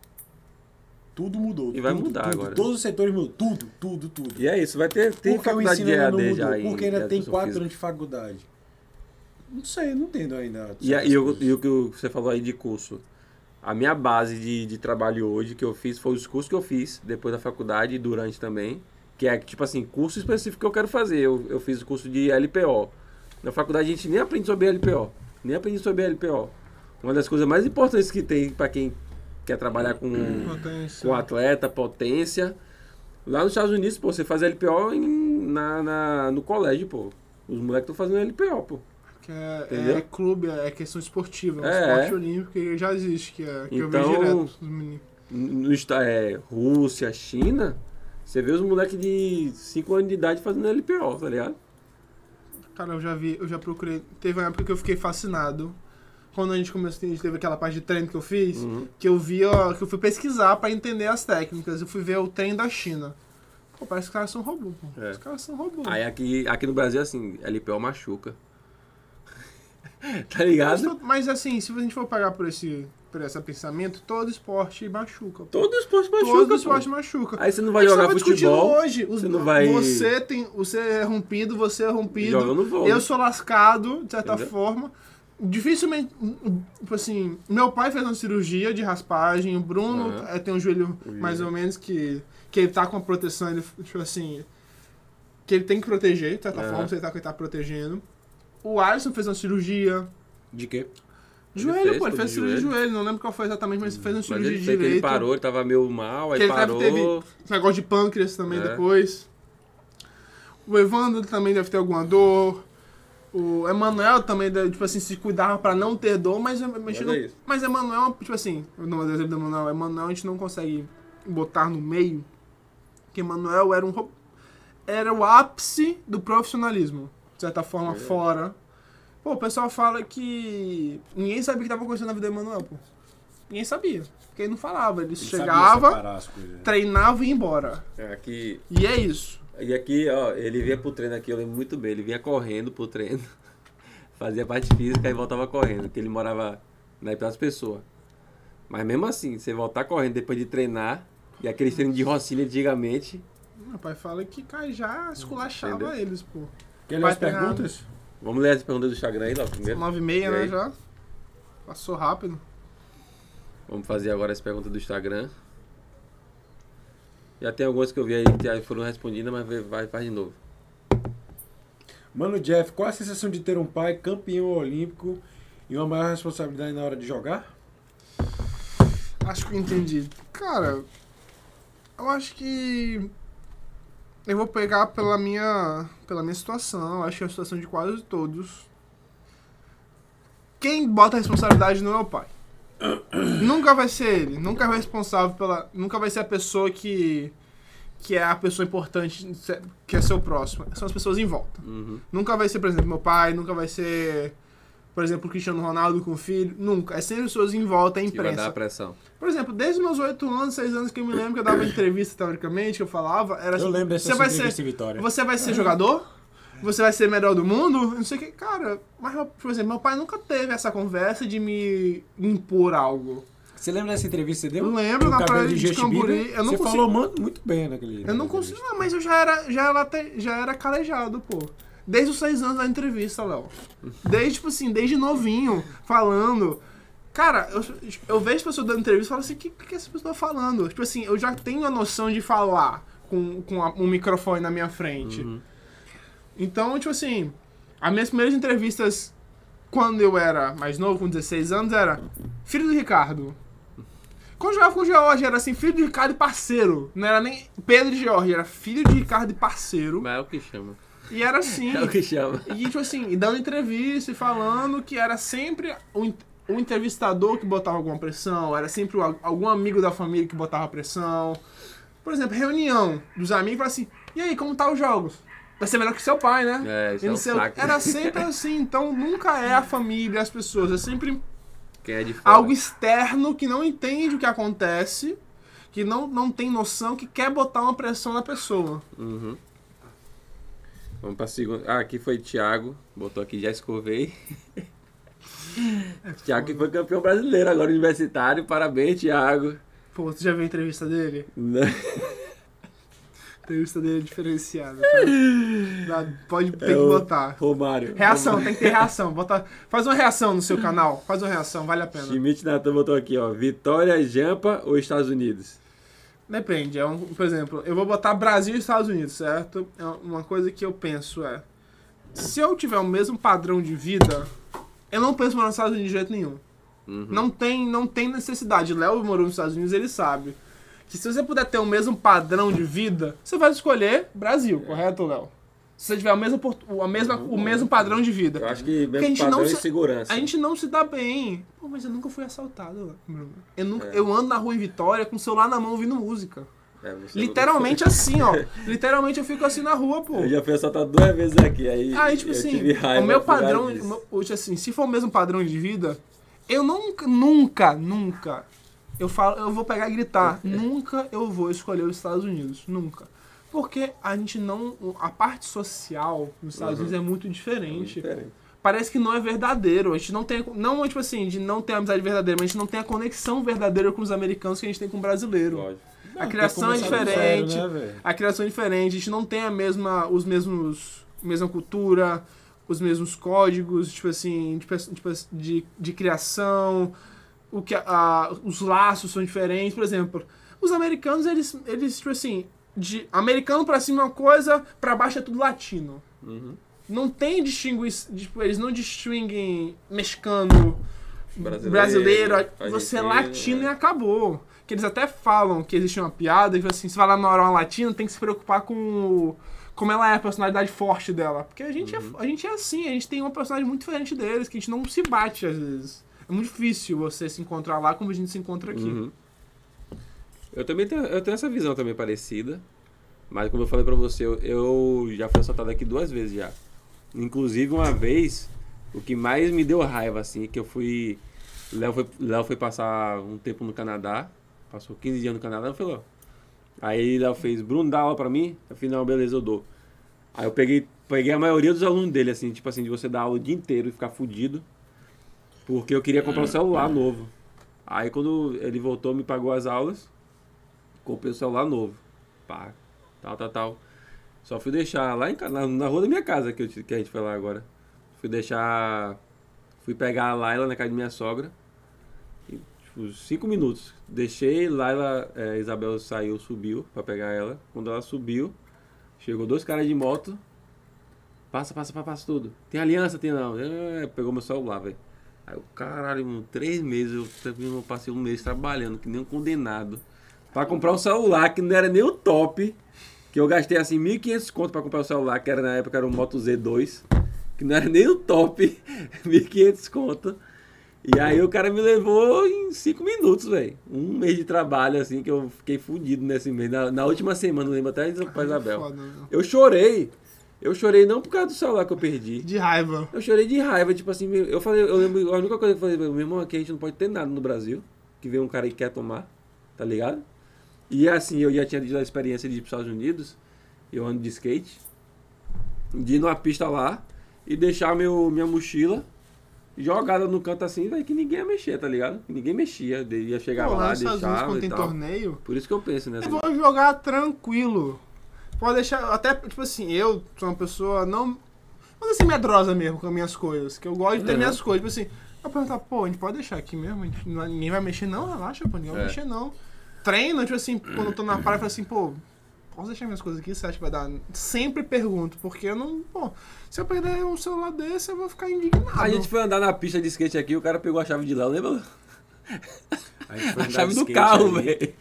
Tudo mudou.
E vai
tudo,
mudar
tudo.
agora.
Todos os setores mudam. Tudo, tudo, tudo.
E é isso, vai ter, tem
Por que o
faculdade
ensino
de
ainda
E A
não
D
mudou?
já em
Porque ainda tem
educação
quatro
física.
anos de faculdade. Não sei, não entendo ainda.
E, a- e, o, e o que você falou aí de curso. A minha base de, de trabalho hoje que eu fiz foi os cursos que eu fiz depois da faculdade e durante também. Que é tipo assim, curso específico que eu quero fazer. Eu, eu fiz o curso de L P O. Na faculdade a gente nem aprende sobre L P O. Nem aprende sobre L P O. Uma das coisas mais importantes que tem para quem quer trabalhar com,
Potência.
com atleta, potência. Lá nos Estados Unidos, pô, você faz L P O em, na, na- no colégio, pô. Os moleques estão fazendo L P O, pô.
Que é,
Entendeu?
é clube, é questão esportiva, é um
É.
esporte olímpico que já existe, que, é, que eu
Então-
vejo direto os meninos.
No, esta- é, Rússia, China, você vê os moleques de cinco anos de idade fazendo L P O, tá ligado?
Cara, eu já vi, eu já procurei. Teve uma época que eu fiquei fascinado. Quando a gente começou, a gente teve aquela parte de treino que eu fiz,
Uhum.
que eu vi, ó, que eu fui pesquisar pra entender as técnicas. Eu fui ver o treino da China. Pô, parece que os caras são robô, pô.
É.
Os caras são robô.
Aí aqui, aqui no Brasil, assim, L P O machuca. tá
mas,
ligado?
to- mas assim, se a gente for pagar por esse, por esse pensamento, todo esporte machuca. Pô.
Todo esporte machuca,
Todo
pô.
esporte machuca.
Aí você não
A
vai
gente
jogar
tava discutindo
futebol,
hoje. Os,
você não vai-
Você tem. Você é rompido, você é rompido.
Joga no vôlei.
Eu sou lascado, de certa
Entendeu?
forma. Dificilmente. Tipo assim, meu pai fez uma cirurgia de raspagem, o Bruno
Aham.
eh, tem um joelho
O
mais
joelho.
ou menos que. Que ele tá com a proteção, ele, tipo assim. Que ele tem que proteger, de certa
Aham.
forma, você tá, que ele tá protegendo. O Alisson fez uma cirurgia.
De quê? Ele
Joelho,
fez,
pô, ele
pô,
fez
de
cirurgia de
joelho.
joelho, não lembro qual foi exatamente, mas ele fez uma
Mas
cirurgia
ele,
de
sei que ele
direito.
parou, ele tava meio mal, aí
Que ele deve
parou.
teve esse negócio de pâncreas também
É.
depois. O Evandro também deve ter alguma dor. O Emanuel também deve, tipo assim, se cuidava pra não ter dor, mas, mas,
Mas
não,
é isso.
mas Emanuel, tipo assim, eu não vou dar exemplo do Emanuel, Emanuel a gente não consegue botar no meio, porque Emanuel era um ro- era o ápice do profissionalismo, de certa forma,
É.
fora. Pô, o pessoal fala que ninguém sabia o que estava acontecendo na vida do Emanuel, pô. Ninguém sabia, porque ele não falava, ele,
Ele sabia
chegava,
separar as coisas.
treinava e ia embora.
É, aqui,
E é isso.
e aqui, ó, ele vinha pro treino aqui, eu lembro muito bem, ele vinha correndo pro treino, fazia parte física e voltava correndo, porque ele morava na das pessoas. Mas mesmo assim, você voltar correndo depois de treinar, e aqueles treinos de Rocília antigamente,
Meu pai fala que Cajá esculachava
Entendeu?
eles, pô.
Quer ler
Vai
as
treinar.
perguntas?
vamos ler as perguntas do Instagram aí, Léo, primeiro?
nove e meia,
E
né,
aí?
já. Passou rápido.
Vamos fazer agora as perguntas do Instagram. Já tem algumas que eu vi aí que já foram respondidas, mas vai, vai faz de novo.
Mano, Jeff, qual a sensação de ter um pai campeão olímpico e uma maior responsabilidade na hora de jogar?
Acho que eu entendi. Cara, Eu acho que eu vou pegar pela minha, pela minha situação, eu acho que é a situação de quase todos. Quem bota a responsabilidade não é o pai. Nunca vai ser ele, nunca é o responsável pela, nunca vai ser a pessoa que que é a pessoa importante, que é seu próximo. São as pessoas em volta.
Uhum.
Nunca vai ser, por exemplo, meu pai, nunca vai ser, por exemplo, o Cristiano Ronaldo com o filho, nunca. É sempre pessoas em volta, a
Que vai dar
imprensa.
pressão.
Por exemplo, desde os meus oito anos, seis anos que eu me lembro que eu dava entrevista, teoricamente, que eu falava, era assim,
Eu lembro dessa
você vai
entrevista,
ser,
Vitória.
você vai ser jogador? Você vai ser melhor do mundo? Não sei o que. Cara, mas, por exemplo, meu pai nunca teve essa conversa de me impor algo.
Você lembra dessa entrevista que você deu?
Eu lembro,
O
na
cabelo
praia de
Justin
Camburi,
Bieber?
eu não
Você
consigo-
falou muito, muito bem naquele...
Eu não consigo, não, mas eu já era, já era, até- já era calejado, pô. Desde os seis anos da entrevista, Léo. Desde, tipo assim, desde novinho, falando. Cara, eu, eu vejo as pessoas dando entrevista e falo assim, o que, que essa pessoa tá falando? Tipo assim, eu já tenho a noção de falar com, com a- um microfone na minha frente.
Uhum.
Então, tipo assim, as minhas primeiras entrevistas, quando eu era mais novo, com dezesseis anos, era filho do Ricardo. Quando eu jogava com o George, era assim, filho de Ricardo e parceiro. Não era nem Pedro de George, era filho de Ricardo e parceiro.
Mas é o que chama.
E era assim.
É o que chama.
E, tipo assim, e dando entrevista e falando que era sempre o, en- o entrevistador que botava alguma pressão, era sempre o- algum amigo da família que botava pressão. Por exemplo, reunião dos amigos, fala assim, e aí, como tá os jogos? Vai ser melhor que seu pai, né?
É, isso
E
é
não
um
sei o-
saco.
Era sempre assim, então nunca é a família, as pessoas, é sempre
Quem é de fora.
algo externo que não entende o que acontece, que não, não tem noção, que quer botar uma pressão na pessoa.
Uhum. Vamos pra segunda. Ah, aqui foi Thiago. Botou aqui, já escovei. Thiago que foi campeão brasileiro agora universitário. Parabéns, Thiago.
Pô, você já viu a entrevista dele?
Não.
A entrevista dele é diferenciada, tá? Dá- Pode, tem
É
que
o
botar.
Romário.
Reação, tem que ter reação. Bota, faz uma reação no seu canal. Faz uma reação, vale a pena.
Schmidt Natan botou aqui, ó. Vitória, Jampa ou Estados Unidos?
Depende. É um, por exemplo, eu vou botar Brasil e Estados Unidos, certo? É uma coisa que eu penso é... Se eu tiver o mesmo padrão de vida, eu não penso morar nos Estados Unidos de jeito nenhum.
Uhum.
Não tem, não tem necessidade. Léo morou nos Estados Unidos, ele sabe. Que se você puder ter o mesmo padrão de vida, você vai escolher Brasil, correto, Léo? Se você tiver o mesmo, portu- a mesma, o mesmo padrão de vida.
Eu acho que
Porque a
mesmo
gente
padrão
não
e
se-
segurança.
A gente não se dá bem. Pô, mas eu nunca fui assaltado, Léo, Bruno. Eu, nunca,
É.
eu ando na rua em Vitória com o celular na mão ouvindo música.
É, você
Literalmente assim, ó. Literalmente eu fico assim na rua, pô.
Eu já fui assaltado duas vezes aqui. Aí,
Aí, tipo
eu
assim,
tive raiva
o meu
por causa
padrão,
disso.
o meu- hoje assim, se for o mesmo padrão de vida, eu nunca, nunca, nunca, eu falo, eu vou pegar e gritar, nunca eu vou escolher os Estados Unidos, nunca. Porque a gente não, a parte social nos Estados
Uhum.
Unidos é muito diferente.
Diferente.
Parece que não é verdadeiro, a gente não tem, não tipo assim, de não ter amizade verdadeira, mas a gente não tem a conexão verdadeira com os americanos que a gente tem com o brasileiro.
Lógico.
A criação é
Começar do
diferente.
zero, né, velho?
A criação é diferente, a gente não tem a mesma, os mesmos, mesma cultura, os mesmos códigos, tipo assim, de, pe- tipo, assim, de, de criação, o que a- a- os laços são diferentes, por exemplo, os americanos, eles, eles tipo assim, de americano pra cima é uma coisa, pra baixo é tudo latino.
Uhum.
Não tem distinguir, tipo, eles não distinguem mexicano,
Brasileiro,
brasileiro, você é
argentino,
latino
é.
e acabou. Que eles até falam que existe uma piada, que assim, se vai lá na hora uma latina, tem que se preocupar com o- como ela é, a personalidade forte dela. Porque a gente,
Uhum.
é, a gente é assim, a gente tem uma personalidade muito diferente deles, que a gente não se bate às vezes. É muito difícil você se encontrar lá como a gente se encontra aqui.
Uhum. Eu também tenho, eu tenho essa visão também parecida. Mas como eu falei pra você, eu, eu já fui assaltado aqui duas vezes já. Inclusive uma vez, o que mais me deu raiva, assim, que eu fui... Léo foi, Léo foi passar um tempo no Canadá. Passou quinze dias no Canadá, eu falei, ó. Aí Léo fez, Bruno, dá aula pra mim? Eu falei, não, beleza, eu dou. Aí eu peguei, peguei a maioria dos alunos dele, assim, tipo assim, de você dar aula o dia inteiro e ficar fudido. Porque eu queria comprar um celular novo. Aí quando ele voltou, me pagou as aulas, comprei o celular novo. Pá, tal, tal, tal. Só fui deixar lá em, ca- na, na rua da minha casa, que, eu, que a gente foi lá agora. Fui deixar... Fui pegar a Laila na casa de minha sogra. E, tipo, cinco minutos. Deixei, Laila, é, Isabel saiu, subiu pra pegar ela. Quando ela subiu, chegou dois caras de moto. Passa, passa, passa, passa tudo. Tem aliança? Tem não. É, pegou meu celular, velho. Aí eu, caralho, mano, três meses, eu, eu passei um mês trabalhando, que nem um condenado. pra comprar um celular que não era nem o top. Que eu gastei assim mil e quinhentos conto pra comprar o celular, que era na época era um Moto Z dois. Que não era nem o top. mil e quinhentos conto. E aí o cara me levou em cinco minutos, velho. Um mês de trabalho, assim, que eu fiquei fudido nesse mês. Na, na última semana, eu lembro até de São Isabel.
Foda, meu.
Eu chorei. Eu chorei não por causa do celular que eu perdi.
De raiva.
Eu chorei de raiva, tipo assim, eu falei, eu lembro, a única coisa que eu falei, meu irmão, aqui a gente não pode ter nada no Brasil, que vem um cara que quer tomar, tá ligado? E assim, eu já tinha tido a experiência de ir para os Estados Unidos, eu ando de skate, de ir numa pista lá e deixar meu, minha mochila jogada no canto assim, véio, que ninguém ia mexer, tá ligado? Que ninguém mexia, ia chegar
Pô,
lá,
nos Estados Unidos,
deixava
quando
e
tem
tal.
torneio,
Por isso que eu penso nessa.
eu vou jogar tranquilo. Pode deixar, até, tipo assim, eu sou uma pessoa não, não assim, medrosa mesmo com as minhas coisas, que eu gosto de ter
Uhum.
minhas coisas, tipo assim, eu perguntar, pô, a gente pode deixar aqui mesmo, a gente, não- ninguém vai mexer não, relaxa, pô, ninguém vai
É.
mexer não. Treino, tipo assim, quando eu tô na praia, eu falo assim, pô, posso deixar minhas coisas aqui, você acha que vai dar? Sempre pergunto, porque eu não, pô, se eu perder um celular desse, eu vou ficar indignado.
A gente foi andar na pista de skate aqui, o cara pegou a chave de lá, lembra?
A, gente foi
A
andar
chave
de
do
skate
carro,
ali.
velho.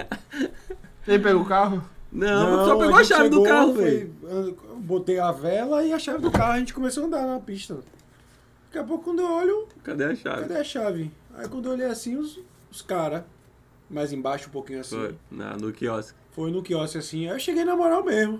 Ele pegou o carro?
Não, só pegou a
gente
chave do
chegou,
carro,
foi-
velho.
eu botei a vela e a chave do carro, a gente começou a andar na pista. Daqui a pouco, quando eu olho,
Cadê a chave?
cadê a chave? Aí quando eu olhei assim, os, os caras, mais embaixo um pouquinho assim,
Foi, na, no quiosque.
foi no quiosque assim, aí eu cheguei na moral mesmo.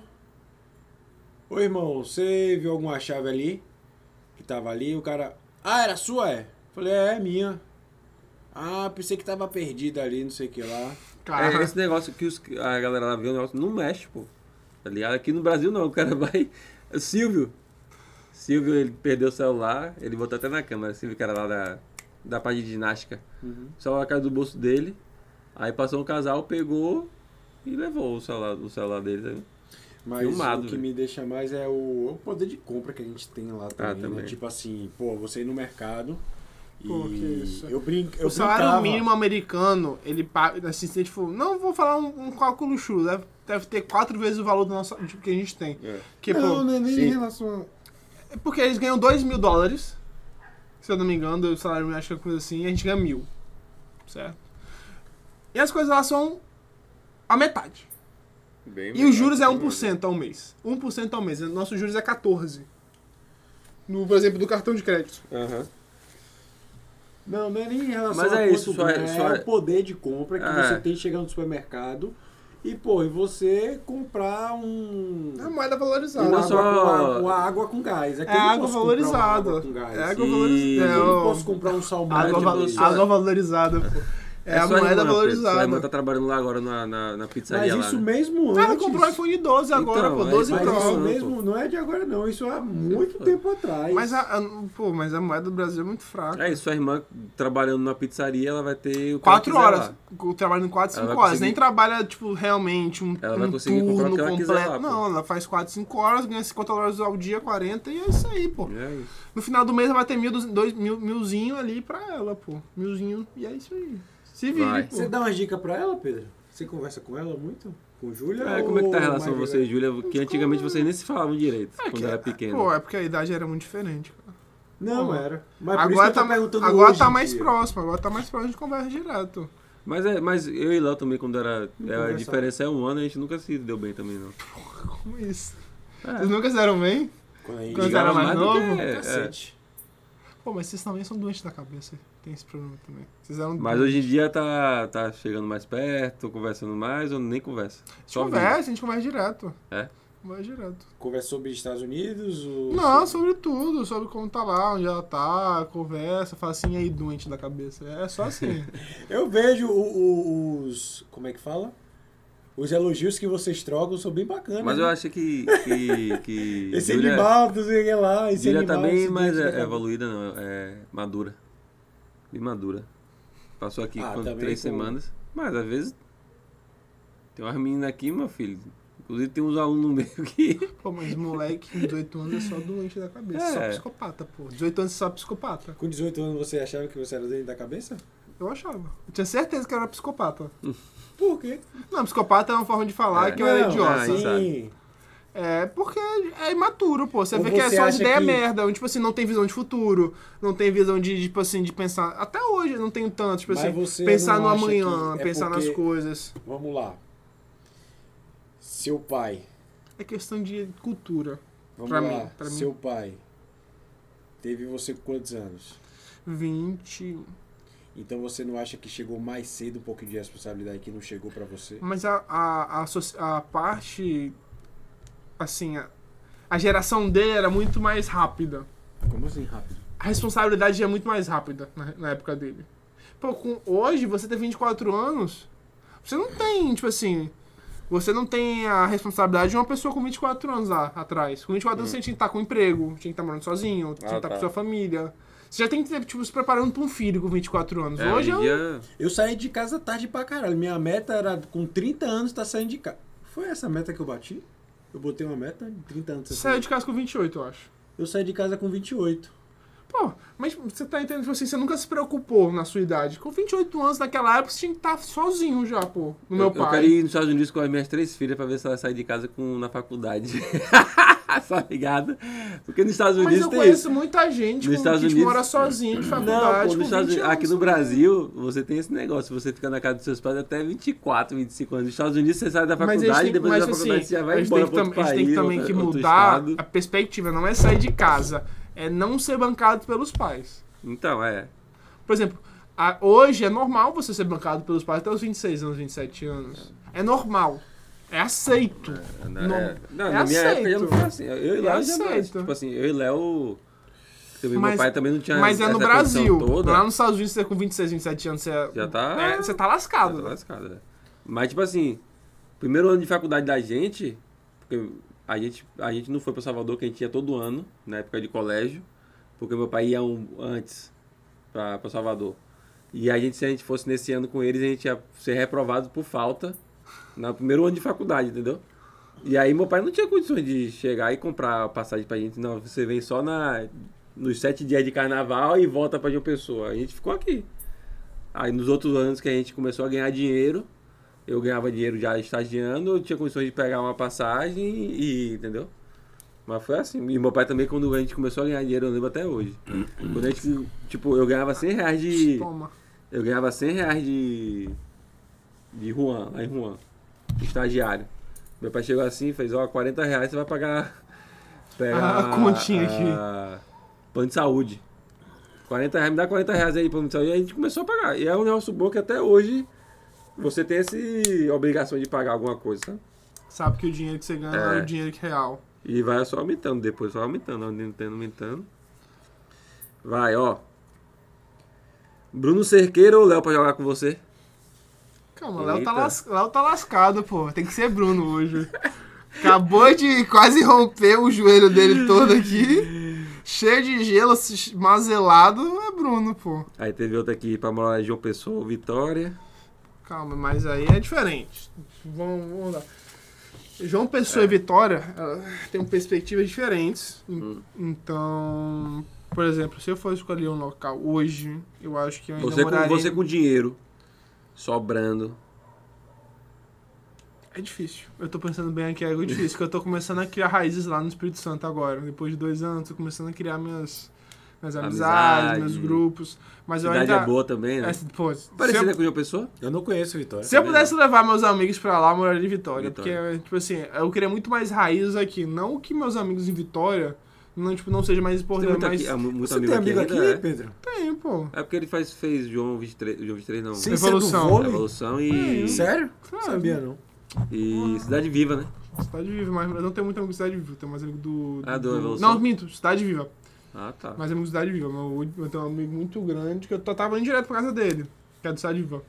Ô irmão, você viu alguma chave ali? Que tava ali, o cara, ah, era sua, é? Falei, é, é minha. Ah, pensei que tava perdida ali, não sei o que lá.
Cara,
É esse negócio que os, a galera lá vê, o negócio não mexe, pô. Tá ligado? Aqui no Brasil não, o cara vai. O Silvio. Silvio, ele perdeu o celular, ele botou até na câmera, Silvio, que era lá da, da parte de ginástica.
Uhum.
O celular caiu do bolso dele, aí passou um casal, pegou e levou o celular, o celular dele. Né?
Mas
Filmado,
o que
velho.
me deixa mais é o, o poder de compra que a gente tem lá também, né?
também.
Tipo assim, pô, você ir no mercado e
Pô, que isso.
eu brinco, eu
o salário
brincava.
mínimo americano, ele paga, assim, se a gente for, não vou falar um, um cálculo chulo, deve, deve ter quatro vezes o valor do nosso, que a gente tem.
É.
Que,
não,
pô,
não é nem
sim.
em relação
é porque eles ganham dois mil dólares, se eu não me engano, o salário mínimo acho que é coisa assim, e a gente ganha mil, certo? E as coisas lá são a metade.
Bem
E os juros é
melhor,
um por cento ao mês. um por cento ao mês. Nossos juros é quatorze por cento. No, por exemplo, do cartão de crédito.
Aham.
a... Não, não é nem em relação
Mas
a
é
quanto
isso, só
ganha,
é-
é,
só é-
o poder de compra que
É.
você tem de chegar no supermercado e, pô, e você comprar um...
É a moeda
uma
valorizada.
Não
água,
só-
com a- uma água com gás. Aqui
É
eu não
água
posso comprar uma
valorizada.
água com gás.
É água
E-
valorizada.
Eu não
É,
posso comprar um salmão.
água,
tipo,
valo-
só-
água valorizada, pô. É, a
sua
moeda
irmã, Pedro. Sua
valorizada.
irmã tá trabalhando lá agora na, na, na pizzaria
Mas
lá,
isso
né?
mesmo
Ah, ela
antes.
comprou o iPhone doze agora,
Então,
pô,
é
doze
Mas
Pro.
isso
Pro.
mesmo não é de agora não, isso há muito tempo atrás.
Mas a, a- pô, mas a moeda do Brasil é muito fraca.
É isso, sua irmã trabalhando na pizzaria, ela vai ter o que ela
Quatro
quiser
horas.
lá.
Eu trabalho em quatro,
Ela
cinco
vai
horas.
conseguir-
Nem trabalha, tipo, realmente um,
Ela vai
um
conseguir comprar o
turno
que ela quiser
completo.
lá, pô.
Não, ela faz quatro, cinco horas, ganha cinquenta dólares ao dia, quarenta, e é isso aí, pô.
É isso.
No final do mês ela vai ter mil, dois, mil, milzinho ali pra ela, pô. Milzinho, e é isso aí. Se vire,
Vai.
pô.
Você dá umas dicas pra ela, Pedro? Você conversa com ela muito? Com Júlia?
É, como é que tá a
ou
relação
mais
você e
devagar?
Júlia? Que antigamente vocês nem se falavam direito,
É
quando
que-
era pequeno.
Pô, é porque a idade era muito diferente, cara.
Não,
Pô.
era. Mas por isso que
Agora
eu tô
tá,
perguntando
agora
hoje
tá
em
mais
dia.
próximo, agora tá mais próximo de conversa direto.
Mas, é, mas eu e Léo também, quando era. é, a
conversava.
diferença é um ano, a gente nunca se deu bem também, não.
Como isso?
É.
Vocês nunca se deram bem?
Quando a gente
Quando
Ligava
era mais
do que-
novo?
é, é.
cacete.
Pô, mas vocês também são doentes da cabeça. Tem esse problema também. Vocês eram
Mas hoje em dia tá, tá chegando mais perto, conversando mais ou nem conversa?
A gente
Só
conversa, a gente conversa direto.
É?
Conversa direto.
Conversa sobre Estados Unidos? Ou
Não, sobre tudo, sobre como tá lá, onde ela tá, conversa, fala assim, e aí, doente da cabeça. É só assim.
Eu vejo o- o- os... Como é que fala? Os elogios que vocês trocam são bem bacanas.
Mas
né?
eu acho que. que, que
Esse
Júlia-
animal, não sei o que lá, esse
Júlia
animal...
tá bem
esse
mais
dente da
é,
cabeça.
evoluída, não. É madura. Bem madura. Passou aqui
Ah,
quando-
também,
três
pô.
semanas. Mas às vezes. Tem umas meninas aqui, meu filho. Inclusive tem uns alunos no meio que.
Pô, mas moleque com dezoito anos é só doente da cabeça.
É.
Só psicopata, pô. dezoito anos é só psicopata.
Com dezoito anos você achava que você era dentro da cabeça?
Eu achava. Eu tinha certeza que eu era psicopata.
Por quê?
Não, psicopata é uma forma de falar
É.
que eu era
Não,
idiota.
ah,
sim.
sabe.
É porque é imaturo, pô. Você
Ou
vê que é
você
só as
acha
ideias
que-
merda. Tipo assim, não tem visão de futuro, não tem visão de, tipo assim, de pensar. Até hoje eu não tenho tanto, tipo
Mas
assim,
você
pensar
não
no
acha
amanhã,
que é
pensar nas
porque-
coisas.
Vamos lá. Seu pai.
É questão de cultura.
Vamos
Pra
lá.
mim, pra mim.
Seu pai teve você com quantos anos?
vinte.
Então você não acha que chegou mais cedo um pouco de responsabilidade que não chegou pra você?
Mas a, a, a, soci- a parte. Assim, a, a geração dele era muito mais rápida.
Como assim rápido?
A responsabilidade é muito mais rápida na, na época dele. Pô, com, hoje, você tem vinte e quatro anos, você não tem, tipo assim. Você não tem a responsabilidade de uma pessoa com vinte e quatro anos lá atrás. Com vinte e quatro anos você tinha que estar com emprego, tinha que estar morando sozinho, tinha que
Ah,
estar
tá.
com sua família. Você já tem que estar, tipo, se preparando pra um filho com vinte e quatro anos.
É,
hoje
hoje em
eu...
dia...
Eu saí de casa tarde pra caralho. Minha meta era com trinta anos tá saindo de casa. Foi essa a meta que eu bati? Eu botei uma meta de trinta anos.
Você saiu de casa com vinte e oito, eu acho.
Eu saí de casa com vinte e oito.
Pô, mas você tá entendendo, tipo assim, você nunca se preocupou na sua idade. Com vinte e oito anos naquela época, você tinha que estar sozinho já, pô, no meu
eu,
pai.
eu quero ir nos Estados Unidos com as minhas três filhas pra ver se elas saem de casa com, na faculdade. Só ligado? Porque nos Estados
Mas
Unidos
eu
tem
conheço
isso.
muita gente
Nos
com,
Estados
que tipo,
Unidos-
mora sozinho de
Não,
faculdade.
pô, nos
com
Estados
vinte
Unidos, aqui
anos,
no
né?
Brasil, você tem esse negócio. Você fica na casa dos seus pais até vinte e quatro, vinte e cinco anos. Nos Estados Unidos, você sai da
Mas a gente
faculdade,
tem,
depois
mas,
da
assim,
faculdade você já
a
vai
gente
embora
tem que,
pra outro
tam- a gente
país,
tem também
outro-
que
outro
mudar
estado.
a perspectiva. Não é sair de casa, é não ser bancado pelos pais.
Então, é.
Por exemplo, a- hoje é normal você ser bancado pelos pais até os vinte e seis anos, vinte e sete anos. É normal. É aceito.
Não,
Não-
é, não,
é
na minha época já não
aceito.
foi assim. Eu e Léo
É
já não.
aceito.
Tipo assim, eu e Léo. Também
Mas-
meu pai também não tinha.
Mas é no
essa
Brasil.
condição Toda.
Lá nos Estados Unidos, você com vinte e seis, vinte e sete anos, você é-
Já tá-
é, você tá lascado.
Já tá
né?
lascado, né? Mas, tipo assim, primeiro ano de faculdade da gente, porque a gente, a gente não foi pra Salvador, que a gente ia todo ano, na época de colégio, porque meu pai ia um, antes pra, pra Salvador. E a gente, se a gente fosse nesse ano com eles, a gente ia ser reprovado por falta no primeiro ano de faculdade, entendeu? E aí meu pai não tinha condições de chegar e comprar passagem pra gente. Não, você vem só na, nos sete dias de carnaval e volta pra João Pessoa. A gente ficou aqui. Aí nos outros anos que a gente começou a ganhar dinheiro, eu ganhava dinheiro já estagiando, eu tinha condições de pegar uma passagem e, entendeu? Mas foi assim. E meu pai também, quando a gente começou a ganhar dinheiro, eu lembro até hoje. Quando a gente, tipo, eu ganhava cem reais de...
Toma.
Eu ganhava cem reais de... De Juan, lá em Juan. De estagiário. Meu pai chegou assim e fez, ó, quarenta reais você vai pagar... Pegar
A continha aqui.
a- plano de saúde. quarenta reais, me dá quarenta reais aí, plano de saúde. E a gente começou a pagar. E é um negócio bom que até hoje você tem essa obrigação de pagar alguma coisa, sabe?
Sabe que o dinheiro que você ganha não
É.
é o dinheiro que é real.
E vai só aumentando depois, só aumentando, aumentando, aumentando. Vai, ó. Bruno Cerqueira ou Léo pra jogar com você?
Calma, o Léo tá,
Eita.
las... Léo tá lascado, pô. Tem que ser Bruno hoje. Acabou de quase romper o joelho dele todo aqui. Cheio de gelo, mazelado. É Bruno, pô.
Aí teve outra aqui pra morar em João Pessoa ou Vitória.
Calma, mas aí é diferente. Vamos, vamos lá. João Pessoa e Vitória ela tem perspectivas diferentes.
Hum.
Então, por exemplo, se eu for escolher um local hoje, eu acho que eu ainda
Você com,
moraria...
você com dinheiro sobrando.
É difícil. Eu tô pensando bem aqui, é difícil, porque eu tô começando a criar raízes lá no Espírito Santo agora. Depois de dois anos, tô começando a criar minhas, minhas amizades,
Amizade.
meus grupos. Mas eu
Cidade
ainda...
é boa também, né?
É, pô, se
Parecida
eu,
com João Pessoa?
Eu não conheço Vitória.
se eu pudesse levar meus amigos pra lá, eu moraria em Vitória.
Vitória.
Porque, tipo assim, eu queria muito mais raízes aqui. Não que meus amigos em Vitória não, tipo, não seja mais
Tem
importante,
muito,
mas
aqui, é, muito
Você
amigo
tem amigo aqui,
ainda, é.
Pedro?
tem, pô.
É porque ele faz, fez João vinte e três, João vinte e três não.
Sim,
Evolução.
você é do vôlei?
Evolução e,
Sério?
Claro.
Sabia não.
e Cidade Viva, né?
Cidade Viva, mas eu não tenho muito amigo de Cidade Viva. Tenho mais amigo do...
Ah, do Evolução?
Não, minto. Cidade Viva.
Ah, tá.
Mais amigo de Cidade Viva. Meu, eu tenho um amigo muito grande que eu tô- tava indo direto pra casa dele. Que é do Cidade Viva.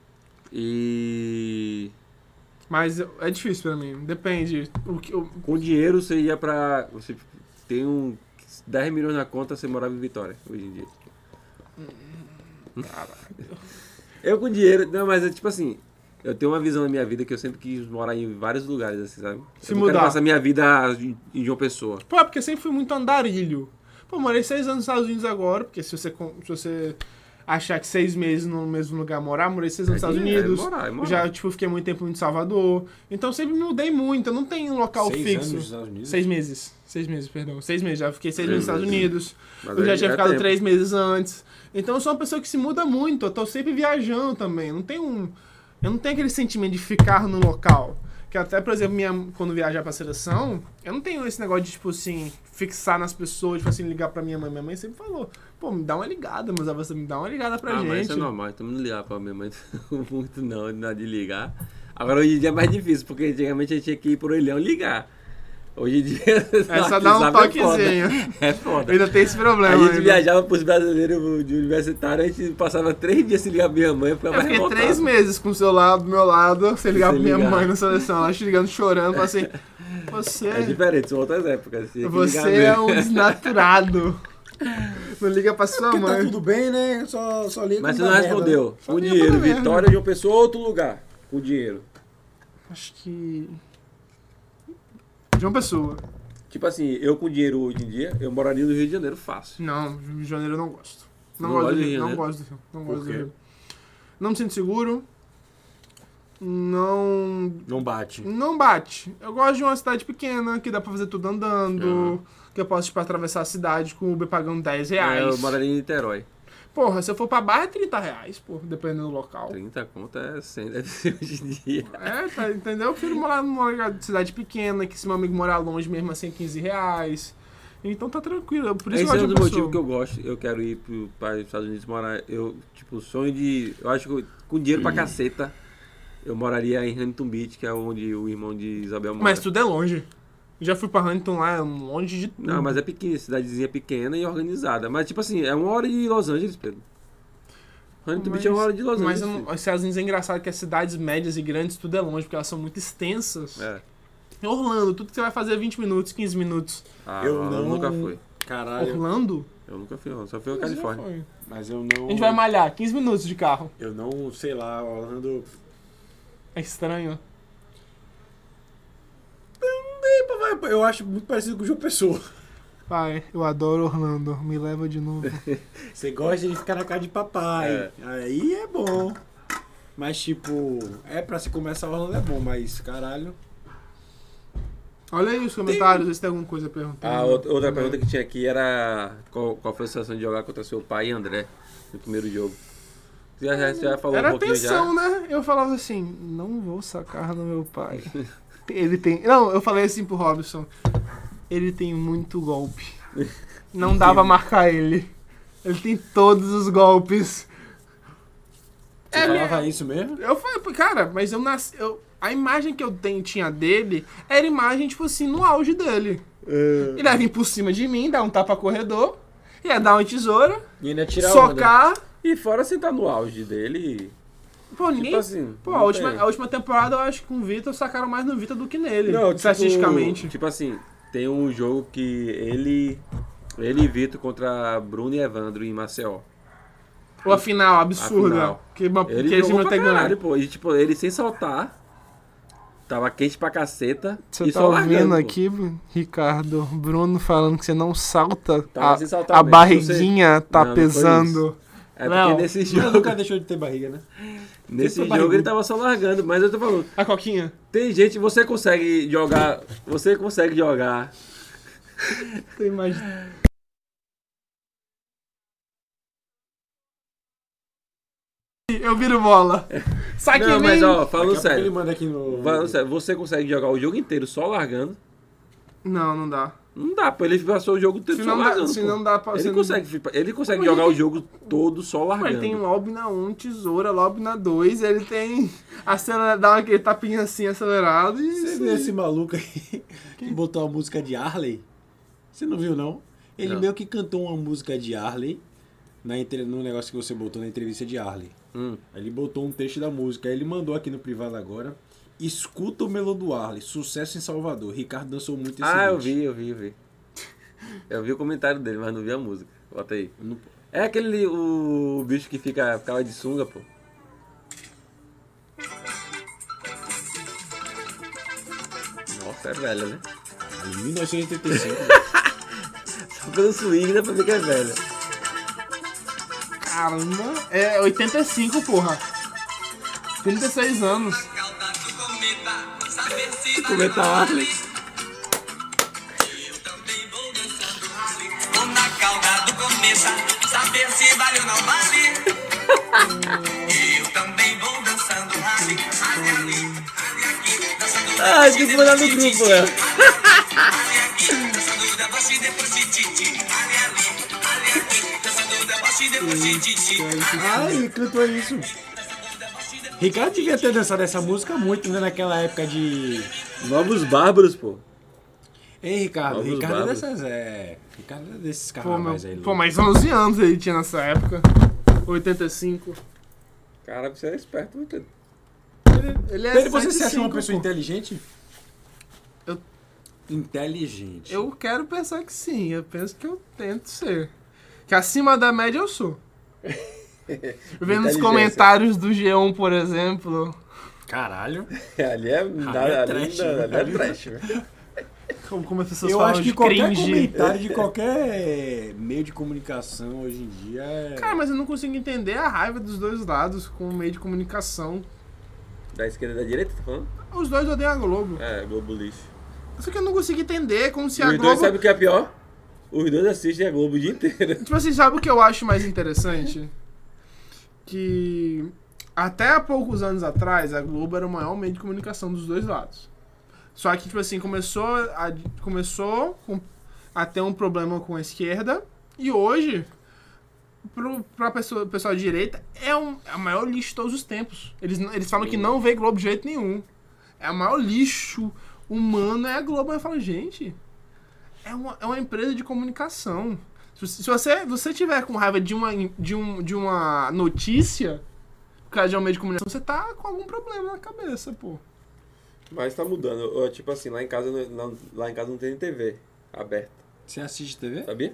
E
Mas é difícil pra mim. Depende. O que, o,
com dinheiro você ia pra... Você tem um dez milhões na conta, você morava em Vitória, hoje em dia. Eu com dinheiro... Não, mas é tipo assim... Eu tenho uma visão na minha vida que eu sempre quis morar em vários lugares, assim, sabe?
Se
eu não
mudar.
quero passar minha vida em, em João Pessoa.
pô, é porque eu sempre fui muito andarilho. Pô, morei seis anos nos Estados Unidos agora, porque se você... com- Se você achar que seis meses no mesmo lugar morar. Morei seis anos
É,
nos Estados
é,
Unidos.
morar, é morar.
Já, tipo, fiquei muito tempo em Salvador. Então sempre me mudei muito. Eu não tenho um local
Seis
fixo.
anos nos Estados Unidos?
Seis meses. Seis meses, perdão. Seis meses. Já fiquei seis
Seis
meses nos Estados
meses.
Unidos.
Mas
Eu já
aí
tinha
é
ficado
tempo.
três meses antes. Então eu sou uma pessoa que se muda muito. Eu tô sempre viajando também. Não tenho um... Eu não tenho aquele sentimento de ficar no local. Que até, por exemplo, minha, quando viajar pra seleção, eu não tenho esse negócio de, tipo assim, fixar nas pessoas, tipo assim, ligar pra minha mãe. Minha mãe sempre falou, pô, me dá uma ligada, mas você me dá uma ligada pra
ah,
gente.
mas isso é normal, então não ligar pra minha mãe muito não, nada de ligar. Agora hoje em dia é mais difícil, porque antigamente a gente tinha que ir por orelhão ligar. Hoje em dia...
É só dar um toquezinho.
É foda.
Eu ainda tenho esse problema.
A gente
ainda.
viajava pros brasileiros de universitário, a gente passava três dias sem ligar pra minha mãe, ficava
Eu fiquei
revoltado.
três meses com o celular do meu lado, sem ligar
Sem
pra minha
ligar.
mãe na seleção. Ela ligando, chorando, falando assim, você...
É diferente, são outras épocas. Tinha que
Você
ligar
é
mesmo.
um desnaturado. Não liga pra sua
Porque tá
mãe.
tudo bem, né? Só, só liga
Mas você
quando
não
dá merda.
respondeu.
Só
Com
liga
dinheiro,
pra merda.
Vitória de uma pessoa ou outro lugar. Com dinheiro.
Acho que... De uma pessoa.
Tipo assim, eu com dinheiro hoje em dia, eu moraria no Rio de Janeiro fácil.
Não, Rio de Janeiro eu não gosto. Não,
Não
gosto
gosta
do
do
Rio,
Rio,
não
né?
gosto do Rio. Não
Por
gosto do
quê?
Rio. Não me sinto seguro. Não...
Não bate.
Não bate. Eu gosto de uma cidade pequena, que dá pra fazer tudo andando.
Uhum.
Que eu posso, tipo, atravessar a cidade com o Uber pagando dez
É,
reais.
eu moraria em Niterói.
Porra, se eu for pra Barra é trinta reais, pô, dependendo do local.
trinta conto é cem, deve ser hoje em dia.
É, tá, entendeu? Eu prefiro morar numa cidade pequena, que se meu amigo morar longe mesmo assim, quinze reais. Então tá tranquilo. Por isso
Esse
eu
é um
gosto
dos
de pessoa.
motivos que eu gosto. Eu quero ir pro, para os Estados Unidos morar. Eu, tipo, sonho de. Eu acho que com dinheiro pra caceta, eu moraria em Huntington Beach, que é onde o irmão de Isabel mora.
Mas tudo é longe. Já fui pra Huntington lá, é longe de tudo.
Não, mas é pequena, cidadezinha pequena e organizada. Mas, tipo assim, é uma hora de Los Angeles, Pedro. Huntington Beach é uma hora de Los
Mas
Angeles.
eu não- os Estados Unidos é engraçado que as cidades médias e grandes tudo é longe, porque elas são muito extensas.
filho. É.
Em Orlando, tudo que você vai fazer é vinte minutos, quinze minutos.
Ah,
Eu
eu
não-
nunca fui.
Caralho.
Orlando?
Eu nunca fui, não. Só fui na
Mas já
Califórnia.
foi.
Mas eu não...
A gente vai malhar, quinze minutos de carro.
Eu não, sei lá, Orlando...
É estranho.
Eu acho muito parecido com o João Pessoa.
Pai, eu adoro Orlando, me leva de novo.
Você gosta de ficar na casa de papai.
É.
Aí é bom. Mas, tipo, é pra se começar Orlando é bom, mas, caralho...
Olha aí os comentários, vê se tem alguma coisa perguntando.
A outra, outra pergunta que tinha aqui era qual, qual foi a sensação de jogar contra seu pai e André no primeiro jogo. Você já, você já falou
Era
um pouquinho
tensão,
já?
né? Eu falava assim, não vou sacar no meu pai. Ele tem... Não, eu falei assim pro Robson, ele tem muito golpe. Não dá pra marcar ele. Ele tem todos os golpes.
Você
É,
falava
minha-
isso mesmo?
Eu falei, cara, mas eu nasci... Eu... A imagem que eu tenho, tinha dele era imagem, tipo assim, no auge dele. Ele ia vir por cima de mim, dar um tapa corredor, ia dar uma tesoura,
E ainda tirar onda.
socar.
E fora você tá no auge dele.
Pô, ninguém.
Tipo assim.
Pô,
não
a última,
tem.
a última temporada eu acho que com o Vitor sacaram mais no Vitor do que nele.
Não, tipo,
estatisticamente.
Tipo assim, tem um jogo que ele. Ele e Vitor contra Bruno e Evandro em Maceió.
Ou a final absurda.
A final.
Que, uma,
Ele
que eles
jogou
iam
pra
ter
caralho,
ganho.
pô. E tipo, ele sem saltar. Tava quente pra caceta.
Você
e
tá
só largando,
ouvindo
pô.
aqui, Ricardo, Bruno falando que você não salta.
Tava
A,
sem saltar
a
mesmo.
barriguinha tá
Não, não foi
pesando.
É porque
Léo,
nesse
Mas
jogo.
nunca deixou de ter barriga, né?
Nesse
Sempre
jogo
barrigudo.
ele tava só largando. Mas eu tô falando.
A coquinha.
Tem gente, você consegue jogar. Você consegue jogar.
Tem mais. Eu viro bola. Sai que
Não, mas
nem-
ó,
Daqui
falando
a pouco Ele
sério.
manda aqui no...
Falando sério, você consegue jogar o jogo inteiro só largando?
Não, não dá.
Não dá, pô. Ele passou o jogo inteiro
Se
só
não dá,
largando.
se
pô.
não dá pra...
Ele
se
consegue, ele consegue
Mas
jogar
ele-
o jogo todo só
Não...
largando.
Ele tem Lobna um, tesoura, Lobna dois, ele tem... Acelera, dá aquele tapinha assim, acelerado e...
Você viu esse maluco aí que botou a música de Harley? Você não viu, não? Ele
Não.
meio que cantou uma música de Harley na entre... no negócio que você botou na entrevista de Harley.
Hum.
Aí ele botou um trecho da música, aí ele mandou aqui no privado agora. Escuta o melô do Harley, sucesso em Salvador. Ricardo dançou muito esse
Ah, eu
beat.
vi, eu vi, eu vi. Eu vi o comentário dele, mas não vi a música. Bota aí.
Eu não-
É aquele o, bicho que fica ficava de sunga, pô. Nossa, é velha, né?
Em mil novecentos e oitenta e cinco.
Só pelo swing dá pra ver que é velha.
Caramba, é oitenta e cinco, porra. trinta e seis anos.
Cometa Harley.
Na cauda do cometa, saber se vale ou não vale. Eu também vou dançando rally, rally ali, rally aqui, dançando.
Ah, tem que mandar no grupo, velho.
Rally aqui, dançando deboche, depois de titi. Rally ali, rally aqui, dançando deboche, depois de titi.
Ah, ele cantou isso. Ricardo devia ter dançado essa música muito, né? Naquela época de...
Novos Bárbaros, pô.
Ei, Ricardo.
Novos
Ricardo é
bárbaros.
dessas... É... Ricardo é desses
Pô,
carnavais
meu,
aí.
pô, mas onze anos ele tinha nessa época. oitenta e cinco.
Cara, você é esperto, muito.
Ele, ele é
Pedro, você se acha uma
cento e cinco,
pessoa
pô.
inteligente?
Eu-
Inteligente.
Eu quero pensar que sim, eu penso que eu tento ser. Que acima da média eu sou. Vendo os
Inteligência.
comentários do G um, por exemplo,
Caralho.
Ali é,
é
nada, ali,
trash,
não, ali
né?
é trash, velho.
como, como as pessoas
Eu
falam
acho que
de
qualquer
cringe.
comentário de qualquer meio de comunicação hoje em dia é...
Cara, mas eu não consigo entender a raiva dos dois lados com o meio de comunicação.
Da esquerda e da direita, tá falando?
Os dois odeiam a Globo.
É, Globo lixo.
Só que eu não consigo entender como se
Os
a
dois
Globo...
sabem o que é pior? Os dois assistem a Globo o dia inteiro.
Tipo assim, sabe o que eu acho mais interessante? Que até há poucos anos atrás, a Globo era o maior meio de comunicação dos dois lados. Só que, tipo assim, começou a, começou com- a ter um problema com a esquerda, e hoje, pro, pra pessoa, pessoal de direita, é, um, é o maior lixo de todos os tempos. Eles, não- eles falam que não vê Globo de jeito nenhum. É o maior lixo humano, é a Globo. Eu falo, gente, é uma, é uma empresa de comunicação. Se, se você, você tiver com raiva de uma, de, um, de uma notícia, por causa de um meio de comunicação, você tá com algum problema na cabeça, pô.
Mas tá mudando. Eu, tipo assim, lá em casa não, lá em casa não tem T V aberta.
Você assiste T V?
Sabia?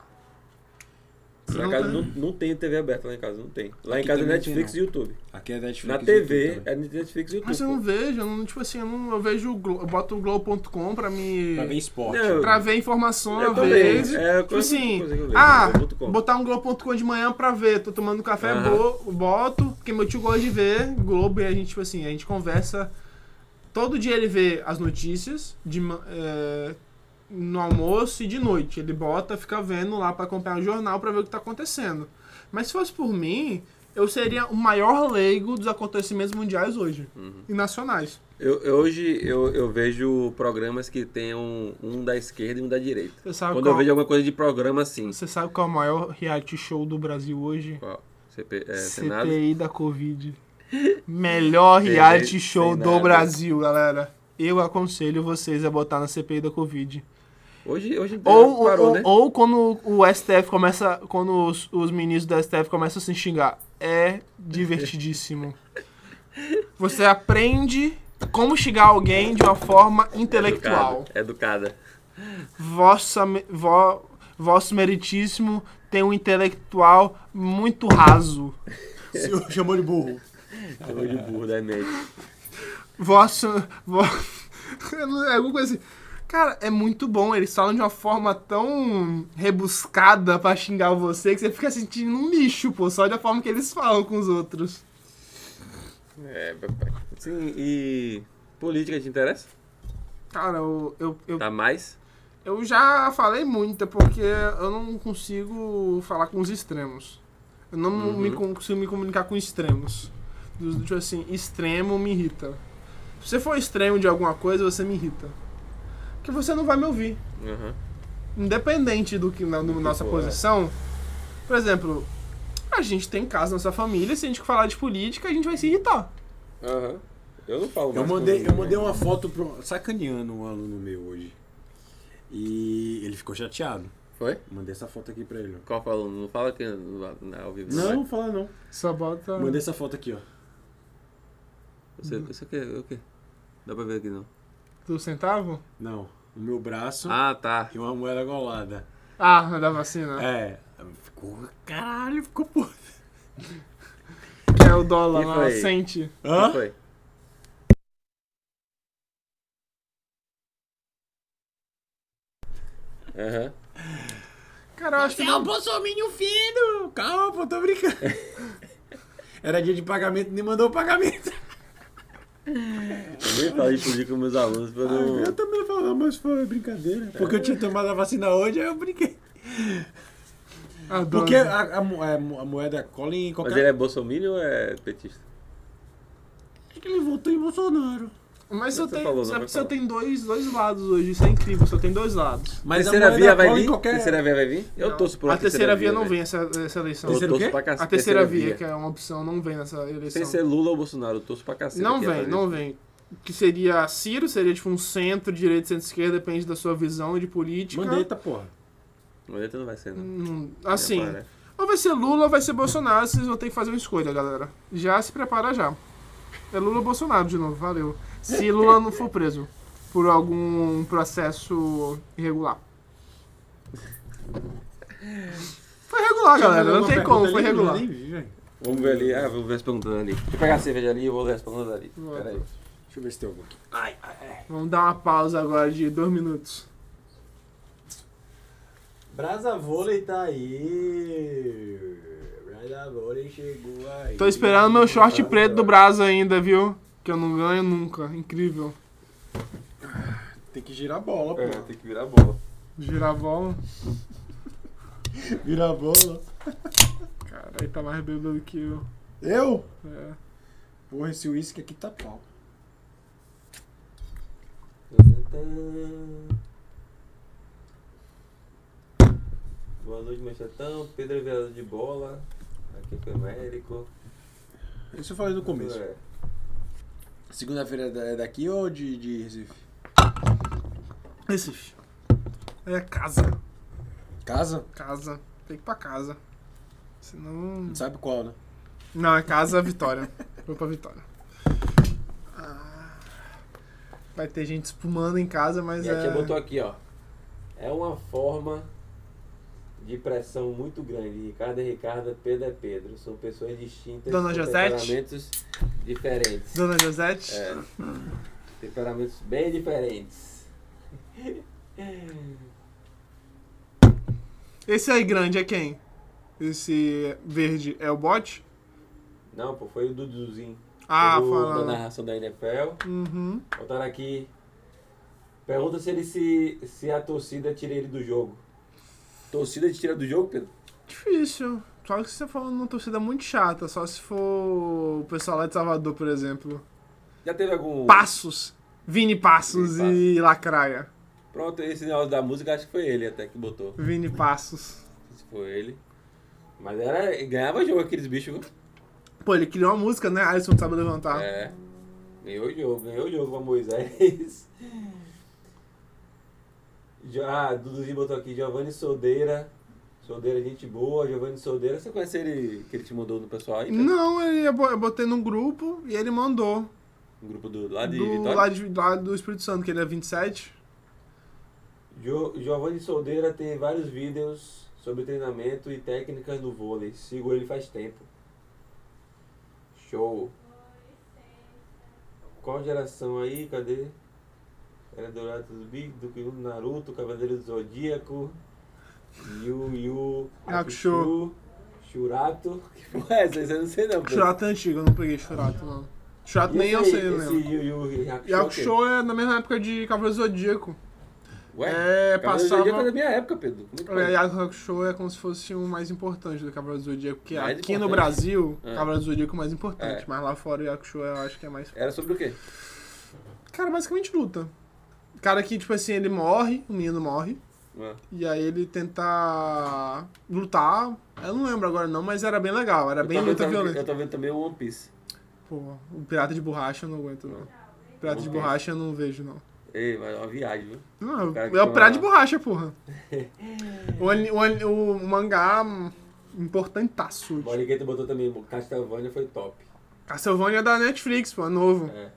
Lá
Não
em casa
tem.
não, não tem T V aberta lá em casa, não tem. Lá em
Aqui
casa é
também tem,
Netflix e
não.
YouTube.
Aqui é Netflix.
Na
e
T
YouTube
V
também.
é Netflix e YouTube.
Mas eu não
pô.
vejo, eu não, tipo assim, eu, não, eu vejo, o Glo- eu boto o globo ponto com pra me...
Pra ver esporte.
Não,
pra ver informação
Eu
às
também,
vezes.
é a
Tipo
coisa-
assim,
coisa que eu vejo,
ah,
globo ponto com.
botar um globo ponto com de manhã pra ver, tô tomando café,
Aham.
bo- boto, porque meu tio gosta de ver Globo, e a gente, tipo assim, a gente conversa, todo dia ele vê as notícias, de, ma- é, no almoço e de noite, ele bota, fica vendo lá pra acompanhar o jornal pra ver o que tá acontecendo. Mas se fosse por mim, eu seria o maior leigo dos acontecimentos mundiais hoje,
Uhum.
e nacionais.
Eu, eu hoje eu, eu vejo programas que tem um, um da esquerda e um da direita.
Você sabe
Quando
qual,
eu vejo alguma coisa de programa assim.
você sabe qual é o maior reality show do Brasil hoje?
Qual? C P, é, Senado?
C P I da Covid. Melhor
Sem-
reality show
sem
do
nada.
Brasil, galera. Eu aconselho vocês a botar na C P I da Covid.
Hoje, hoje em dia
Ou,
parou,
ou,
né?
ou quando o S T F começa. Quando os, os ministros do S T F começam a se xingar. É divertidíssimo. Você aprende como xingar alguém de uma forma intelectual.
Educada. educada.
Vossa, me- vo, vosso meritíssimo tem um intelectual muito raso.
O senhor chamou de burro.
Chamou de burro da net.
Vosso. Vo... É alguma coisa assim. Cara, é muito bom. Eles falam de uma forma tão rebuscada pra xingar você que você fica sentindo um lixo, pô, só da forma que eles falam com os outros.
É, papai. Sim, e política te interessa?
Cara, eu, eu, eu,
Tá mais?
eu já falei muito, porque eu não consigo falar com os extremos. Eu não
Uhum.
me consigo me comunicar com extremos. Do- do Tipo assim, extremo me irrita. Se você for extremo de alguma coisa, você me irrita. Porque você não vai me ouvir.
Aham.
Independente do que na do
que
nossa
for,
posição. Por exemplo, a gente tem casa na nossa família, se a gente falar de política, a gente vai se irritar.
Aham. Eu não falo
Eu
mais
mandei,
com-
eu mandei uma foto pro, sacaneando um aluno meu hoje. E ele ficou chateado.
Foi?
Mandei essa foto aqui pra ele.
Qual falou? Não fala que não, não é ao vivo.
Não,
vai?
não fala não.
Só bota.
Mandei essa foto aqui, ó.
Você, você quer o quê? Dá pra ver aqui não.
Do centavo?
Não, o meu braço
Ah, tá.
e uma moeda golada.
Ah, da vacina.
É. Ficou. Caralho, ficou puto.
Que é o dólar
E
lá,
foi?
sente.
O
Hã?
que foi? Aham.
Cara, Cara, eu acho que
Você é um bolsominion filho! Calma, pô, tô brincando. Era dia de pagamento, nem mandou o pagamento.
Eu nem falo de fugir com meus alunos pra
Ah,
não...
eu também não falo, mas foi brincadeira. Porque eu tinha tomado a vacina hoje, aí eu brinquei.
Adoro.
Porque a, a, mo- a mo- a moeda cola em qualquer...
Mas ele é bolsominion ou é petista?
Acho que ele votou em Bolsonaro.
Mas só
Não, você
tem,
falou, não
sabe
vai
que só
falar.
tem dois, dois lados hoje, isso é incrível, só tem dois lados.
Mas
terceira
a moeda
via vai
cola em
vir?
qualquer...
Terceira via vai vir? Eu
Não,
torço por uma
a terceira via não
velho.
vem essa, essa eleição.
Eu
Terceira o
torço
quê?
pra cacete.
A terceira via, que é uma opção, não vem nessa eleição.
Sem ser Lula ou Bolsonaro, eu torço pra cacete.
Não
aqui
vem,
atrás
não
disso.
vem. Que seria Ciro, seria tipo um centro, direita, centro-esquerda, depende da sua visão de política.
Mandetta, porra.
Mandetta não vai ser, não.
Hum, Assim,
Repara.
ou vai ser Lula ou vai ser Bolsonaro, vocês vão ter que fazer uma escolha, galera. Já se prepara já. É Lula ou Bolsonaro de novo, valeu. Se Lula não for preso por algum processo irregular. Foi regular, galera, não tem como, foi regular.
Vamos ver ali. Ah, vamos ver as perguntas ali. Deixa eu pegar a cerveja ali e eu vou ler as perguntas ali.
Vai.
Pera aí.
Deixa eu ver se tem algum aqui. Ai, ai, ai.
Vamos dar uma pausa agora de dois minutos.
Brasa Vôlei tá aí. Brasa Vôlei chegou aí.
Tô esperando meu short preto do Brasa ainda, viu? Que eu não ganho nunca, incrível.
Tem que girar a bola, pô.
É, tem que virar a bola.
Girar a bola.
Virar a bola.
Cara, aí tá mais bêbado que eu.
Eu?
É.
Porra, esse uísque aqui tá pau.
Boa noite, Machetão. Pedro Viador de Bola. Aqui foi o Américo.
Isso eu falei no começo.
É.
Segunda-feira é da- é daqui ou de, de Recife?
Recife. É casa.
Casa?
Casa. Tem que ir pra casa. Senão.
Não sabe qual, né?
Não, é casa Vitória. Vou pra Vitória. Ah, vai ter gente espumando em casa, mas
E a tia
é.
botou aqui, ó. É uma forma de pressão muito grande. Ricardo é Ricardo, Pedro é Pedro. São pessoas distintas.
Dona
com
Josete?
Temperamentos diferentes.
Dona Josete?
É. Temperamentos bem diferentes.
Esse aí grande é quem? Esse verde é o bot?
Não, pô, foi o Duduzinho.
Ah,
do,
fala.
da narração da N F L.
Uhum.
Botaram aqui. Pergunta se ele se, se a torcida tira ele do jogo. Torcida te tira do jogo, Pedro?
Difícil. Só que você tá falando uma torcida muito chata, só se for o pessoal lá de Salvador, por exemplo.
Já teve algum.
Passos. Vini Passos
Vini
e Lacraia.
Pronto, esse negócio da música acho que foi ele até que botou.
Vini Passos.
Se foi ele. Mas era. Ganhava jogo aqueles bichos, viu?
Pô, ele criou uma música, né? Alisson não sabe levantar.
É. Ganhou o jogo, ganhou o jogo pra Moisés. Já, Duduzinho botou aqui, Giovanni Soldeira. Soldeira, gente boa, Giovanni Soldeira. Você conhece ele que ele te mandou no pessoal aí? Pedro?
Não, ele, eu botei num grupo e ele mandou.
Um grupo do, lá de
Do,
Vitória?
lá, de, lá do Espírito Santo, que ele é vinte e sete.
Jo, Giovanni Soldeira tem vários vídeos sobre treinamento e técnicas do vôlei. Sigo ele faz tempo. Show. Qual geração aí? Cadê? Era Dourado dos Big, do Kyu, Naruto, Cavaleiro do Zodíaco, Yu Yu,
Hakusho.
Shurato. Que porra é essa? Essa eu não sei não. Pedro.
Churato é antigo, eu não peguei Churato, não. Churato
E
nem eu
esse
sei,
aí,
eu
esse
lembro.
Yu Yu Hakusho.
E a show é na mesma época de Cavaleiro do Zodíaco.
Ué?
É,
Cavaleiro do
passava-
Zodíaco é da minha época, Pedro. Como é que
É,
foi?
Yu Hakusho é como se fosse o mais importante do Cavaleiro do Zodíaco, porque
Mais
aqui no
importante?
Brasil,
Ah.
Cavaleiro do Zodíaco é o mais importante,
É.
mas lá fora o Yu Hakusho eu acho que é mais...
Era sobre o quê?
Cara, basicamente luta. O cara que, tipo assim, ele morre, o menino morre,
Ah.
e aí ele tenta lutar, eu não lembro agora não, mas era bem legal, era
Eu
bem
tô
luta
vendo-
violenta.
Eu tô vendo também o One Piece.
Pô, o Pirata de Borracha eu não aguento não. Pirata de
Ok.
Borracha eu não vejo não.
Ei, vai é uma viagem, viu?
Não,
Cara,
é
que
o Pirata de
uma-
Borracha, porra. o, ani- o, ani- o mangá hum, importantaço.
O Morigueta botou também, Castlevania foi top.
Castlevania é da Netflix, pô, é novo.
É.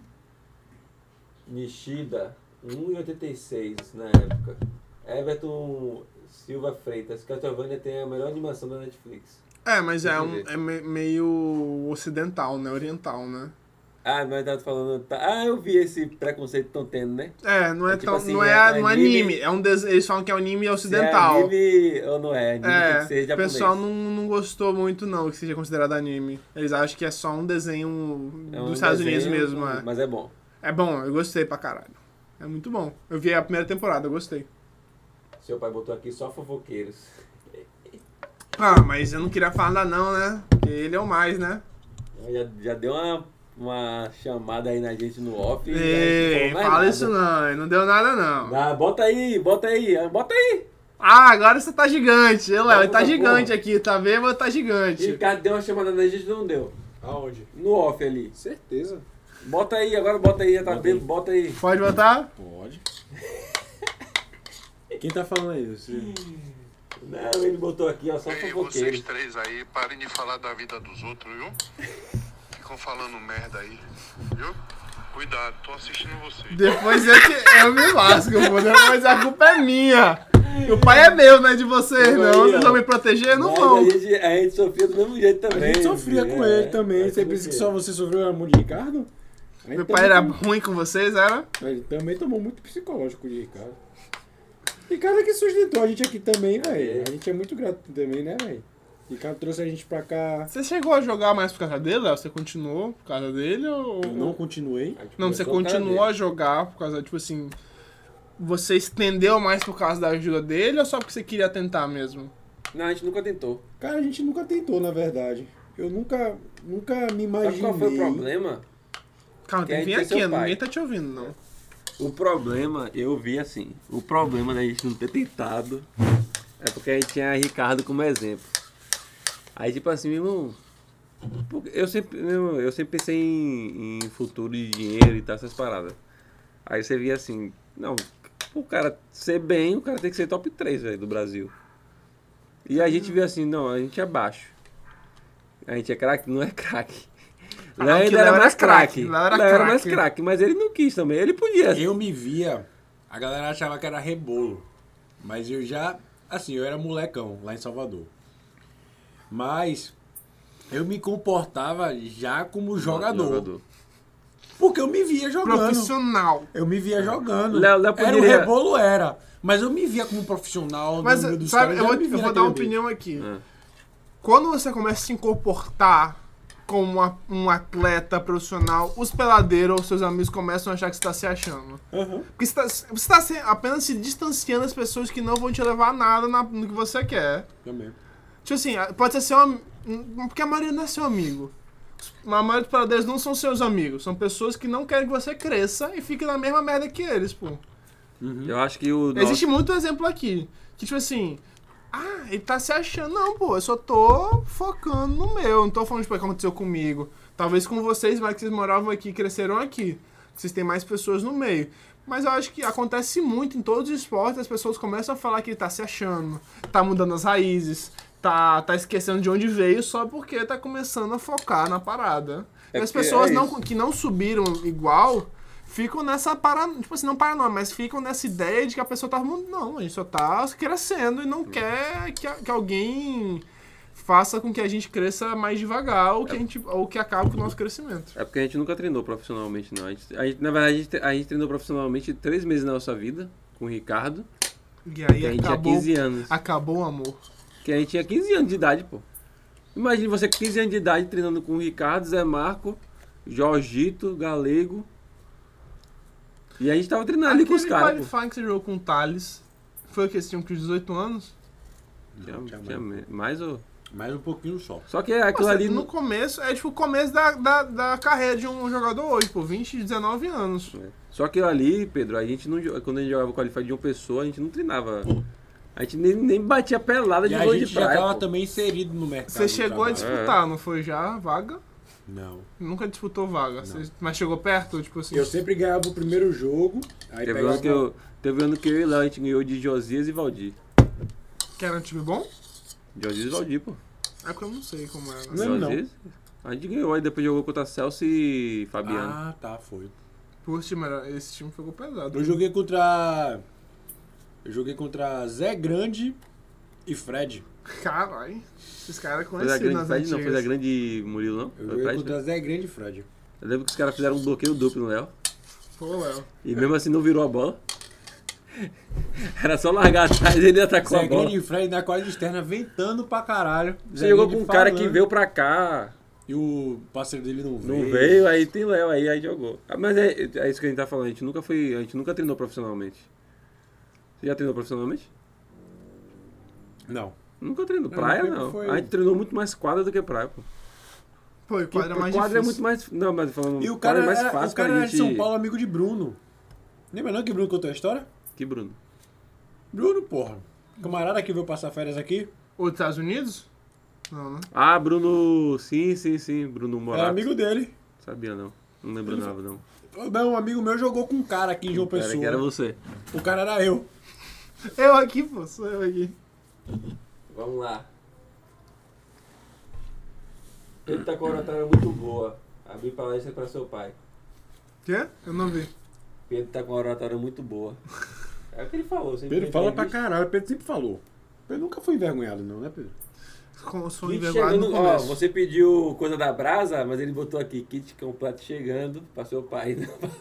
Nishida, um e oitenta e seis na época. Everton Silva Freitas, Castlevania tem a melhor animação da Netflix.
É, mas é, um,
Entendi.
é me- meio ocidental, né? Oriental, né?
Ah, mas tá falando... Tá... Ah, eu vi esse preconceito que estão tendo, né?
É, não é,
É tipo
tão,
assim,
não é,
é
não é
anime-
anime, é um desenho, eles falam que é um anime
Se
ocidental.
é anime ou não é? Anime
É,
tem que ser
o
japonês.
pessoal não, não gostou muito não que seja considerado anime. Eles acham que é só um desenho
É um
dos Estados Unidos
desenho,
mesmo. É.
Mas é bom.
É bom, eu gostei pra caralho. É muito bom. Eu vi a primeira temporada, eu gostei.
Seu pai botou aqui só fofoqueiros.
Ah, mas eu não queria falar não, né? Porque ele é o mais, né?
Já, já deu uma, uma chamada aí na gente no off. e
Ei,
não falou mais
fala
nada.
isso não, não deu nada não.
Ah, bota aí, bota aí, bota aí.
Ah, agora você tá gigante. Ô, Léo, ele tá
Vamos,
gigante
porra.
aqui, tá vendo? Tá gigante.
Ricardo deu uma chamada na gente e não deu.
Aonde?
No off ali.
Certeza.
Bota aí, agora bota aí, já tá
Bota
bem,
aí.
bota aí.
Pode botar?
Pode. Quem tá falando aí? Você...
Não, ele botou aqui, ó, só
Ei,
fofoqueiro.
vocês três aí, parem de falar da vida dos outros, viu? Ficam falando merda aí, viu? Cuidado, tô assistindo vocês.
Depois eu, que, eu me lasco, pô. Depois a culpa é minha. O pai é meu, não é de vocês,
Aí,
não.
ó.
Vocês vão me proteger? Não
Mas
vão.
A gente, a gente sofria do mesmo jeito
A
também.
gente sofria com
é,
ele também.
a gente
Você pensa que só
sofria.
você sofreu a mão de Ricardo? A gente
Meu pai era
também
ruim com vocês, era?
tomou- Ele também tomou muito psicológico de Ricardo. Ricardo é que sustentou a gente aqui também, velho. A gente é muito grato também, né, velho? Ricardo trouxe a gente pra cá.
Você chegou a jogar mais por causa dele, Léo? Você continuou por causa dele ou...
Eu não continuei.
Não, você
Começou por causa
continuou a jogar por causa, tipo assim... Você estendeu mais por causa da ajuda dele ou só porque você queria tentar mesmo?
Não, a gente nunca tentou.
Cara, a gente nunca tentou, na verdade. Eu nunca, nunca me
Sabe
imaginei.
qual foi o problema?
Calma,
Que
tem que vir
aí tem
aqui,
seu pai.
ninguém tá te ouvindo, não.
O problema, eu vi assim, o problema da gente não ter tentado é porque a gente tinha Ricardo como exemplo. Aí tipo assim, meu irmão, porque eu sempre, meu irmão, eu sempre pensei em, em futuro de dinheiro e tal, essas paradas. Aí você via assim, não, o cara ser bem, o cara tem que ser top três, velho, do Brasil. E a gente via assim, não, a gente é baixo. A gente é craque? Não é craque. Léo
Ah, que
ainda
Léo
era
era
mais craque.
craque, Léo era
Léo era mais
craque.
craque, mas ele não quis também, ele podia.
Eu me via, a galera achava que era rebolo. Mas eu já, assim, eu era molecão lá em Salvador. Mas eu me comportava já como jogador. Porque eu me via jogando.
Profissional.
Eu me via jogando.
Léo- Léo
Era o
poderia-
rebolo, era. Mas eu me via como profissional.
Mas,
no meio dos
sabe,
caras,
eu
já
vou,
me
eu
via
vou dar uma
naquele
opinião aqui.
Ah.
Quando você começa a se comportar como uma- um atleta profissional, os peladeiros ou seus amigos começam a achar que você tá se achando.
ambiente. Aham.
Porque você tá, você tá se- apenas se distanciando das pessoas que não vão te levar a nada na- no que você quer.
Também.
Tipo assim, pode ser seu am- porque a maioria não é seu amigo. A maioria dos peladeiros não são seus amigos. São pessoas que não querem que você cresça e fique na mesma merda que eles, pô.
Eu acho que o.
Existe muito exemplo aqui. Que tipo assim, ah, ele tá se achando. Não, pô, eu só tô focando no meu. Não tô falando tipo, o que aconteceu comigo. Talvez com vocês, vai que vocês moravam aqui, cresceram aqui. Vocês têm mais pessoas no meio. Mas eu acho que acontece muito em todos os esportes, as pessoas começam a falar que ele tá se achando, tá mudando as raízes, tá, tá esquecendo de onde veio só porque tá começando a focar na parada.
É
e as
porque
pessoas
é
não,
isso.
que não subiram igual ficam nessa parada, tipo assim, não paranoia, mas ficam nessa ideia de que a pessoa tá mudando. Não, a gente só tá crescendo e não quer que, a- que alguém faça com que a gente cresça mais devagar ou que, a gente, ou que acabe com o nosso crescimento.
É porque a gente nunca treinou profissionalmente, não. A gente, a gente- na verdade, a gente, a gente treinou profissionalmente três meses na nossa vida com o Ricardo.
E
Que
aí
a gente tinha
acabou,
quinze anos.
acabou o amor.
Que a gente tinha quinze anos de idade, pô. Imagine você com quinze anos de idade treinando com o Ricardo, Zé Marco, Jorgito, Galego. E a gente tava treinando ali com os
Aquele
caras, pô.
qualifying que você jogou com o Thales, foi o que? Eles tinham com dezoito anos?
Tinha,
Não, tinha
tinha
mais.
me- mais ou...
Mais um pouquinho só.
Só que aquilo
Nossa,
ali...
no
não-
começo, é tipo o começo da, da, da carreira de um jogador hoje, pô, vinte, dezenove anos.
É. Só que ali, Pedro, a gente não, jo- quando a gente jogava Qualify de uma pessoa, a gente não treinava. A gente nem, nem batia pelada
E
de
a
vôlei
gente
de
já
praia.
tava
pô.
também inserido no mercado.
Você
do
chegou a
trabalho.
disputar, não foi já vaga?
Não.
Nunca disputou vaga, você- mas chegou perto, tipo assim.
Eu sempre ganhava o primeiro jogo. Aí
Teve
pegava
ano, que eu, teve ano que eu e Léo, a gente ganhou de Josias e Valdir.
Que era um time bom?
Josias e Valdir, pô.
É porque eu não sei como era.
Não lembro, não.
Josias, a gente ganhou, aí depois jogou contra Celso e Fabiano.
Ah, tá, foi.
Pô, esse time, era- esse time ficou pesado.
Eu joguei contra. Eu joguei contra Zé Grande e Fred.
Caralho, esses caras
Foi a
conhecidos
grande
nas
Fred, não, foi a
antigas.
grande Murilo, não?
Eu
Foi
joguei
Fred,
contra
né?
Zé Grande e Fred.
Eu lembro que os caras fizeram um bloqueio duplo no Léo.
Pô, Léo.
E mesmo assim não virou a bola. Era só largar atrás e ele atacou a
Zeguinho
bola.
de Fred na quadra externa, ventando pra caralho.
Você jogou
Zeguinho
com um cara
falando.
que veio pra cá,
E o parceiro dele não veio.
não veio, aí tem Léo, aí, aí jogou. Ah, mas é, é isso que a gente tá falando, a gente nunca foi. A gente nunca treinou profissionalmente. Você já treinou profissionalmente?
Não.
Nunca treinou.
Não,
Praia
foi-
não.
foi-
A gente treinou muito mais quadra do que praia, pô.
Pô, e quadra é mais
quadra é
difícil.
muito mais. Não, mas falando.
E o
quadra
cara,
é mais
era,
fácil
o cara
pra
era
gente.
de São Paulo, amigo de Bruno. Lembra não que Bruno contou a história?
Que Bruno?
Bruno, porra. Camarada que veio passar férias aqui.
Ou dos Estados Unidos? Não, né?
Ah, Bruno. Sim, sim, sim. Bruno Morato.
Era amigo dele.
Sabia não. Não lembro nada, não.
Não, um amigo meu jogou com um cara aqui em João
Pera
Pessoa.
que era você.
O cara era eu.
Eu aqui, pô, sou eu aqui.
Vamos lá. Ele tá com a oratória muito boa. Abri palestra pra seu pai.
Quê? Eu não vi.
Pedro tá com a oratória muito boa. É o que ele falou. Sempre
Pedro
que
fala
ele
pra
diz-
caralho. Pedro sempre falou. Pedro nunca foi envergonhado não, né, Pedro?
Como eu sou
Kit
envergonhado no
chegando, ó,
começo.
você pediu coisa da brasa, mas ele botou aqui, kit completo chegando pra seu pai.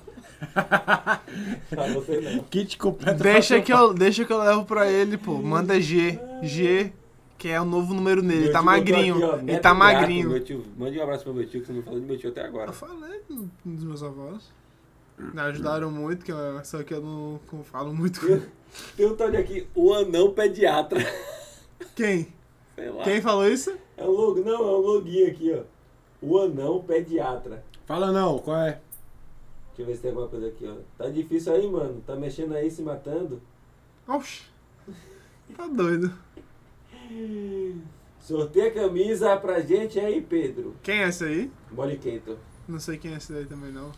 Pra você não.
Kit completo.
Deixa
pra
que, eu, deixa que eu levo pra ele, pô. Manda G. G, que é o novo número nele. Ele
Meu
tá
tio botou
magrinho.
aqui, ó,
Ele
Neto
tá
Grato,
magrinho.
meu tio. Mande um abraço pro meu tio, que você não falou de meu tio até agora.
Eu falei dos meus avós. Me ajudaram muito, que eu, só que eu não, não falo muito.
Tem um tal de aqui, o anão pediatra.
Quem?
Sei lá.
Quem falou isso?
É um logo, não, é um loginho aqui, ó. O anão pediatra.
Fala não, qual é?
Deixa eu ver se tem alguma coisa aqui, ó. Tá difícil aí, mano. Tá mexendo aí, se matando.
Oxi. Tá doido.
Sorteia a camisa pra gente aí, Pedro.
Quem é esse aí?
Moliquento.
Não sei quem é esse daí também, não.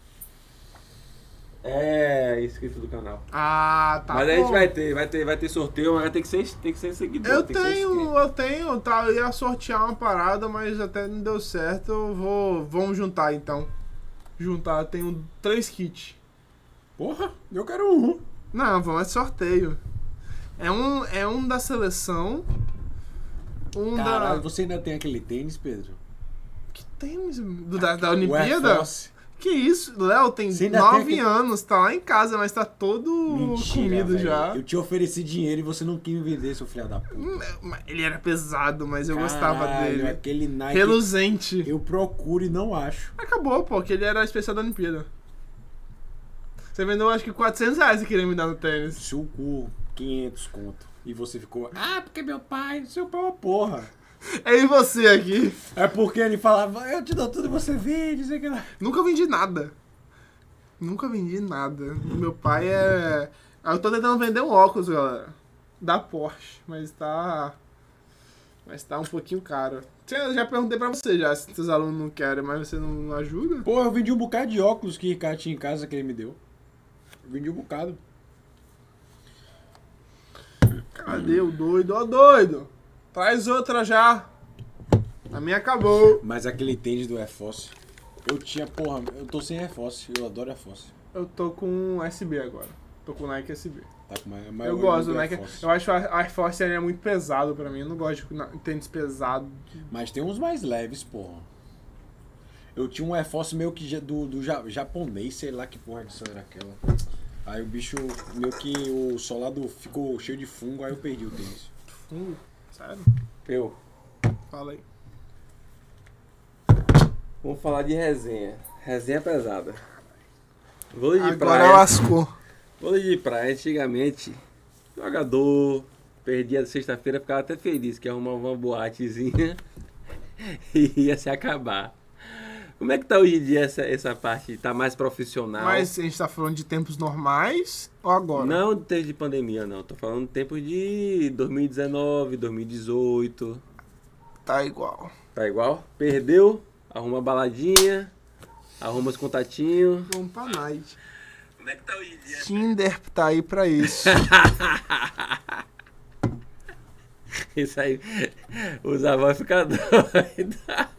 É, inscrito do canal.
Ah, tá
mas
bom.
a gente vai ter, vai ter, vai ter sorteio, mas vai ter que ser, tem que ser seguidor.
Eu
tem que ser
tenho,
inscrito.
eu tenho, tá, eu ia sortear uma parada, mas até não deu certo. Eu vou, vamos juntar então. Juntar, eu tenho três kits.
Porra, eu quero um.
Não, vamos, é sorteio. É um, é um da seleção. Um
Caralho,
da.
você ainda tem aquele tênis, Pedro?
Que tênis? Do, da, da
O Air
Olimpíada?
Force.
Que isso? Léo tem
Você ainda tem
nove
aquele-
anos, tá lá em casa, mas tá todo
Mentira,
comido
velho.
já.
Eu te ofereci dinheiro e você não quis me vender, seu filho da puta.
Hum, Ele era pesado, mas eu gostava
Caralho,
dele.
aquele Nike.
Reluzente.
Eu procuro e não acho.
Acabou, pô, que ele era especial da Olimpíada. Você vendeu acho que quatrocentos reais e queria me dar no tênis.
Seu cu, quinhentos conto. E você ficou, ah, porque meu pai, seu pai é uma porra.
É e você aqui?
É porque ele falava, eu te dou tudo e você vende, sei que lá.
Nunca vendi nada. Nunca vendi nada. Meu pai é... Eu tô tentando vender um óculos, galera. Da Porsche, mas tá... Mas tá um pouquinho caro. Eu já perguntei pra você já, se seus alunos não querem, mas você não ajuda?
Pô, eu vendi um bocado de óculos que o Ricardo tinha em casa que ele me deu. Eu vendi um bocado.
Cadê o doido? Ó, doido! Traz outra já. A minha acabou.
Mas aquele tênis do Air Force, eu tinha, porra, eu tô sem Air Force, eu adoro Air Force.
Eu tô com S B agora. Tô com Nike S B.
Tá com mais, mais
Eu
orgulho
gosto do
Air
Nike.
Force.
Eu acho a Air Force ele é muito pesado pra mim. Eu não gosto de na- tênis pesado.
Mas tem uns mais leves, porra. Eu tinha um Air Force meio que ja- do, do ja- japonês, sei lá que porra disso era aquela. Aí o bicho, meio que o solado ficou cheio de fungo, aí eu perdi o tênis.
Fungo? Sério?
Eu.
Fala aí.
Vamos falar de resenha. Resenha pesada. Vôlei de
Agora
praia.
lascou.
Vôlei de praia, antigamente, jogador, perdia sexta-feira, ficava até feliz que arrumava uma boatezinha e ia se acabar. Como é que tá hoje em dia essa, essa parte? Tá mais profissional?
Mas a gente tá falando de tempos normais ou agora?
Não de tempo de pandemia, não. Tô falando de tempo de dois mil e dezenove, dois mil e dezoito.
Tá igual.
Tá igual? Perdeu, arruma a baladinha, arruma os contatinhos.
Vamos pra night.
Como é que tá hoje em dia?
Tinder tá aí pra isso.
Isso aí, os avós ficam doidos.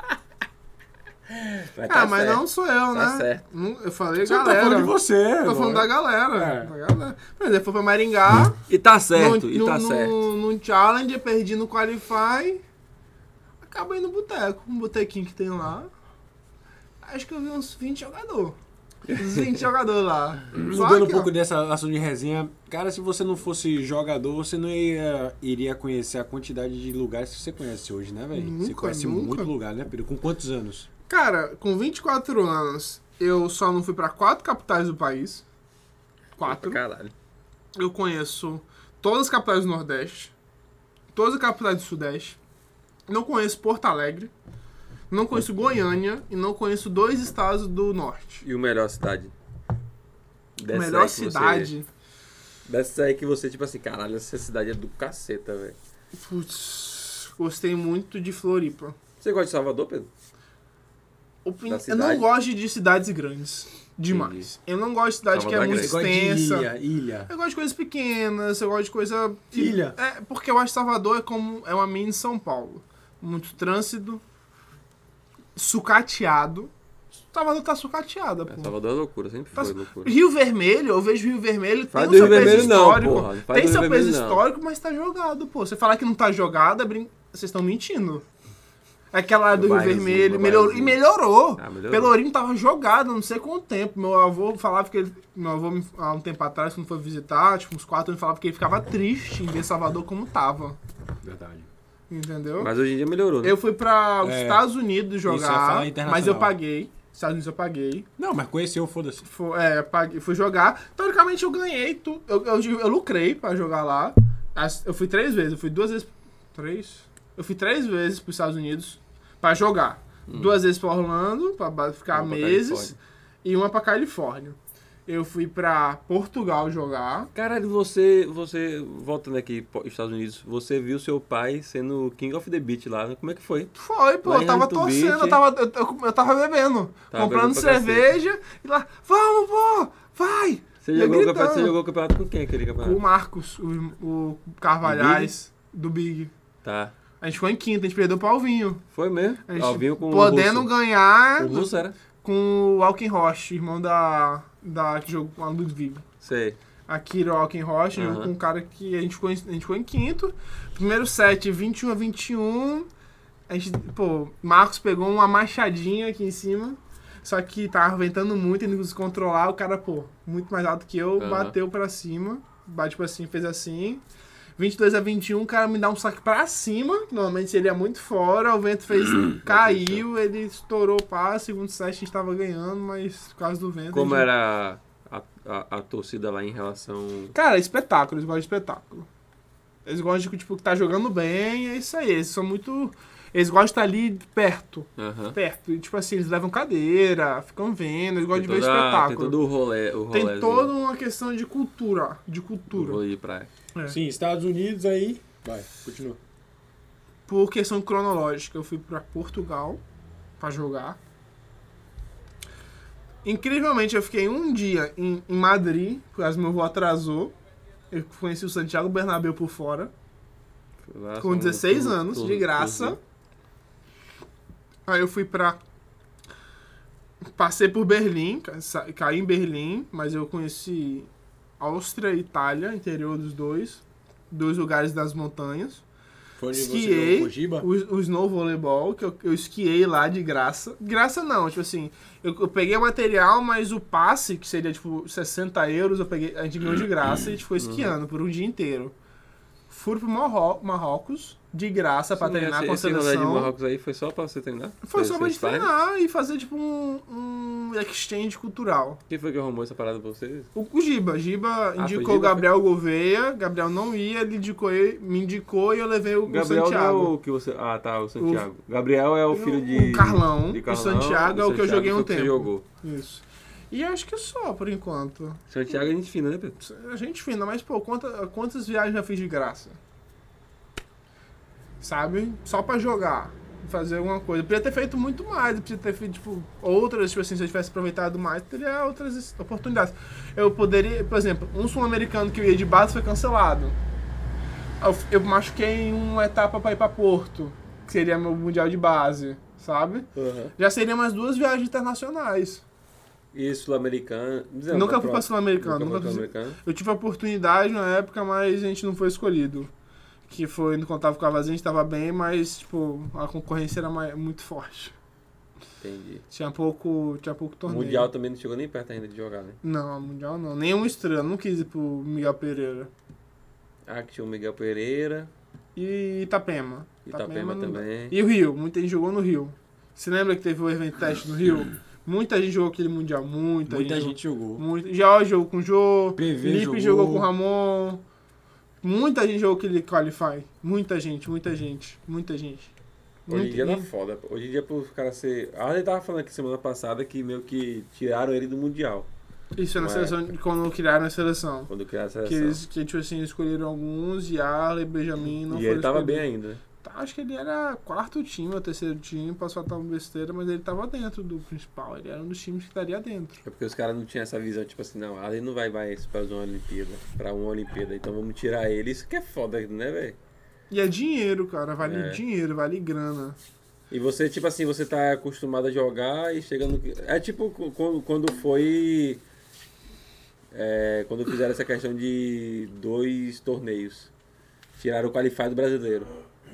Mas tá
Ah, mas
certo.
não sou eu,
Tá
né?
certo.
Não- Eu falei
Você tá
galera.
falando de você,
Tô falando da galera.
É.
Da galera. Por exemplo, foi pra Maringá.
E tá certo,
no,
e
no,
tá
no,
certo.
Num challenge, perdi no Qualify. Acabei no boteco. Um botequinho que tem lá. acho que eu vi uns vinte jogadores. Uns vinte jogadores lá. Só
Mudando um
aqui,
pouco
ó.
dessa assunto de resenha, cara, se você não fosse jogador, você não ia, iria conhecer a quantidade de lugares que você conhece hoje, né, velho? Você
Nunca,
conhece
nunca.
muito lugar, né, Pedro? Com quantos anos?
Cara, com vinte e quatro anos, eu só não fui pra quatro capitais do país. Quatro.
Caralho.
Eu conheço todas as capitais do Nordeste, todas as capitais do Sudeste. Não conheço Porto Alegre, não conheço Goiânia e não conheço dois estados do Norte.
E o melhor cidade?
A melhor cidade...
Você, dessa aí que você, tipo assim, caralho, essa cidade é do caceta, velho.
Putz, gostei muito de Floripa.
Você gosta de Salvador, Pedro?
Opin-
Da
Eu
cidade?
não gosto de cidades grandes. Demais. Eu não gosto de cidade que é
Salvador é
muito
Você gosta de
extensa.
ilha, ilha.
Eu gosto de coisas pequenas, eu gosto de coisa...
Ilha.
É, porque eu acho que Salvador é como é uma mini São Paulo. Muito trânsito, sucateado. Salvador tá sucateada,
É,
pô.
Salvador é loucura, sempre
Tá-
foi loucura.
Rio Vermelho, eu vejo Rio Vermelho,
Faz
tem
do
o seu
Rio
peso
Vermelho não,
histórico.
porra. Não faz
Tem
do
seu
Rio
peso
Vermelho não.
histórico, mas tá jogado, pô. Você falar que não tá jogado, é brin... vocês estão mentindo. Aquela área do Rio
Bairrozinho,
Vermelho,
meu
melhorou, e
bairrozinho.
melhorou.
Ah, melhorou.
Pelourinho tava jogado, não sei quanto tempo. Meu avô falava que ele, meu avô, me- há um tempo atrás, quando foi visitar, tipo, uns quatro anos, falava que ele ficava triste em ver Salvador como tava.
Verdade.
Entendeu?
Mas hoje em dia melhorou, né?
Eu fui para os
É,
Estados Unidos
isso eu ia
jogar,
falar internacional.
mas eu paguei. Estados Unidos eu paguei.
Não, mas conheceu, foda-se.
Fui, é, paguei, fui jogar. Teoricamente eu ganhei tudo. Eu, eu, eu lucrei pra jogar lá. As- Eu fui três vezes. Eu fui duas vezes. Três? Eu fui três vezes pros Estados Unidos pra jogar. Duas vezes pra Orlando, pra ba- ficar
Uma pra
meses.
Califórnia.
E uma pra Califórnia. Eu fui pra Portugal jogar.
Caralho, você, você, voltando aqui para Estados Unidos, você viu seu pai sendo King of the Beach lá, né? Como é que foi?
Foi, pô,
Lá
eu
em
tava
Huntington
torcendo,
Beach.
eu tava, eu, eu, eu tava bebendo.
Tava
comprando
bebendo pra
cerveja. E lá, vamos, pô, vai!
Você
E eu
jogou, o campeonato,
gritando.
você jogou o campeonato com quem, aquele
Com o
campeonato?
Marcos, o, o Carvalhais, do Big.
Tá.
A gente ficou em quinta, a gente perdeu pro Alvinho.
Foi mesmo?
A gente
Alvinho com
podendo
o Russo.
ganhar
O Russo era?
com o Alkenrosch, irmão da, da que jogou com a Ludwig.
Sei.
A Kira Alkenrosch,
Aham.
jogou com um cara que a gente ficou em, a gente ficou em quinto. Primeiro set, vinte e um a vinte e um. A gente, pô, Marcos pegou uma machadinha aqui em cima. Só que tava ventando muito, ele não conseguiu controlar. O cara, pô, muito mais alto que eu,
Aham.
bateu pra cima. Bate pra cima, fez assim. vinte e dois a vinte e um, o cara me dá um saque pra cima. Normalmente seria muito fora. O vento fez, caiu, ele estourou o passe. Segundo set a gente tava ganhando, mas por causa do vento.
Como
a gente...
era a, a, a torcida lá em relação...
Cara, espetáculo, eles gostam de espetáculo. Eles gostam de, tipo, que tá jogando bem, é isso aí. Eles são muito. Eles gostam de estar ali perto.
Aham.
Perto. E, tipo assim, eles levam cadeira, ficam vendo, eles gostam
Tem
de ver
toda-
espetáculo.
Tem todo o rolê. O
Tem
rolézinho
toda uma questão de cultura. De
do
cultura.
vôlei de praia.
É.
Sim, Estados Unidos aí. Vai, continua.
Por questão cronológica, eu fui pra Portugal pra jogar. Incrivelmente, eu fiquei um dia em, em Madrid, por causa que meu voo atrasou. Eu conheci o Santiago Bernabéu por fora.
Foi lá,
Com
só um
dezesseis
tour-
anos,
tour-
de graça.
tourzinho.
Aí eu fui pra... Passei por Berlim, ca- sa- caí em Berlim, mas eu conheci Áustria e Itália, interior dos dois. Dois lugares das montanhas.
Foi onde você
Esquiei
jogou com o Giba?
o, o snow voleibol, que eu, eu esquiei lá de graça. Graça não, tipo assim, eu, eu peguei o material, mas o passe, que seria tipo sessenta euros, eu peguei, a gente ganhou de graça e a gente foi esquiando por um dia inteiro. Fui pro Marro Marrocos, de graça, pra
Sim,
treinar
esse,
com a
esse rolê de
seleção.
Marrocos aí foi só pra você treinar?
Foi só pra
Fez
gente
sparring?
treinar e fazer tipo um, um exchange cultural.
Quem foi que arrumou essa parada pra vocês?
O, o Giba, Giba
foi
indicou o
Giba,
Gabriel Gouveia, Gabriel não ia, ele indicou, me indicou e eu levei o, o
Gabriel não é
Santiago.
o que você... Ah, tá, o Santiago. Gabriel é o filho de...
O Carlão,
de
o Santiago é o que eu
Santiago
joguei um
foi o que você
tempo.
jogou.
Isso. E acho que só, por enquanto.
Santiago é gente fina, né, Pedro?
A gente fina, mas pô, quanta, quantas viagens já fiz de graça? Sabe? Só pra jogar. Fazer alguma coisa. Eu podia ter feito muito mais. Eu podia ter feito, tipo, outras, tipo assim, se eu tivesse aproveitado mais, teria outras oportunidades. Eu poderia, por exemplo, um sul-americano que eu ia de base foi cancelado. Eu, eu machuquei em uma etapa pra ir pra Porto, que seria meu mundial de base, sabe? Já seriam mais duas viagens internacionais.
E sul-americano... Não,
Nunca
tá
fui pra
próximo.
Sul-Americano.
Nunca
Nunca
foi
fiz-
sul-americano.
Eu tive a oportunidade na época, mas a gente não foi escolhido. Que foi, quando tava com a Cavazinho, a gente tava bem, mas, tipo, a concorrência era mai- muito forte.
Entendi.
Tinha pouco, tinha pouco
O
torneio.
Mundial também não chegou nem perto ainda de jogar, né?
Não, Mundial não. Nenhum estrela. Não quis ir pro Miguel Pereira.
Ah, que tinha o Miguel Pereira,
E Itapema.
Itapema
não dá.
também.
E o Rio. Muita gente jogou no Rio. Você lembra que teve o evento teste no Rio? Muita gente jogou aquele Mundial. Muita,
Muita
gente,
gente jogou.
jogou. Muito. Já jogou com o Jô.
P V
Felipe
jogou.
jogou com o Ramon. Muita gente jogou aquele Qualify. Muita gente, muita gente. Muita gente.
Hoje em
Muito-
dia tá
e-
foda. pô. Hoje em dia, pro cara ser. A Arley tava falando aqui semana passada que meio que tiraram ele do Mundial.
Isso é na
Não é.
seleção, quando criaram a seleção.
Quando criaram a
Que
seleção.
eles, que, tipo assim, escolheram alguns, Yarley, Benjamin, não
E
foram
ele tava bem
escolhidos.
ainda.
Tá, acho que ele era quarto time ou terceiro time, posso falar uma besteira, mas ele tava dentro do principal. Ele era um dos times que estaria dentro.
É porque os caras não tinham essa visão, tipo assim, não, a Arley não vai mais para uma Olimpíada, pra uma Olimpíada, então vamos tirar ele. Isso que é foda, né, velho?
E é dinheiro, cara. Vale
É.
dinheiro, vale grana.
E você, tipo assim, você tá acostumado a jogar e chega no. É tipo cu- quando, quando foi. É, quando fizeram essa questão de dois torneios. Tiraram o Qualify do brasileiro.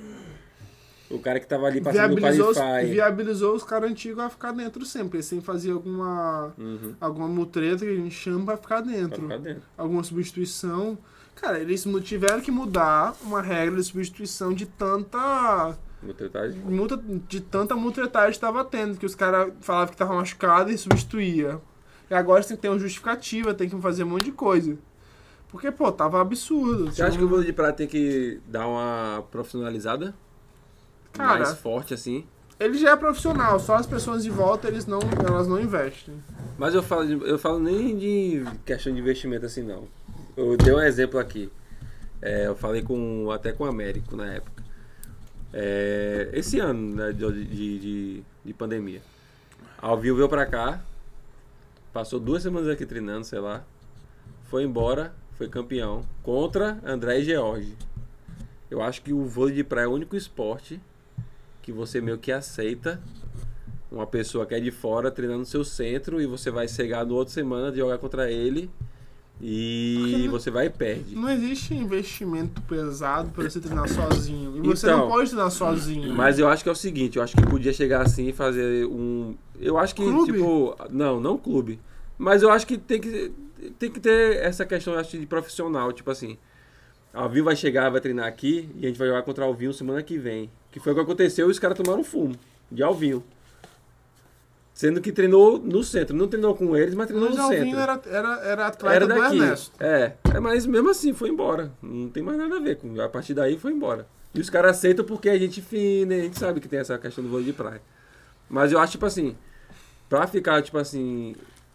O cara que tava ali passando no
Viabilizou, os-
Qualify.
viabilizou os caras antigos a ficar dentro sempre. Eles sempre faziam alguma,
Uhum,
alguma mutreta que a gente chama pra ficar
pra
dentro.
ficar dentro.
Alguma substituição. Cara, eles mu- tiveram que mudar uma regra de substituição de tanta.
Mutretagem.
Multa, de tanta mutretagem que estava tendo, que os caras falavam que tava machucado e substituía. E agora você tem que ter uma justificativa, tem que fazer um monte de coisa. Porque, pô, tava absurdo.
Você acha que o vôlei de praia tem que dar uma profissionalizada?
Cara,
Mais forte assim?
ele já é profissional, só as pessoas de volta eles não, elas não investem.
Mas eu falo, de- eu falo nem de questão de investimento assim, não. Eu dei um exemplo aqui. É, eu falei com, até com o Américo na época. É, esse ano, né, de, de, de, de pandemia. A Alvio veio pra cá, passou duas semanas aqui treinando, sei lá. Foi embora, foi campeão contra André e George. Eu acho que o vôlei de praia é o único esporte que você meio que aceita uma pessoa que é de fora treinando no seu centro e você vai chegar no outra semana de jogar contra ele e
Porque não-
você vai e perde.
Não existe investimento pesado pra você treinar sozinho. E você
Então,
não pode treinar sozinho.
Mas eu acho que é o seguinte, eu acho que podia chegar assim e fazer um... Eu acho que,
Clube?
tipo... Não, não clube. Mas eu acho que tem que, tem que ter essa questão, eu acho, de profissional. Tipo assim, a Alvinho vai chegar, vai treinar aqui e a gente vai jogar contra a Alvinho semana que vem. Que foi o que aconteceu e os caras tomaram fumo de Alvinho. Sendo que treinou no centro. Não treinou com eles, mas treinou
Mas
no
Alvinho
centro.
era, era, era atleta
Era
do
daqui.
Ernesto.
É, é, mas mesmo assim foi embora. Não tem mais nada a ver. com A partir daí foi embora. E os caras aceitam porque a gente fina, a gente sabe que tem essa questão do vôlei de praia. Mas eu acho, tipo assim, pra ficar, tipo assim.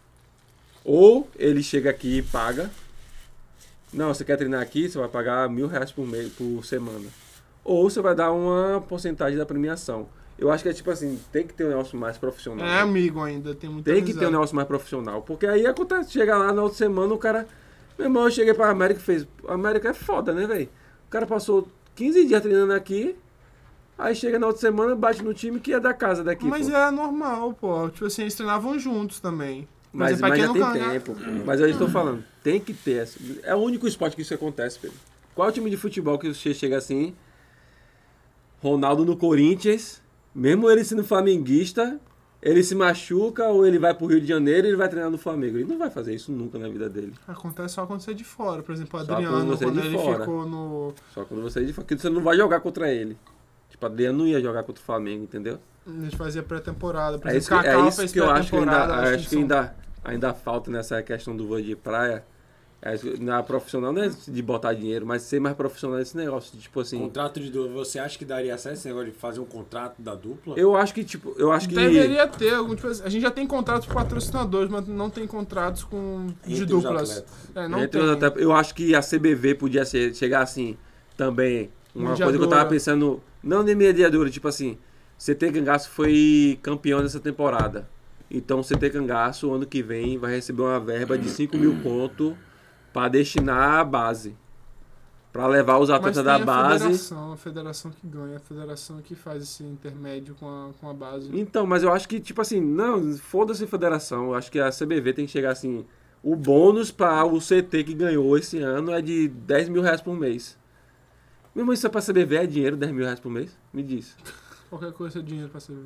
Ou ele chega aqui e paga. Não, você quer treinar aqui, você vai pagar mil reais por, mês, por semana. Ou você vai dar uma porcentagem da premiação. Eu acho que é tipo assim, tem que ter um negócio mais profissional.
É amigo ainda, tem muita
Tem que ter um
amizade.
negócio mais profissional. Porque aí acontece, chega lá na outra semana, o cara. Meu irmão, eu cheguei pra América e fez. A América é foda, né, velho? O cara passou quinze dias treinando aqui. Aí chega na outra semana, bate no time que é da casa daqui.
Mas
pô.
é normal, pô. Tipo assim, eles treinavam juntos também.
Mas,
é pra
mas
quem
já
nunca-
tem tempo. Mas eu estou falando, tem que ter. essa- É o único esporte que isso acontece, Pedro. Qual é o time de futebol que você chega assim? Ronaldo no Corinthians, mesmo ele sendo flamenguista, ele se machuca ou ele vai pro Rio de Janeiro e ele vai treinar no Flamengo. Ele não vai fazer isso nunca na vida dele.
Acontece só quando você é de fora. Por exemplo, o
Só
Adriano,
quando você é
quando
de
ele
fora.
ficou no.
Só quando você é de porque você não vai jogar contra ele. Tipo, Adriano não ia jogar contra o Flamengo, entendeu?
A gente fazia pré-temporada. Por
É isso,
exemplo,
que- é
Cacau
isso
fez
que eu acho que ainda,
pré-temporada.
acho que
são-
ainda, ainda falta nessa questão do vôlei de praia. É, na profissional não é de botar dinheiro, mas ser mais profissional nesse negócio. de, Tipo assim,
Contrato de dupla, você acha que daria certo esse negócio de fazer um contrato da dupla?
eu acho que, tipo, eu acho que.
Deveria ter algum tipo assim, a gente já tem contratos com patrocinadores, mas não tem contratos com de
Entre os
duplas.
atletas.
É, não
entre
tem.
os até- eu acho que a C B V podia ser, chegar assim também. Uma coisa que eu
Mediadora.
tava pensando, não de mediadora, tipo assim, C T Cangaço foi campeão dessa temporada. Então C T Cangaço, ano que vem, vai receber uma verba de cinco mil conto para destinar à base. Para levar os
Mas
atletas
tem
da
a
base.
federação, a federação que ganha, a federação que faz esse intermédio com a, com a base.
Então, mas eu acho que, tipo assim, não, foda-se a federação. Eu acho que a C B V tem que chegar assim. O bônus para o C T que ganhou esse ano é de dez mil reais por mês. Mesmo isso é pra C B V, é dinheiro, dez mil reais por mês? Me diz.
Qualquer coisa é dinheiro pra ser.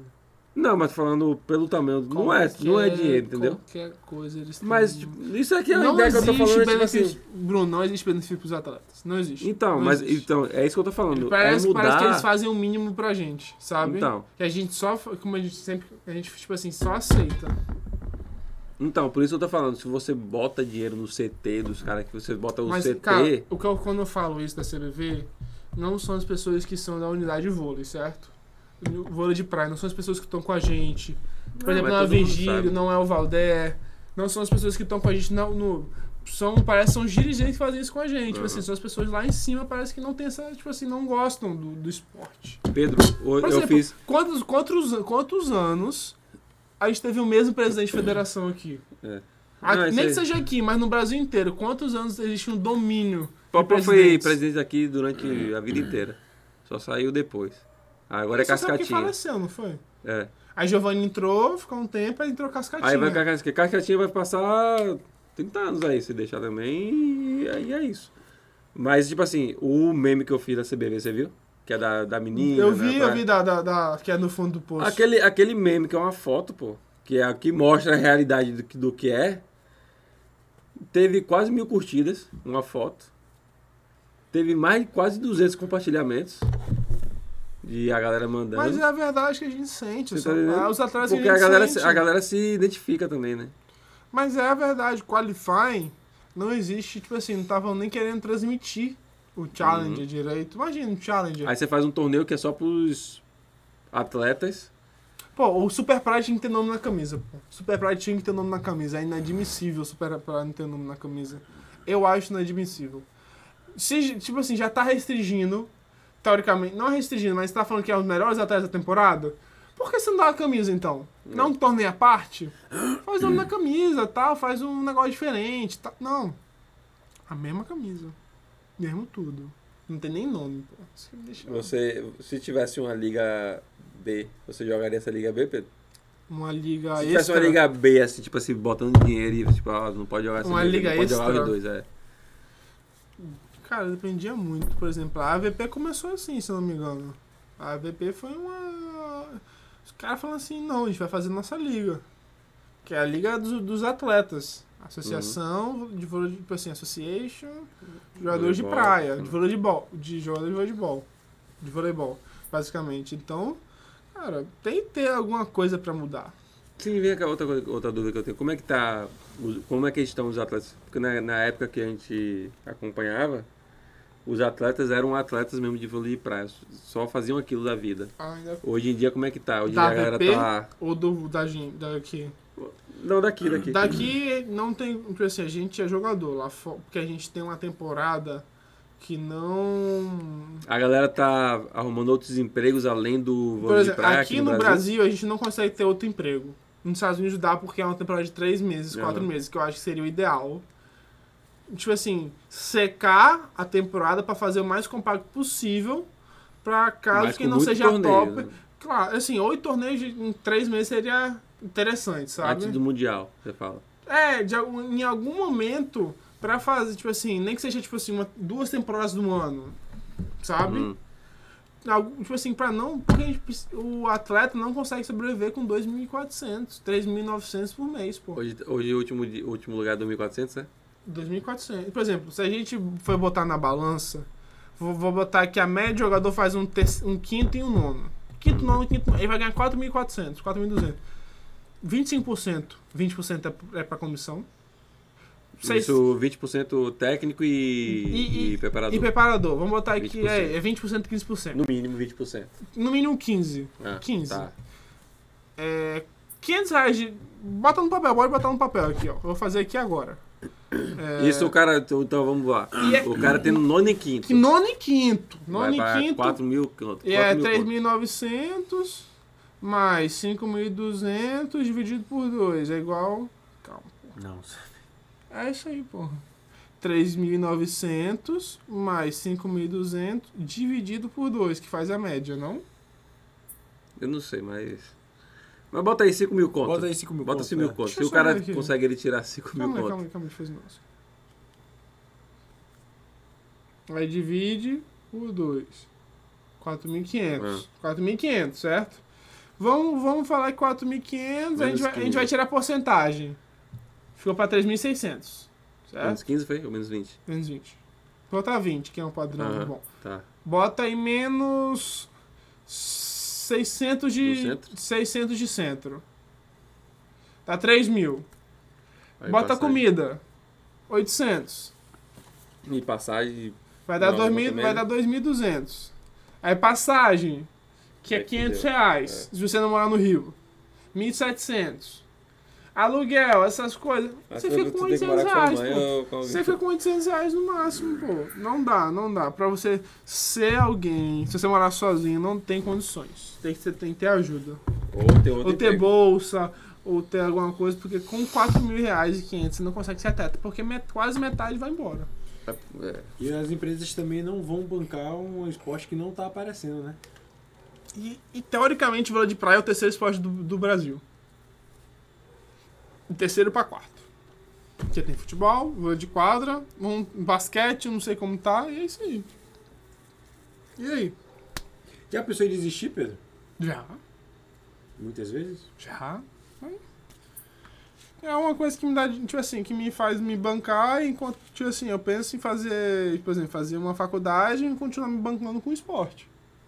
Não, mas falando pelo tamanho, não é, não é dinheiro, entendeu?
Qualquer coisa eles têm.
Mas tipo, isso aqui é uma
não
ideia que eu tô
existe
falando, tipo
benefício,
assim.
Bruno, não existe benefício pros atletas. Não existe.
Então,
Não
mas
existe.
então, é isso que eu tô falando.
Parece,
é mudar...
parece que eles fazem o mínimo pra gente, sabe?
Então.
Que a gente só, como a gente sempre, a gente, tipo assim, só aceita.
Então, por isso eu tô falando, se você bota dinheiro no C T dos caras, que você bota o
Mas,
C T...
cara, o que eu, quando eu falo isso da C B V, não são as pessoas que são da unidade de vôlei, certo? O vôlei de praia, não são as pessoas que estão com a gente. Por
Não,
exemplo,
mas
não é o
todo mundo
Virgílio,
sabe.
não é o Valdé, não são as pessoas que estão com a gente no... no são, parece que são os dirigentes que fazem isso com a gente. Tipo
Uhum.
assim, são as pessoas lá em cima, parece que não tem essa, tipo assim, não gostam do, do esporte.
Pedro, o-
Por
eu
exemplo,
fiz...
quantos, quantos, quantos anos a gente teve o mesmo presidente de federação aqui?
É.
Aqui-
Não, isso
nem
aí-
que seja aqui, mas no Brasil inteiro, quantos anos existe um domínio? de
Popó foi
presidentes?
presidente aqui durante a vida inteira. Só saiu depois. Agora é
Você sabe que
Cascatinha.
faleceu, não foi?
É.
Aí Giovanni entrou, ficou um tempo, aí entrou Cascatinha.
Aí vai Cascatinha. Cascatinha vai passar trinta anos aí, se deixar também. E aí é isso. Mas, tipo assim, o meme que eu fiz da C B V, você viu? Que é da, da menina.
Eu vi,
né,
eu vi da, da, da- que é no fundo do poço.
Aquele, aquele meme que é uma foto, pô. Que é que mostra a realidade do, que- do que é. Teve quase mil curtidas, uma foto. Teve mais de quase duzentos compartilhamentos. De a galera mandando.
Mas é a verdade que a gente sente.
Você
só-
tá entendendo?
ah, os atletas
Porque
que a
a
gente
galera,
sente.
a galera se identifica também, né?
Mas é a verdade, qualifying não existe, tipo assim, não estavam nem querendo transmitir o Challenger direito. Imagina o Challenger.
Aí você faz um torneio que é só pros atletas.
Pô, o Super Pride tinha que ter nome na camisa, pô. Super Pride tinha que ter nome na camisa. É inadmissível o Super Pride não ter nome na camisa. Eu acho inadmissível. Se, tipo assim, já tá restringindo, teoricamente, não restringindo, mas tá falando que é os melhores atletas da temporada, por que você não dá a camisa, então? Não um torneio à parte? Faz nome na camisa, tal, faz um negócio diferente, tá? Não. A mesma camisa. Mesmo tudo. Não tem nem nome, pô. Isso que me deixa...
Você, se tivesse uma liga B, você jogaria essa liga B, Pedro?
Uma liga
Se tivesse
extra.
uma liga B, assim, tipo assim, botando dinheiro e tipo, ah, não pode jogar essa
Uma liga
liga, não pode jogar
extra.
os dois, é.
Cara, dependia muito. Por exemplo, a A V P começou assim, se eu não me engano. A A V P foi uma... Os caras falam assim, não, a gente vai fazer nossa liga. Que é a liga dos, dos atletas. Associação de vôlei, tipo assim, association, jogadores de
Voleibol.
praia, de voleibol, de jogadores de voleibol. De voleibol, basicamente. Então, cara, tem que ter alguma coisa pra mudar.
Sim, vem cá, outra, coisa- outra dúvida que eu tenho. Como é que tá, os- como é que estão os atletas? Porque na, na época que a gente acompanhava, os atletas eram atletas mesmo de vôlei de praia, só faziam aquilo da vida.
Ainda
Hoje em dia, como é que tá? Hoje em
da
dia a galera
A V P
tá...
ou do, da gente, daqui?
Não, daqui, daqui.
Daqui não tem, tipo assim, a gente é jogador lá fora, porque a gente tem uma temporada que não...
A galera tá arrumando outros empregos além do
Por
vôlei de
exemplo,
praia
aqui no Brasil a gente não consegue ter outro emprego. Nos Estados Unidos dá porque é uma temporada de três meses, quatro
Aham.
meses, que eu acho que seria o ideal. Tipo assim, secar a temporada pra fazer o mais compacto possível, pra caso
Mas
que
com
não
muito
seja
torneio,
top.
né?
Claro, assim, oito torneios de- em três meses seria interessante, sabe?
Antes do Mundial, você fala.
É, de, algum- em algum momento, pra fazer, tipo assim, nem que seja, tipo assim, uma, duas temporadas no ano, sabe?
Hum.
Algo, tipo assim, pra não... Porque a gente preci- o atleta não consegue sobreviver com dois mil e quatrocentos, três mil e novecentos por mês, pô.
Hoje, hoje o último, di- o último lugar é dois mil e quatrocentos, né?
dois mil e quatrocentos. Por exemplo, se a gente for botar na balança, vou, vou botar que a média do jogador faz um, terce- um quinto e um nono. Quinto, nono, quinto, nono. Ele vai ganhar quatro mil e quatrocentos, quatro mil e duzentos. vinte e cinco por cento, vinte por cento é, é pra comissão. Seis-
Isso, vinte por cento técnico e,
E-
e, preparador.
E preparador, vamos botar aqui,
vinte por cento.
é, é vinte por cento, quinze por cento.
No mínimo vinte por cento.
No mínimo quinze.
Ah,
quinze.
Tá.
É, quinhentos reais de... Bota no papel, pode botar no papel aqui, ó. Eu vou fazer aqui agora. É,
Isso o cara, então então vamos lá.
E é-
O cara tendo nono e quinto.
que nono e quinto.
vai
Nono e
pra
quinto.
quatro mil conto.
E é
quatro mil
três
conto.
mil e novecentos mais cinco mil e duzentos dividido por dois. É igual... Calma.
Não,
É isso aí, porra. três mil e novecentos mais cinco mil e duzentos dividido por dois, que faz a média, não?
eu não sei, mas... Mas bota aí cinco mil conto.
Bota aí cinco mil
Bota
conto,
cinco mil
é.
conto.
Deixa
Se
eu
o
só
cara
ver aqui.
consegue ele tirar cinco mil
Calma aí,
conto.
calma aí, calma aí, deixa eu fazer nosso. Aí divide por dois. quatro mil e quinhentos.
Ah.
quatro mil e quinhentos, certo? Vamos, vamos falar que quatro mil e quinhentos, a gente, vai, a gente vai tirar a porcentagem. Ficou pra três mil e seiscentos. Certo?
Menos quinze foi? Ou menos vinte?
Menos vinte. Vou botar vinte, que é um padrão
Aham,
bom.
Tá.
Bota aí menos seiscentos de,
Do centro?
seiscentos de centro. Tá três mil.
Aí
Bota
passagem.
comida. oitocentos.
E passagem.
Vai dar,
Não,
dois mil,
também,
vai
né?
dar dois mil e duzentos. Aí passagem, que é
Aí
quinhentos
fudeu.
reais, se você não morar no Rio. mil e setecentos. Aluguel, essas coisas.
Mas
Você
você
fica com
tem que
oitocentos
morar com a
reais,
mãe
pô.
ou com alguém.
Você fica com oitocentos reais no máximo, pô. Não dá, não dá. Pra você ser alguém, se você morar sozinho, não tem condições. Tem que, você tem que ter ajuda.
Ou ter outro
Ou ter
emprego.
bolsa, ou ter alguma coisa, porque com quatro mil reais e quinhentos você não consegue ser atleta, porque met- quase metade vai embora.
É.
E as empresas também não vão bancar um esporte que não tá aparecendo, né?
E, e teoricamente, vôlei de praia é o terceiro esporte do, do Brasil. O terceiro pra quarto. Porque tem futebol, vôlei de quadra, um basquete, não sei como tá, e é isso aí. E aí?
Já pensou em desistir, Pedro?
Já,
Muitas vezes?
já. É uma coisa que me dá, tipo assim, que me faz me bancar, enquanto, tipo assim, eu penso em fazer, por exemplo, fazer uma faculdade e continuar me bancando com esporte.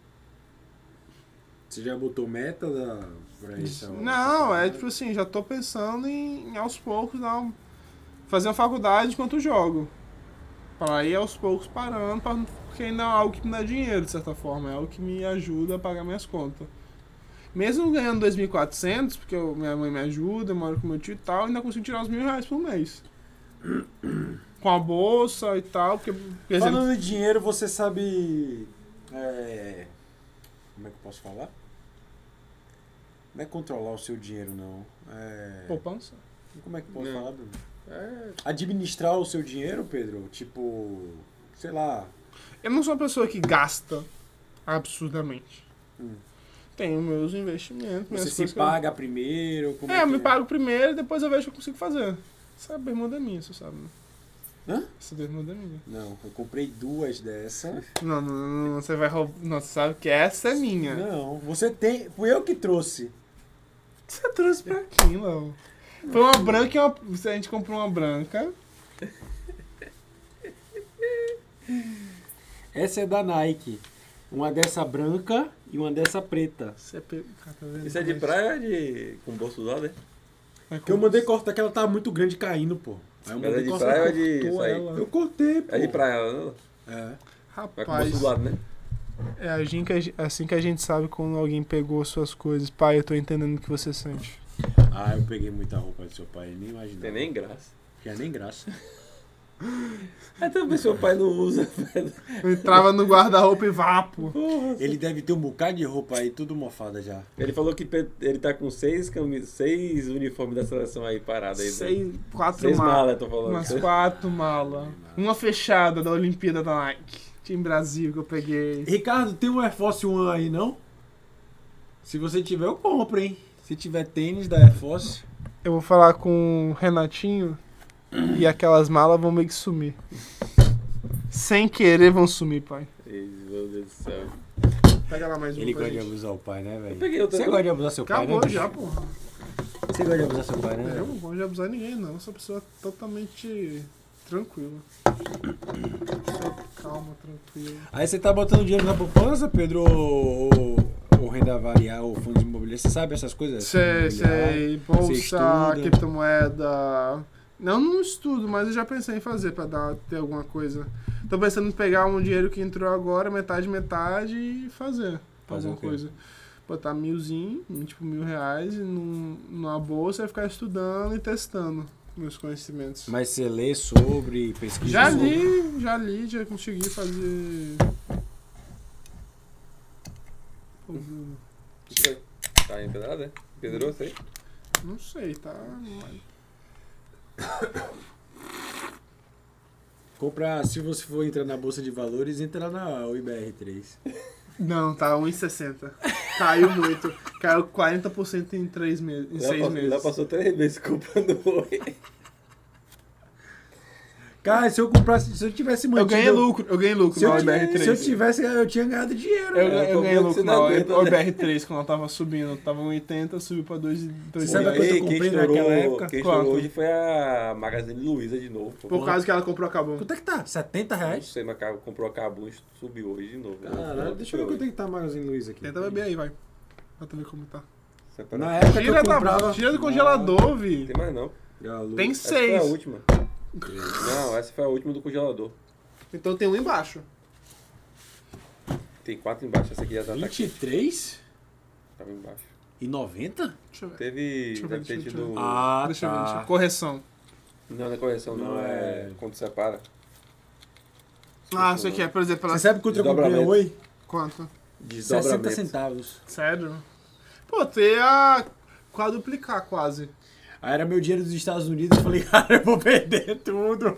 Você já botou meta da, pra isso?
Não, é tipo assim, já tô pensando em, em aos poucos dar um- fazer uma faculdade enquanto jogo. Pra ir aos poucos parando, pra, porque ainda é algo que me dá dinheiro, de certa forma. É algo que me ajuda a pagar minhas contas. Mesmo ganhando dois mil e quatrocentos, porque eu- minha mãe me ajuda, eu moro com meu tio e tal, ainda consigo tirar uns mil reais por mês. Com a bolsa e tal, porque, por exemplo,
Falando em dinheiro, você sabe... É... Como é que eu posso falar? Não é controlar o seu dinheiro, não. É...
poupança.
Como é que eu posso
Não.
falar, Bruno?
É.
Administrar o seu dinheiro, Pedro? Tipo... Sei lá...
Eu não sou uma pessoa que gasta absurdamente.
Hum.
Tenho meus investimentos, minhas
Você se
coisas que eu-
paga primeiro? Como
É, eu
que
me pago primeiro e depois eu vejo o que eu consigo fazer. Essa bermuda é minha, você sabe, né?
Hã?
Essa bermuda é minha.
Não, eu comprei duas dessa.
Não, não, não, não, você vai roubar. Não, você sabe que essa é minha.
Não, você tem... Fui eu que trouxe.
O que você trouxe pra quem, Léo? Foi uma branca e uma. A gente comprou uma branca.
Essa é da Nike. Uma dessa branca e uma dessa preta.
Você é pe... Cara, tá vendo?
Isso é de praia ou é de. com bolso do lado, né?
É
Que eu mandei cortar, que ela tava muito grande caindo, pô. Aí eu
Mas é
mandei
de
cortar.
praia ou é de.
cortou
Isso aí?
ela.
Eu cortei, pô.
É de praia, não?
É.
Vai com o
Rapaz,
bolso do lado, né?
é assim que, a, gen- assim que a gente sabe quando alguém pegou suas coisas. Pai, eu tô entendendo o que você sente.
Ah, eu peguei muita roupa do seu pai, nem imaginava.
Tem nem graça.
Tinha nem graça.
Aí também seu pai não usa, velho.
Eu entrava no guarda-roupa e vapo.
Ele deve ter um bocado de roupa aí, tudo mofada já.
Ele falou que pe- ele tá com seis, camis... seis uniformes da seleção aí parado aí. né?
Seis, quatro
Seis
malas.
malas, tô falando.
Umas quatro malas. Uma fechada da Olimpíada da Nike. Time Brasil que eu peguei.
Ricardo, tem um Air Force One aí, não? Se você tiver, eu compro, hein? Se tiver tênis da Air Force...
Eu vou falar com o Renatinho e aquelas malas vão meio que sumir. Sem querer vão sumir, pai.
Ei, meu Deus do céu.
Pega lá mais um
Ele
pra
gosta de
gente.
abusar o pai, né, velho?
peguei outra
Você
coisa.
gosta de abusar seu pai,
Acabou
né?
já, porra.
Você gosta de abusar seu pai, né?
Eu não gosto de abusar de ninguém, não. Eu sou uma pessoa totalmente tranquila. Pessoa calma, tranquila.
Aí você tá botando dinheiro na poupança, Pedro, ou, ou, ou renda variável, ou fundos imobiliários? Você sabe essas coisas?
Sei,
Fundo imobiliário?
sei.
Você
Bolsa,
estuda?
criptomoeda. Não, não estudo, mas eu já pensei em fazer pra dar, ter alguma coisa. Tô pensando em pegar um dinheiro que entrou agora, metade, metade, e fazer
Fazer
alguma
o quê?
coisa. Botar milzinho, tipo mil reais, num, numa bolsa e ficar estudando e testando meus conhecimentos.
Mas você lê sobre, pesquisa
Já
sobre?
li, já li, já consegui fazer. Pô,
Isso aí. Tá empedrado, né? Pedrou, sei.
não sei, tá.
Compra, se você for entrar na Bolsa de Valores, entra na U I B R três.
Não, tá um e sessenta. Caiu muito. Caiu quarenta por cento em três meses, em
Lá
seis
passou,
meses.
lá passou três meses comprando oi.
Cara, se eu comprasse, se eu tivesse
Eu
mantido...
ganhei lucro, eu ganhei lucro
Se eu,
na O B R
tivesse,
três.
se eu tivesse, eu tinha ganhado dinheiro.
Eu,
né?
eu
tô
ganhei
vendo que
lucro
você
na
não aguenta,
O
né?
B R três quando ela tava subindo. Tava um oitenta, subiu pra dois e
Você sabe
dez.
quanto eu
Aí,
comprei
quem estourou,
naquela época?
Quem
Quanto?
estourou hoje foi a Magazine Luiza de novo. pô.
Por causa que ela comprou a Cabum.
Quanto é que tá? setenta
Não
reais?
sei, mas cara, comprou a Cabum e subiu hoje de novo.
Caralho, deixa eu ver quanto é que tá a Magazine Luiza aqui.
Tenta beber aí, vai. Pra tu ver como tá.
Separado.
Na época que
Tira,
eu
da,
comprava...
tira do congelador, vi.
Tem mais não.
Galo.
Tem
Essa foi a
seis.
última. Não, essa foi a última do congelador.
Então tem um embaixo.
Tem quatro embaixo, essa aqui já tá
vinte e
aqui.
três
Tava embaixo.
e noventa?
Deixa eu ver.
Teve.
Deixa eu ver,
Deve ter
deixa eu
tido.
ver.
Ah,
Deixa eu ver, deixa eu
tá.
ver. Correção.
Não, não é correção, não.
Não
É.
é-
Quando separa.
Ah, isso aqui é, por exemplo, ela...
Você sabe quanto eu comprei
Desdobramento.
oi?
Quanto?
sessenta
Desdobramento.
centavos.
Sério? Pô, tu ia quadruplicar quase.
Aí era meu dinheiro dos Estados Unidos, eu falei, cara, eu vou perder tudo.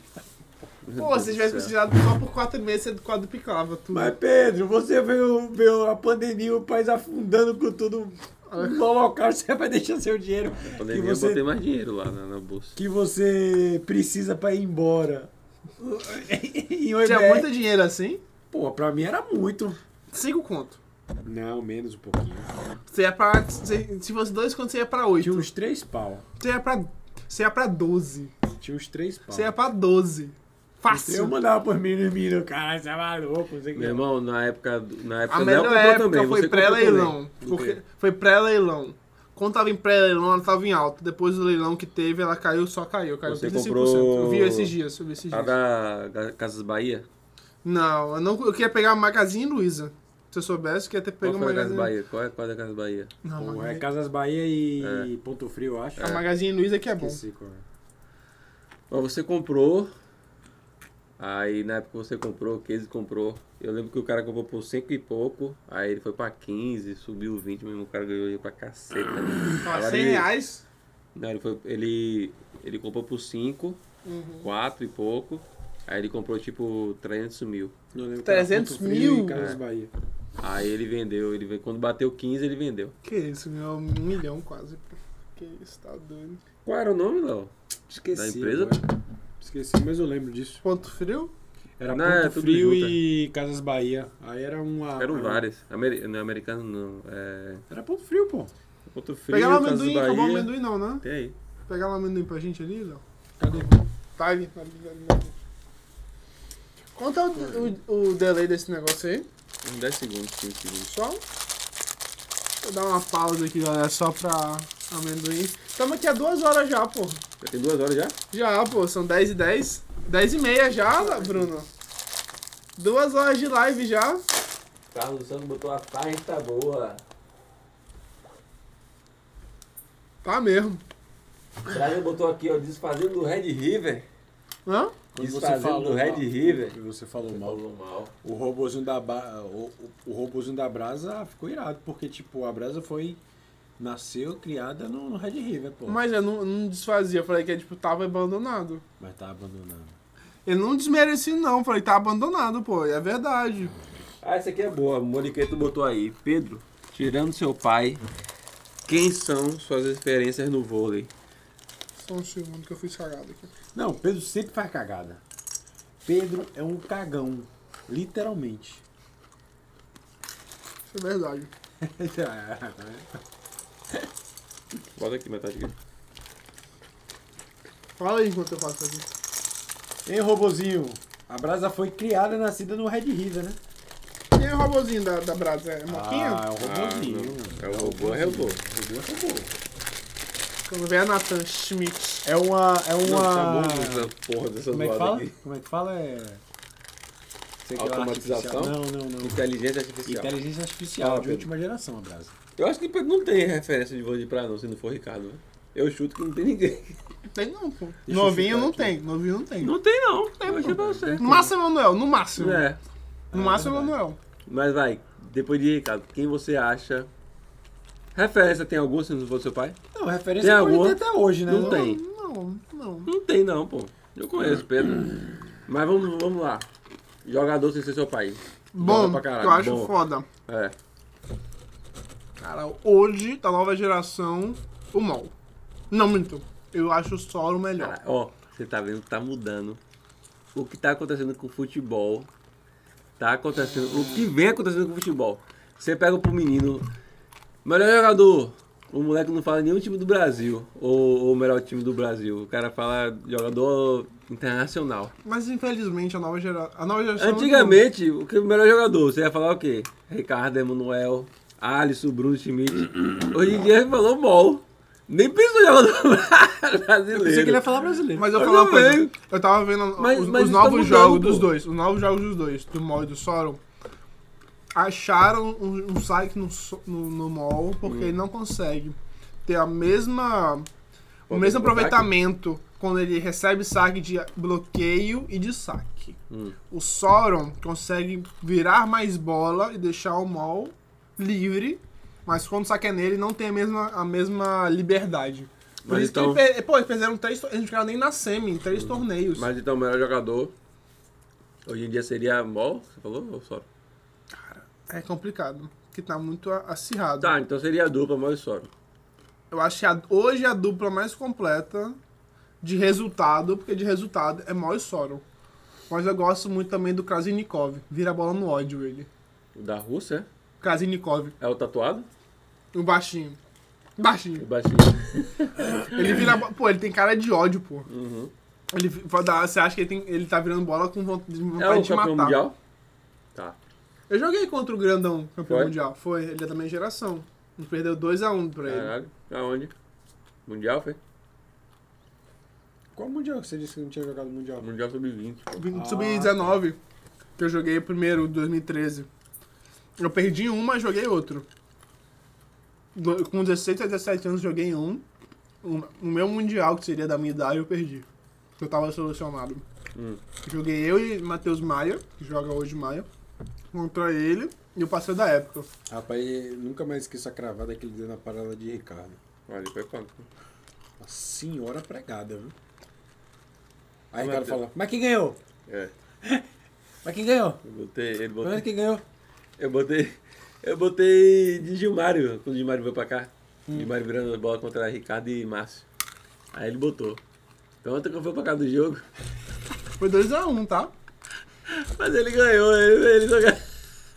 Pô, se tivesse precisado só por quatro meses, você quadruplicava tudo.
Mas Pedro, você veio, veio a pandemia, o país afundando com tudo no holocausto, você vai deixar seu dinheiro
Na
que
pandemia eu
você,
botei mais dinheiro lá na, na bolsa.
que você precisa pra ir embora. em O E B
Tinha
R.
muito dinheiro assim?
Pô, pra mim era muito.
Cinco conto.
Não, menos um pouquinho.
Você ia pra... Se se fosse dois contos, você ia pra oito.
Tinha uns três pau.
Você ia pra... Você ia pra doze.
Tinha uns três pau.
Você ia pra doze.
Eu
Fácil.
mandava pros meninos, meninos, caralho, você é maluco, não sei o que.
Meu irmão, na época. Na época
A
o Léo
melhor
comprou
época
também,
foi
você comprou
pré-leilão.
também.
Porque
O quê?
foi pré-leilão. Quando tava em pré-leilão, ela tava em alta. Depois do leilão que teve, ela caiu, só caiu. Caiu
Você
trinta e cinco por cento.
comprou
Eu vi esses dias, eu vi esses
A
dias.
da, da Casas Bahia?
Não, eu, não, eu queria pegar a Magazine Luiza. Se eu soubesse, que ia ter
Qual
pego
foi
a
a Casas
Magazine...
Bahia? Qual é, qual é a Casas Bahia?
Não,
Pô, é
Magazine...
Casas Bahia e
É.
Ponto Frio, eu acho.
A Magazine Luiza que é bom.
Esqueci qual é.
Ó, você comprou. Aí na época que você comprou, o Casey comprou. Eu lembro que o cara comprou por cinco e pouco. Aí ele foi pra quinze, subiu vinte, mesmo o cara ganhou aí pra caceta. Né?
Ó,
Agora
cem
ele-
reais.
Não, ele, foi, ele, ele comprou por cinco,
Uhum.
quatro e pouco. Aí ele comprou tipo trezentos mil.
Não lembro que era
trezentos
Ponto Frio
mil?
e Casas
É.
Bahia.
Aí ele vendeu, ele ve- quando bateu quinze ele vendeu.
Que isso, ganhou um milhão quase. pô. Que isso, tá doido.
Qual era o nome, Léo?
Esqueci.
Da empresa?
agora. Esqueci, mas eu lembro disso.
Ponto frio?
Era
Não,
Ponto
é tudo
Frio
junto,
e Casas Bahia. Aí era uma...
Eram
era-
vários. Ameri não, americano não. É.
Era Ponto Frio, pô.
Ponto Frio,
Pegar lá o
Casas
amendoim, acabou o
Bahia.
amendoim não, né?
Tem aí.
Pegar lá o amendoim pra gente ali, Léo.
Cadê?
Tá ali, tá ali, tá ali, tá ali. Quanto é o, o, o delay desse negócio aí?
Uns dez segundos, quinze segundos.
Só? Vou dar uma pausa aqui, galera, só pra amendoim. Estamos aqui há duas horas já, pô.
Já tem duas horas já?
Já, pô, são dez e dez. dez e meia já, Bruno. Duas horas de live já.
Carlos Santos botou a tarde tá boa.
Tá mesmo.
Braga botou aqui, ó, desfazendo do Red River.
Hã?
Quando você
Desfazendo
falou
do Red
mal,
River.
que você falou mal.
Falou mal.
O robozinho da ba... o, o, o robozinho da Brasa ficou irado, porque tipo, a Brasa foi nasceu criada no, no Red River, pô.
Mas eu não, não desfazia. Eu falei que tipo, tava abandonado.
Mas tá abandonado.
Ele não desmereci, não. Eu falei, tá abandonado, pô. E é verdade.
Ah, essa aqui é boa. Moniqueto botou aí. Pedro, tirando seu pai, quem são suas referências no vôlei?
Só um segundo que eu fui cagado aqui.
Não, Pedro sempre faz cagada. Pedro é um cagão, literalmente.
Isso é verdade.
Bota aqui, metade aqui.
Fala aí enquanto eu faço isso aqui.
Hein, robozinho? A Brasa foi criada e nascida no Red River, né?
Quem é o robozinho da, da Brasa? É Moquinha?
Ah, é um robozinho.
Ah, não. É o robô, é o robô.
O robô é robô.
Quando vem a Nathan Schmidt.
É uma... É
Não, tá
uma...
bom essa porra dessa
Como é que
zoada
fala?
aqui.
Como é que fala? É... Sei que lá,
Automatização?
artificial. Não, não, não.
Inteligência artificial.
Inteligência artificial,
Ah,
de
Pedro.
última geração, a Brasa.
Eu acho que Pedro não tem referência de vôlei de praia não, se não for Ricardo. Né? Eu chuto que não tem ninguém.
Tem não, pô.
eu
Novinho
chutar
não
aqui.
tem. Novinho não tem.
Não tem não. Tem, mas pra você.
No máximo, Emanuel. No máximo.
É.
No máximo, Emanuel.
Mas vai, depois de Ricardo, quem você acha... Referência tem alguma se não for seu pai?
Não, referência
Tem
pode
alguma?
ter até hoje, né?
Não tem.
Não, não.
Não tem não, pô. Eu conheço Pedro. Mas vamos, vamos lá. Jogador sem ser seu pai.
Bom,
Joga pra caralho.
eu acho
Bom.
foda.
É.
Cara, hoje, da nova geração, o Mol. Não, minto. Eu acho o Solo melhor.
Cara, ó, você tá vendo que tá mudando. o que tá acontecendo com o futebol. Tá acontecendo. O que vem acontecendo com o futebol. Você pega pro menino. Melhor jogador. O moleque não fala nenhum time do Brasil. Ou, ou o melhor time do Brasil. O cara fala jogador internacional.
Mas infelizmente a nova geração. A nova geração
Antigamente, o, que, o melhor jogador, você ia falar o quê? Ricardo, Emanuel, Alisson, Bruno Schmidt. Hoje em dia ele falou Mol. Nem pensou em jogador brasileiro.
Eu pensei que ele ia falar brasileiro.
Mas eu
Eu
vou falar uma coisa.
também.
Eu tava vendo
Mas-
os,
mas
os
isso tá
novos
mudando,
jogos
pô.
dos dois. Os novos jogos dos dois, do Mol e do Soron. Acharam um, um site no, so- no, no Mol porque ele não consegue ter a mesma. O
Qual
mesmo
que é o
aproveitamento quando ele recebe saque de bloqueio e de saque.
Hum.
O Soron consegue virar mais bola e deixar o Mol livre, mas quando o saque é nele não tem a mesma, a mesma liberdade. Por
Mas
isso
então-
que ele, per- pô, eles perderam três, to- eles não ficaram nem na semi, em três torneios.
Mas então o melhor jogador hoje em dia seria Mol, você falou? Ou só?
É complicado, porque tá muito a- acirrado.
Tá, então seria a dupla Mol e Soro.
Eu acho que a- hoje a dupla mais completa de resultado, porque de resultado é Mol e Soron. Mas eu gosto muito também do Krasilnikov. Vira a bola no ódio ele.
O da Rússia
Krasilnikov,
é o tatuado?
o baixinho. Baixinho.
O baixinho.
Ele vira. bo- Pô, ele tem cara de ódio, pô.
Uhum.
Ele vai dar- você acha que ele, tem, ele tá virando bola com vontade de,
É
vontade
o
de
campeão
matar.
mundial? Tá.
Eu joguei contra o grandão campeão
Foi?
mundial. Foi, ele é da minha geração. A gente perdeu dois a um pra ele.
Caralho. Aonde? Mundial, foi?
Qual mundial que você disse que não tinha jogado mundial?
Mundial sub vinte.
Ah,
sub dezenove, que eu joguei o primeiro, dois mil e treze. Eu perdi um, mas joguei outro. Do- Com dezesseis a dezessete anos joguei um. O o meu mundial, que seria da minha idade, eu perdi. Eu tava selecionado.
Hum.
Joguei eu e Matheus Maia, que joga hoje Maia, contra ele e o parceiro da época.
Rapaz, nunca mais esqueço a cravada que ele deu na parada de Ricardo.
Olha, foi quanto?
Uma senhora pregada, viu? Aí
Como
Ricardo
é que-
fala, mas quem ganhou?
É.
Mas quem ganhou?
Eu botei. Ele
Mas
botou.
quem ganhou?
Eu botei. Eu botei de Gilmário, quando o Gilmário veio pra cá.
Hum.
Gilmário virando a bola contra Ricardo e Márcio. Aí ele botou. Então ontem que eu fui pra cá do jogo.
Foi dois a um, tá?
Mas ele ganhou, ele, ele só ganhou.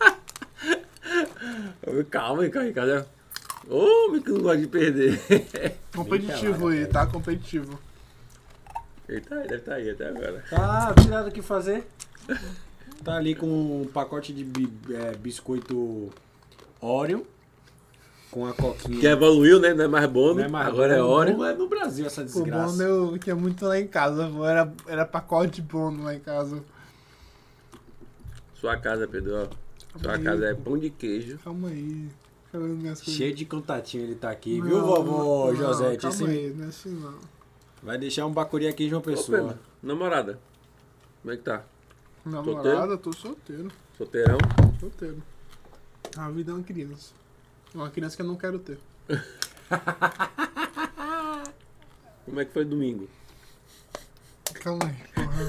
Eu falei, calma, Ricardo. Ricardo. Homem que não gosta de perder.
Competitivo aí, tá? Competitivo.
Ele tá aí, deve estar aí até agora.
Tá, tem nada o que fazer. Tá ali com um pacote de bi- é, biscoito Oreo. Com a coquinha.
Que evoluiu, né? Não é mais bom,
Não é mais
agora é
bom,
hora.
bom é no Brasil essa
O
desgraça.
Bono eu tinha muito lá em casa, pô. Era, era pacote Bono lá em casa.
Sua casa, Pedro, ó. Sua
Aí.
casa é pão de queijo.
Calma aí. Deixa eu ver minhas coisas.
Cheio de contatinho ele tá aqui,
Não,
viu, vovô
não,
José?
Calma
Esse-
aí, não é assim não.
Vai deixar um bacuri aqui em João
Ô,
Pessoa.
Pedro, namorada. Como é que tá?
Namorada, tô solteiro.
Solteirão?
Solteiro. A vida é uma criança. É uma criança que eu não quero ter.
Como é que foi domingo?
Calma aí, porra.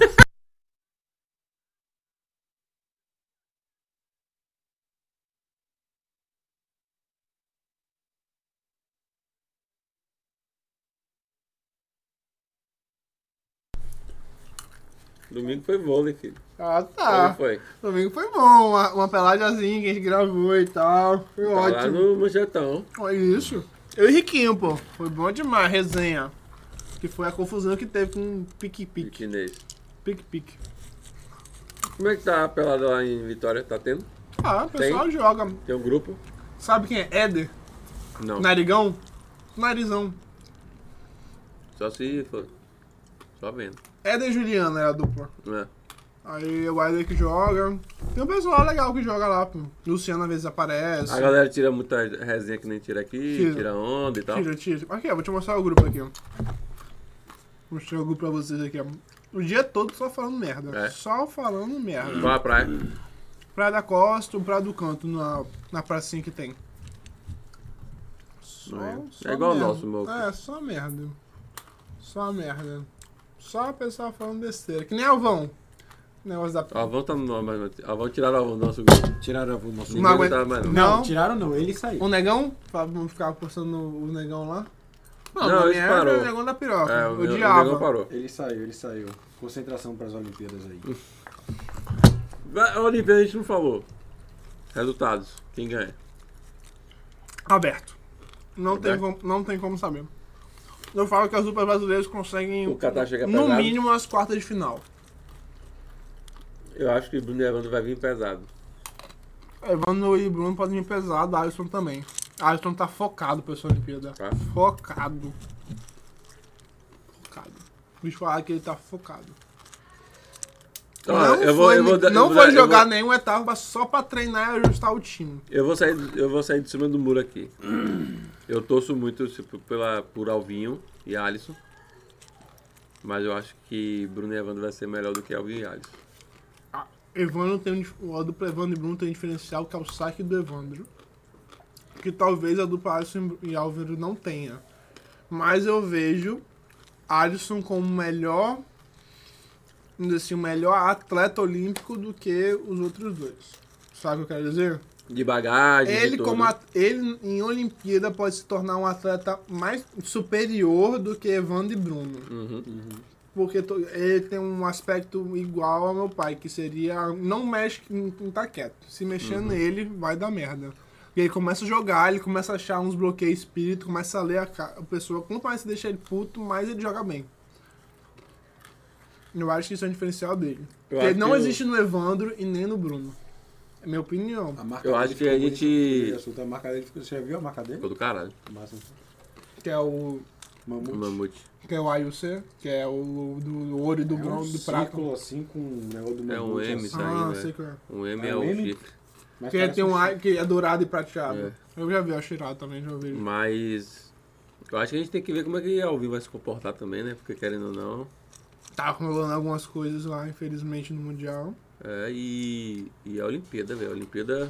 Domingo foi vôlei, filho.
Ah,
Como
tá.
foi?
Domingo foi bom. Uma, uma pelajazinha que a gente gravou e tal. Foi
Tá lá
ótimo.
no Manjetão.
Olha isso. Eu e Riquinho, pô. Foi bom demais, resenha. Que foi a confusão que teve com pique-pique.
Chinês.
Pique-pique.
Como é que tá a pelada lá em Vitória? Tá tendo?
Ah, o pessoal joga.
Tem um grupo?
Sabe quem é? Éder?
Não.
Narigão? Narizão.
Só se for. Só vendo.
Éder e Juliana é a dupla.
Não é?
Aí o Éder que joga. Tem um pessoal legal que joga lá, pô. Luciano às vezes aparece.
A galera tira muita resenha que nem tira aqui,
Tira.
tira onda e tal.
Tira, tira. Aqui, ó, vou te mostrar o grupo aqui, ó. Vou mostrar o grupo pra vocês aqui, ó. O dia todo só falando merda.
É.
Só falando merda.
Qual a praia?
Praia da Costa, o Praia do Canto, na, na pracinha que tem. Só,
É.
só
É igual o
merda.
nosso, meu.
É, só merda. Só merda. Só a pessoa falando besteira. Que nem Alvão. Negócio da...
O Alvão tá no nome, mas Alvão tiraram o Alvão do nosso grupo.
Tiraram o nosso...
Ninguém
aguenta-
aguentava mais não.
Não,
Não.
tiraram não, ele saiu.
O Negão, pra não ficar postando o Negão lá. Não,
Não,
na
esse
minha época
parou.
era o negão da piroca.
É, o,
eu
o
odiava.
negão parou.
Ele saiu, ele saiu. Concentração para as Olimpíadas aí.
A Olimpíada a gente não falou. Resultados. Quem ganha?
Aberto. Não, Tem
Aberto?
como, não tem como saber. Eu falo que as duplas brasileiras conseguem,
O Catar chega
no
pesado?
mínimo, as quartas de final.
Eu acho que o Bruno e Evandro vai vir pesado.
Evandro e Bruno podem vir pesado, Alisson também. Alisson tá focado pra essa Olimpíada.
Tá.
Focado. Focado. Deixa eu falar que ele tá focado.
Então,
não
eu vou,
foi,
eu vou, dar-
não
eu vou
foi
dar- eu
jogar
vou-
nenhuma etapa só pra treinar e ajustar o time.
Eu vou sair, eu vou sair de cima do muro aqui. Eu torço muito tipo, pela, por Alvinho e Alisson. Mas eu acho que Bruno e Evandro vai ser melhor do que Alvinho e Alisson.
Evandro tem um, dif- a dupla Evandro e Bruno tem um diferencial que é o saque do Evandro. Que talvez a dupla Alisson e Álvaro não tenha. Mas eu vejo Alisson como melhor, vamos dizer assim, o melhor atleta olímpico do que os outros dois. Sabe o que eu quero dizer?
De bagagem,
Ele,
de tudo.
como at- ele em Olimpíada pode se tornar um atleta mais superior do que Evandro e Bruno.
Uhum.
Porque to- ele tem um aspecto igual ao meu pai, que seria não mexe em em tá quieto. Se mexer nele, vai dar merda. E ele começa a jogar, ele começa a achar uns bloqueios espírito, começa a ler a, ca- a pessoa. Quanto mais você deixa ele puto, mais ele joga bem. Eu acho que isso é um diferencial dele.
Eu
Porque
acho
não
que eu-
existe no Evandro e nem no Bruno. É minha opinião.
A marca
Eu
dele
acho que
ficou
a
bonita,
gente-
assunto, a marca dele ficou- Você já viu a marca dele?
Ficou do caralho.
Massa.
Que é o.
Mamute.
O mamute.
Que é o A I U C, que é o do ouro e do
É um
bronze e do prata.
círculo assim com um negócio do
É um
mamute,
M,
assim.
isso aí,
Ah,
né?
sei que é.
Um M
É
é
um
o
M?
chifre.
Mas
Que
parece
tem um
um
A que é dourado e prateado.
É.
Eu já vi, acho irado também, já vi.
Mas eu acho que a gente tem que ver como é que a Alvinho vai se comportar também, né? Porque querendo ou não.
Tá rolando algumas coisas lá, infelizmente, no Mundial.
É, e, e a Olimpíada, velho. A Olimpíada.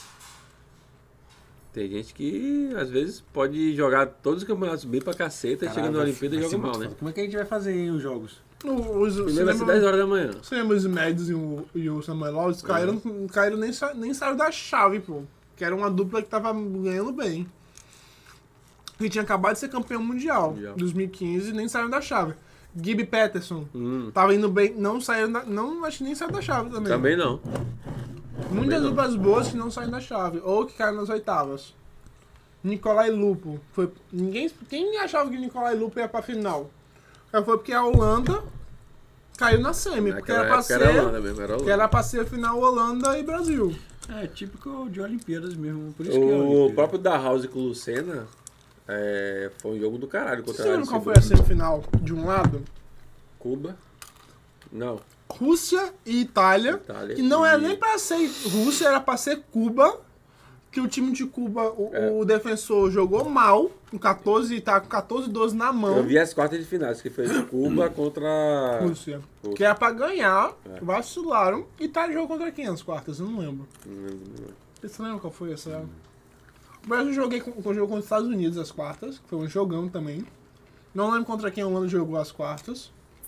Tem gente que às vezes pode jogar todos os campeonatos bem pra caceta e chega na Olimpíada e
vai ser
joga
muito
mal, né?
foda. Como é que a gente vai fazer hein, os jogos?
O- Os, você
Primeiro vai ser
lembra,
dez horas da manhã.
você lembra os Mads e o, e o Samuel Alves? Caíram, caíram nem, sa- nem saíram da chave, pô. Que era uma dupla que tava ganhando bem. E tinha acabado de ser campeão mundial.
Mundial.
dois mil e quinze, nem saíram da chave. Gibby Peterson.
Hum,
Tava indo bem, não saíram da, não, acho que nem saíram da chave também.
também não.
Muitas
não.
duplas boas que não saem da chave, ou que caem nas oitavas. Nicolai Lupo. Foi, ninguém, quem achava que Nicolai Lupo ia pra final? Foi porque a Holanda caiu na semi, porque
Naquela
era pra
época
ser,
era Holanda mesmo, era
que
Holanda.
era pra ser a final Holanda e Brasil.
É típico de Olimpíadas mesmo, por isso que é
O
Olimpíada.
próprio da House com o Lucena é, foi um jogo do caralho contra
Você
a
lembra qual
Alice
foi a semifinal? De um lado,
Cuba. Não,
Rússia e Itália.
Itália
Que não era
e-
nem pra ser Rússia, era pra ser Cuba. Que o time de Cuba, o,
É.
o defensor jogou mal, com quatorze, tá com quatorze, doze na mão.
eu vi as quartas de finais, que foi Cuba contra.
Rússia.
Rússia.
Que era pra ganhar,
É.
vacilaram. E tá jogou contra quem as quartas? Eu não lembro.
Não lembro, não lembro.
Você lembra qual foi essa? O Brasil joguei com, com, jogou contra os Estados Unidos as quartas, que foi um jogão também. Não lembro contra quem a Holanda jogou as quartas.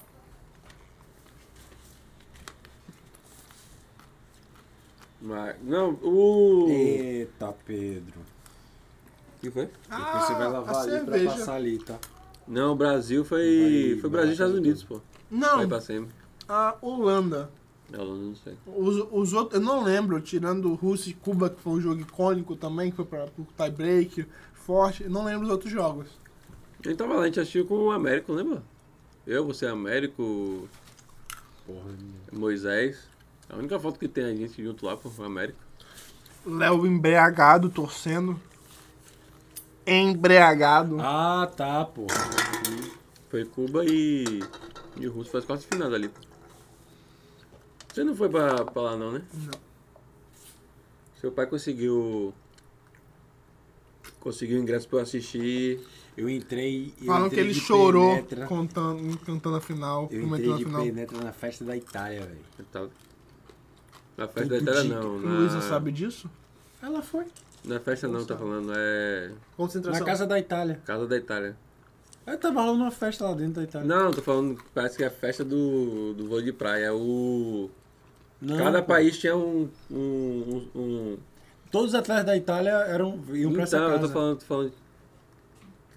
Mas, não, o.
Eita, Pedro.
O que foi?
Depois você vai lavar
a
ali pra
cerveja.
passar ali, tá?
Não, o Brasil foi.
Vai-
foi
vai
Brasil e Estados
fazer
Unidos, pô.
Não,
Vai pra sempre.
a Holanda.
Não, não sei.
Os, os outros, eu não lembro, tirando Rússia e Cuba, que foi um jogo icônico também, que foi pra, pro tie-break, forte. Eu não lembro os outros jogos.
A gente tava lá, a gente assistiu com o Américo, lembra? Eu, você, Américo,
Porra,
Moisés. A única foto que tem a gente junto lá, pô, o Américo.
Léo embriagado, torcendo. Embriagado.
Ah, tá, pô.
Foi Cuba e. E o Russo faz quartas finais ali. Você não foi pra, pra lá não, né?
Não.
Seu pai conseguiu. Conseguiu ingresso pra eu assistir.
Eu entrei. Eu
Falam que
entrei
ele
de
chorou
penetra.
contando, cantando a final,
Eu
comentando
entrei
a
de
final.
penetra na festa da Itália, velho.
e tal. Na festa da Itália não.
O
Na...
Luísa sabe disso?
Ela foi.
Na festa não, tá falando. É.
Concentração.
Na casa da Itália.
Casa da Itália.
Eu tava lá numa festa lá dentro da Itália.
Não, tô falando. Parece que é a festa do, do vôlei de praia. O.
Não,
Cada
pô.
país tinha um. um, um, um...
Todos os atletas da Itália eram, iam pra essa
Então,
casa.
eu tô falando, tô falando.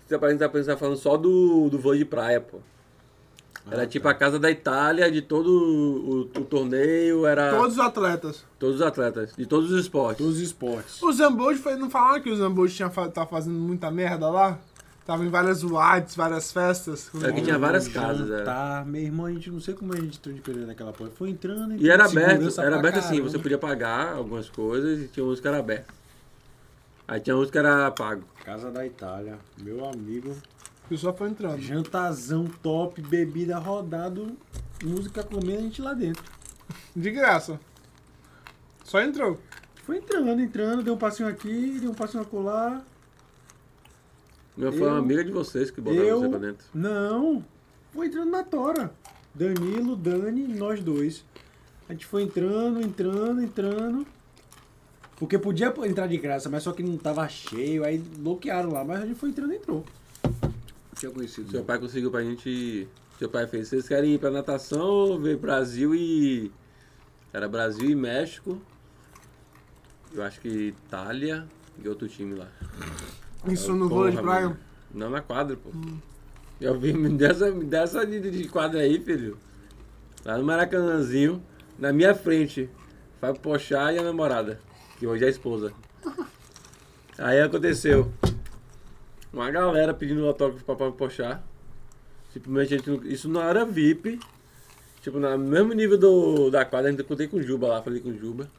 a gente tá pensando falando só do, do vôlei de praia, pô. Era
Ah,
tipo
tá.
a casa da Itália, de todo o, o torneio, era
Todos os atletas.
todos os atletas, de todos os esportes.
Todos os esportes.
O Zambold foi, não falaram que o Zambold tinha fa- tá fazendo muita merda lá? Tava em várias boates, várias festas.
É que tinha várias
Um
casas, é.
Tá, meu irmão, a gente não sei como a gente entrou de perder naquela porra. Foi entrando, entrando
E era
segurança
aberto, era
pra
aberto assim,
caramba.
você podia pagar algumas coisas e tinha uns que era aberto. Aí tinha uns que era pago.
Casa da Itália, meu amigo.
O pessoal foi entrando.
Jantazão top, bebida rodado, música comendo, a gente lá dentro.
De graça. Só entrou.
Foi entrando, entrando, deu um passinho aqui, deu um passinho acolá.
Meu foi uma
Eu-
amiga de vocês que botaram
Eu.
você pra dentro.
Não, foi entrando na tora. Danilo, Dani, nós dois. A gente foi entrando, entrando, entrando. Porque podia entrar de graça, mas só que não tava cheio, aí bloquearam lá, mas a gente foi entrando e entrou. Tinha conhecido.
Seu pai conseguiu pra gente. Seu pai fez. Vocês querem ir pra natação ou ver Brasil e. Era Brasil e México. Eu acho que Itália e outro time lá.
Isso
Eu,
no vôlei de
porra,
praia.
mano. Não na quadra, pô. Eu vi, me dessa, me dessa de, de quadra aí, filho. Lá no Maracanãzinho, na minha frente, Fábio Pochá e a namorada, que hoje é a esposa. Aí aconteceu. Uma galera pedindo autógrafo pra Fábio Pochá. Simplesmente a gente não, isso não era V I P. Tipo, no mesmo nível do, da quadra, a gente contei com o Juba lá, falei com o Juba.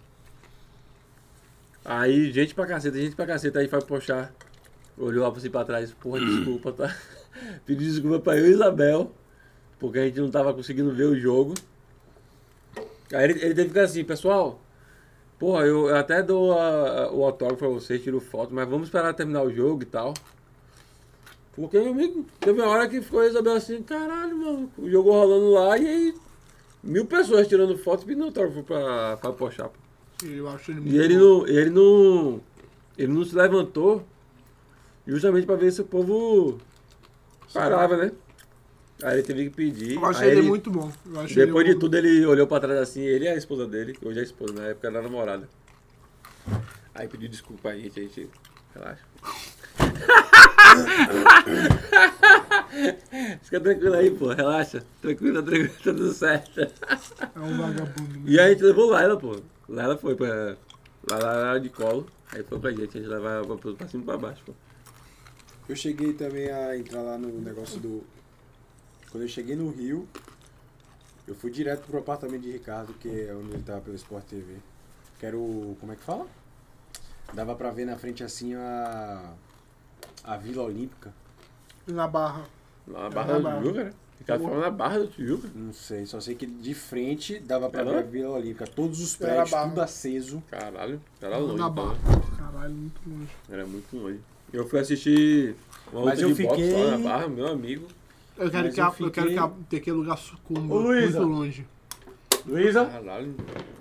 Aí, gente pra caceta, gente pra caceta, aí Fábio Pochá olhou lá assim pra trás, porra, desculpa, tá? Pedi desculpa pra eu e Isabel, porque a gente não tava conseguindo ver o jogo. Aí ele, ele teve que ficar assim, pessoal, porra, eu, eu até dou a- a- o autógrafo pra vocês, tiro foto, mas vamos esperar terminar o jogo e tal. Porque, meu amigo, teve uma hora que ficou a Isabel assim, caralho, mano, o jogo rolando lá e aí mil pessoas tirando foto e pedindo autógrafo pra, pra Pochá.
Eu acho ele muito
E ele
bom.
não, ele não, ele não se levantou justamente pra ver se o povo parava, né? Aí ele teve que pedir.
Eu acho
Aí
ele
ele-
muito bom. Eu acho
Depois
ele
de tudo ele olhou pra trás assim, ele e a esposa dele, que hoje é a esposa, na época era a namorada. Aí pediu desculpa a gente, a gente, relaxa. Fica tranquilo aí, pô, relaxa. Tranquilo, tranquilo, tá tudo certo.
É um vagabundo.
E a gente levou Laila, pô. Laila foi pra. Laila era de colo. Aí foi pra gente, a gente levava pra, pra cima e pra baixo, pô.
Eu cheguei também a entrar lá no negócio do... Quando eu cheguei no Rio, eu fui direto pro apartamento de Ricardo, que é onde ele tava pelo Sport T V. Que era o... Como é que fala? Dava pra ver na frente assim a... A Vila Olímpica.
Na barra.
Lá na
Na
Barra
Barra.
do Tijuca, né? Ricardo falou na Barra do Tijuca.
Não sei, só sei que de frente dava pra
Era?
ver a Vila Olímpica. Todos os
Era
prédios,
Barra.
tudo aceso.
Caralho, era longe.
Na
então,
barra.
né?
Caralho, muito longe.
Era muito longe. Eu fui assistir uma
Mas
luta
eu
de boxe
fiquei-
lá na Barra, meu amigo.
Eu quero,
Mas
que,
eu
a- eu quero
fiquei-
que a- ter aquele lugar sucumba
Ô, Luísa.
muito longe.
Luísa?
Caralho.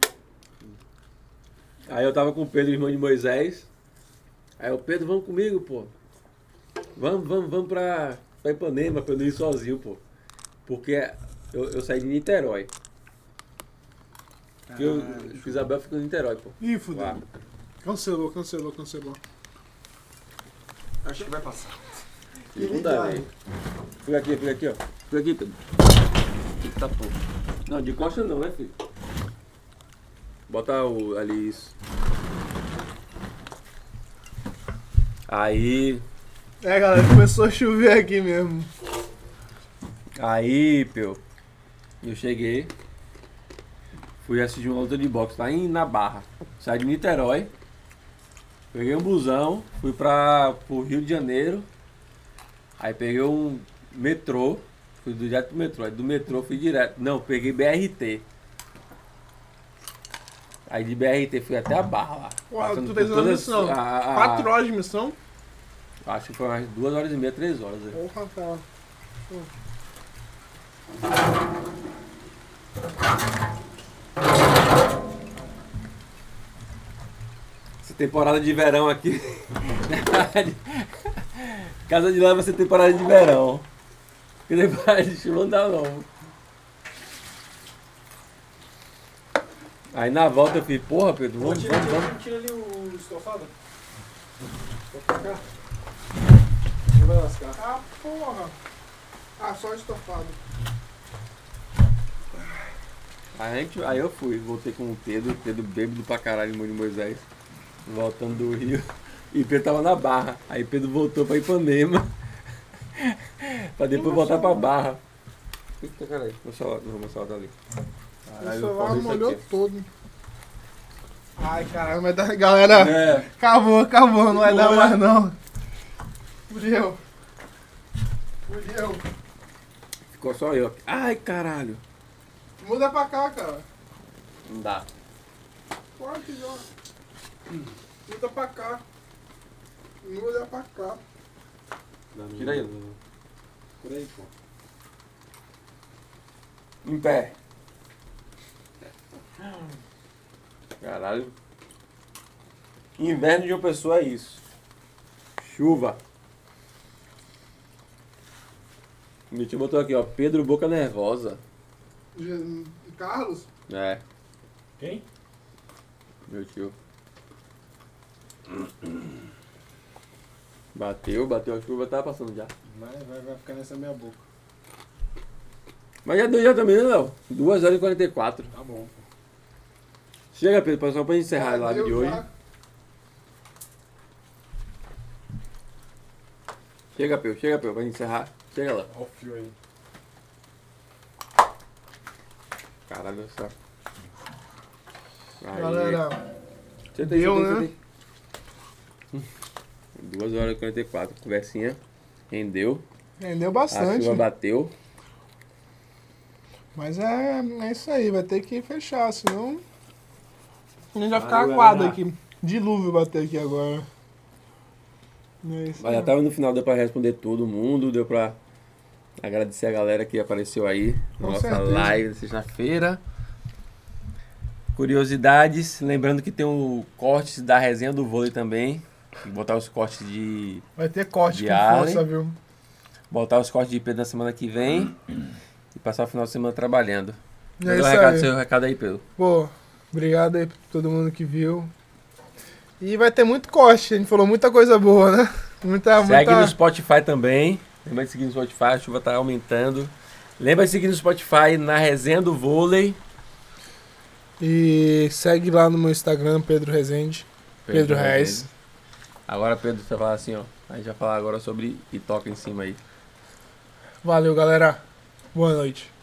Aí eu tava com o Pedro, irmão de Moisés. Aí o Pedro, vamos comigo, pô. Vamos, vamos, vamos pra, pra Ipanema, pra eu não ir sozinho, pô. Porque eu, eu saí de Niterói. Porque eu, o Isabel ficou em Niterói, pô.
Ih, fudeu.
Lá.
Cancelou, cancelou, cancelou.
Acho que vai passar.
Não dá, velho. Fica aqui, fica aqui, ó. Fica aqui, Pedro. Eita, pô. Não, de costa não, né, filho? Bota o, ali isso. Aí,
É, galera, começou a chover aqui mesmo.
aí, Pio, eu cheguei, fui assistir uma luta de boxe lá em, na Barra. Saí de Niterói, peguei um busão, fui pra, pro Rio de Janeiro, aí peguei um metrô, fui direto pro metrô, aí do metrô fui direto, não, peguei B R T. Aí de B R T fui até a Barra lá.
Pô,
passando
tu
por
fez uma
todas
missão.
a- a-
Quatro horas de missão?
Acho que foi umas duas horas e meia, três horas. né?
Porra, cara.
Essa temporada de verão aqui. Casa de lá vai ser temporada de verão. Porque temporada de chuva não dá não. Aí na volta eu fiz, porra Pedro, vamos, vamos, vamos.
Tira ali o estofado. Vou pra cá. vai lascar.
Ah, porra. Ah, só estofado.
A gente, aí eu fui, voltei com o Pedro, Pedro bêbado pra caralho em Moisés, voltando do Rio, e Pedro tava na Barra. Aí Pedro voltou pra Ipanema, pra depois voltar pra Barra. Eita, caralho, meu celular, não, meu celular tá ali.
O
Caralho,
celular
corre isso
molhou
aqui.
todo. Ai, caralho, mas tá... Galera,
É,
acabou, acabou, não vai dar
Boa.
mais não. Fudeu. Fudeu.
ficou só eu. Ai, caralho.
Muda pra cá, cara.
Não dá.
Pode já. Muda pra cá. Muda pra cá.
Tira aí.
Por aí, pô.
Em pé. Caralho. Inverno de uma pessoa é isso. Chuva. Meu tio botou aqui, ó. Pedro Boca Nervosa.
Ge- Carlos?
É,
Quem?
meu tio. Bateu, bateu a chuva, tá passando já.
Vai, vai, vai ficar nessa minha boca.
Mas já deu já também, né, Léo? duas horas e quarenta e quatro.
Tá bom, pô.
Chega, Pedro, só pra gente encerrar a live de
Deu
hoje.
já.
Chega, Pedro, chega, Pedro, pra gente encerrar. Chega lá.
Olha o fio aí.
Caralho do céu. Aí.
Galera,
Senta aí,
deu,
senta aí,
né?
senta aí. duas horas e quarenta e quatro. Conversinha. Rendeu.
rendeu
A
bastante.
chuva bateu.
Mas é, é isso aí, vai ter que fechar, senão a gente vai ficar
Valeu,
aguado
galera.
aqui. Dilúvio bater aqui agora. É isso
Mas já
aí.
tava no final, deu pra responder todo mundo. Deu pra agradecer a galera que apareceu aí na
Com
nossa
certeza.
live de sexta-feira. Curiosidades. Lembrando que tem o corte da resenha do vôlei também. Botar os cortes de.
Vai ter corte
De
com
Allen.
força, viu?
Botar os cortes de Pedro na semana que vem. E passar o final de semana trabalhando.
É
Manda um
isso
recado,
aí.
seu recado aí, Pedro.
Pô, obrigado aí pra todo mundo que viu. E vai ter muito corte, a gente falou muita coisa boa, né? Muita,
Segue
muita...
no Spotify também. Lembra de seguir no Spotify, a chuva tá aumentando. Lembra de seguir no Spotify na resenha do vôlei.
E segue lá no meu Instagram, Pedro Rezende. Pedro Reis.
Agora, Pedro, você vai falar assim, ó. A gente vai falar agora sobre e toca em cima aí.
Valeu, galera. Boa noite.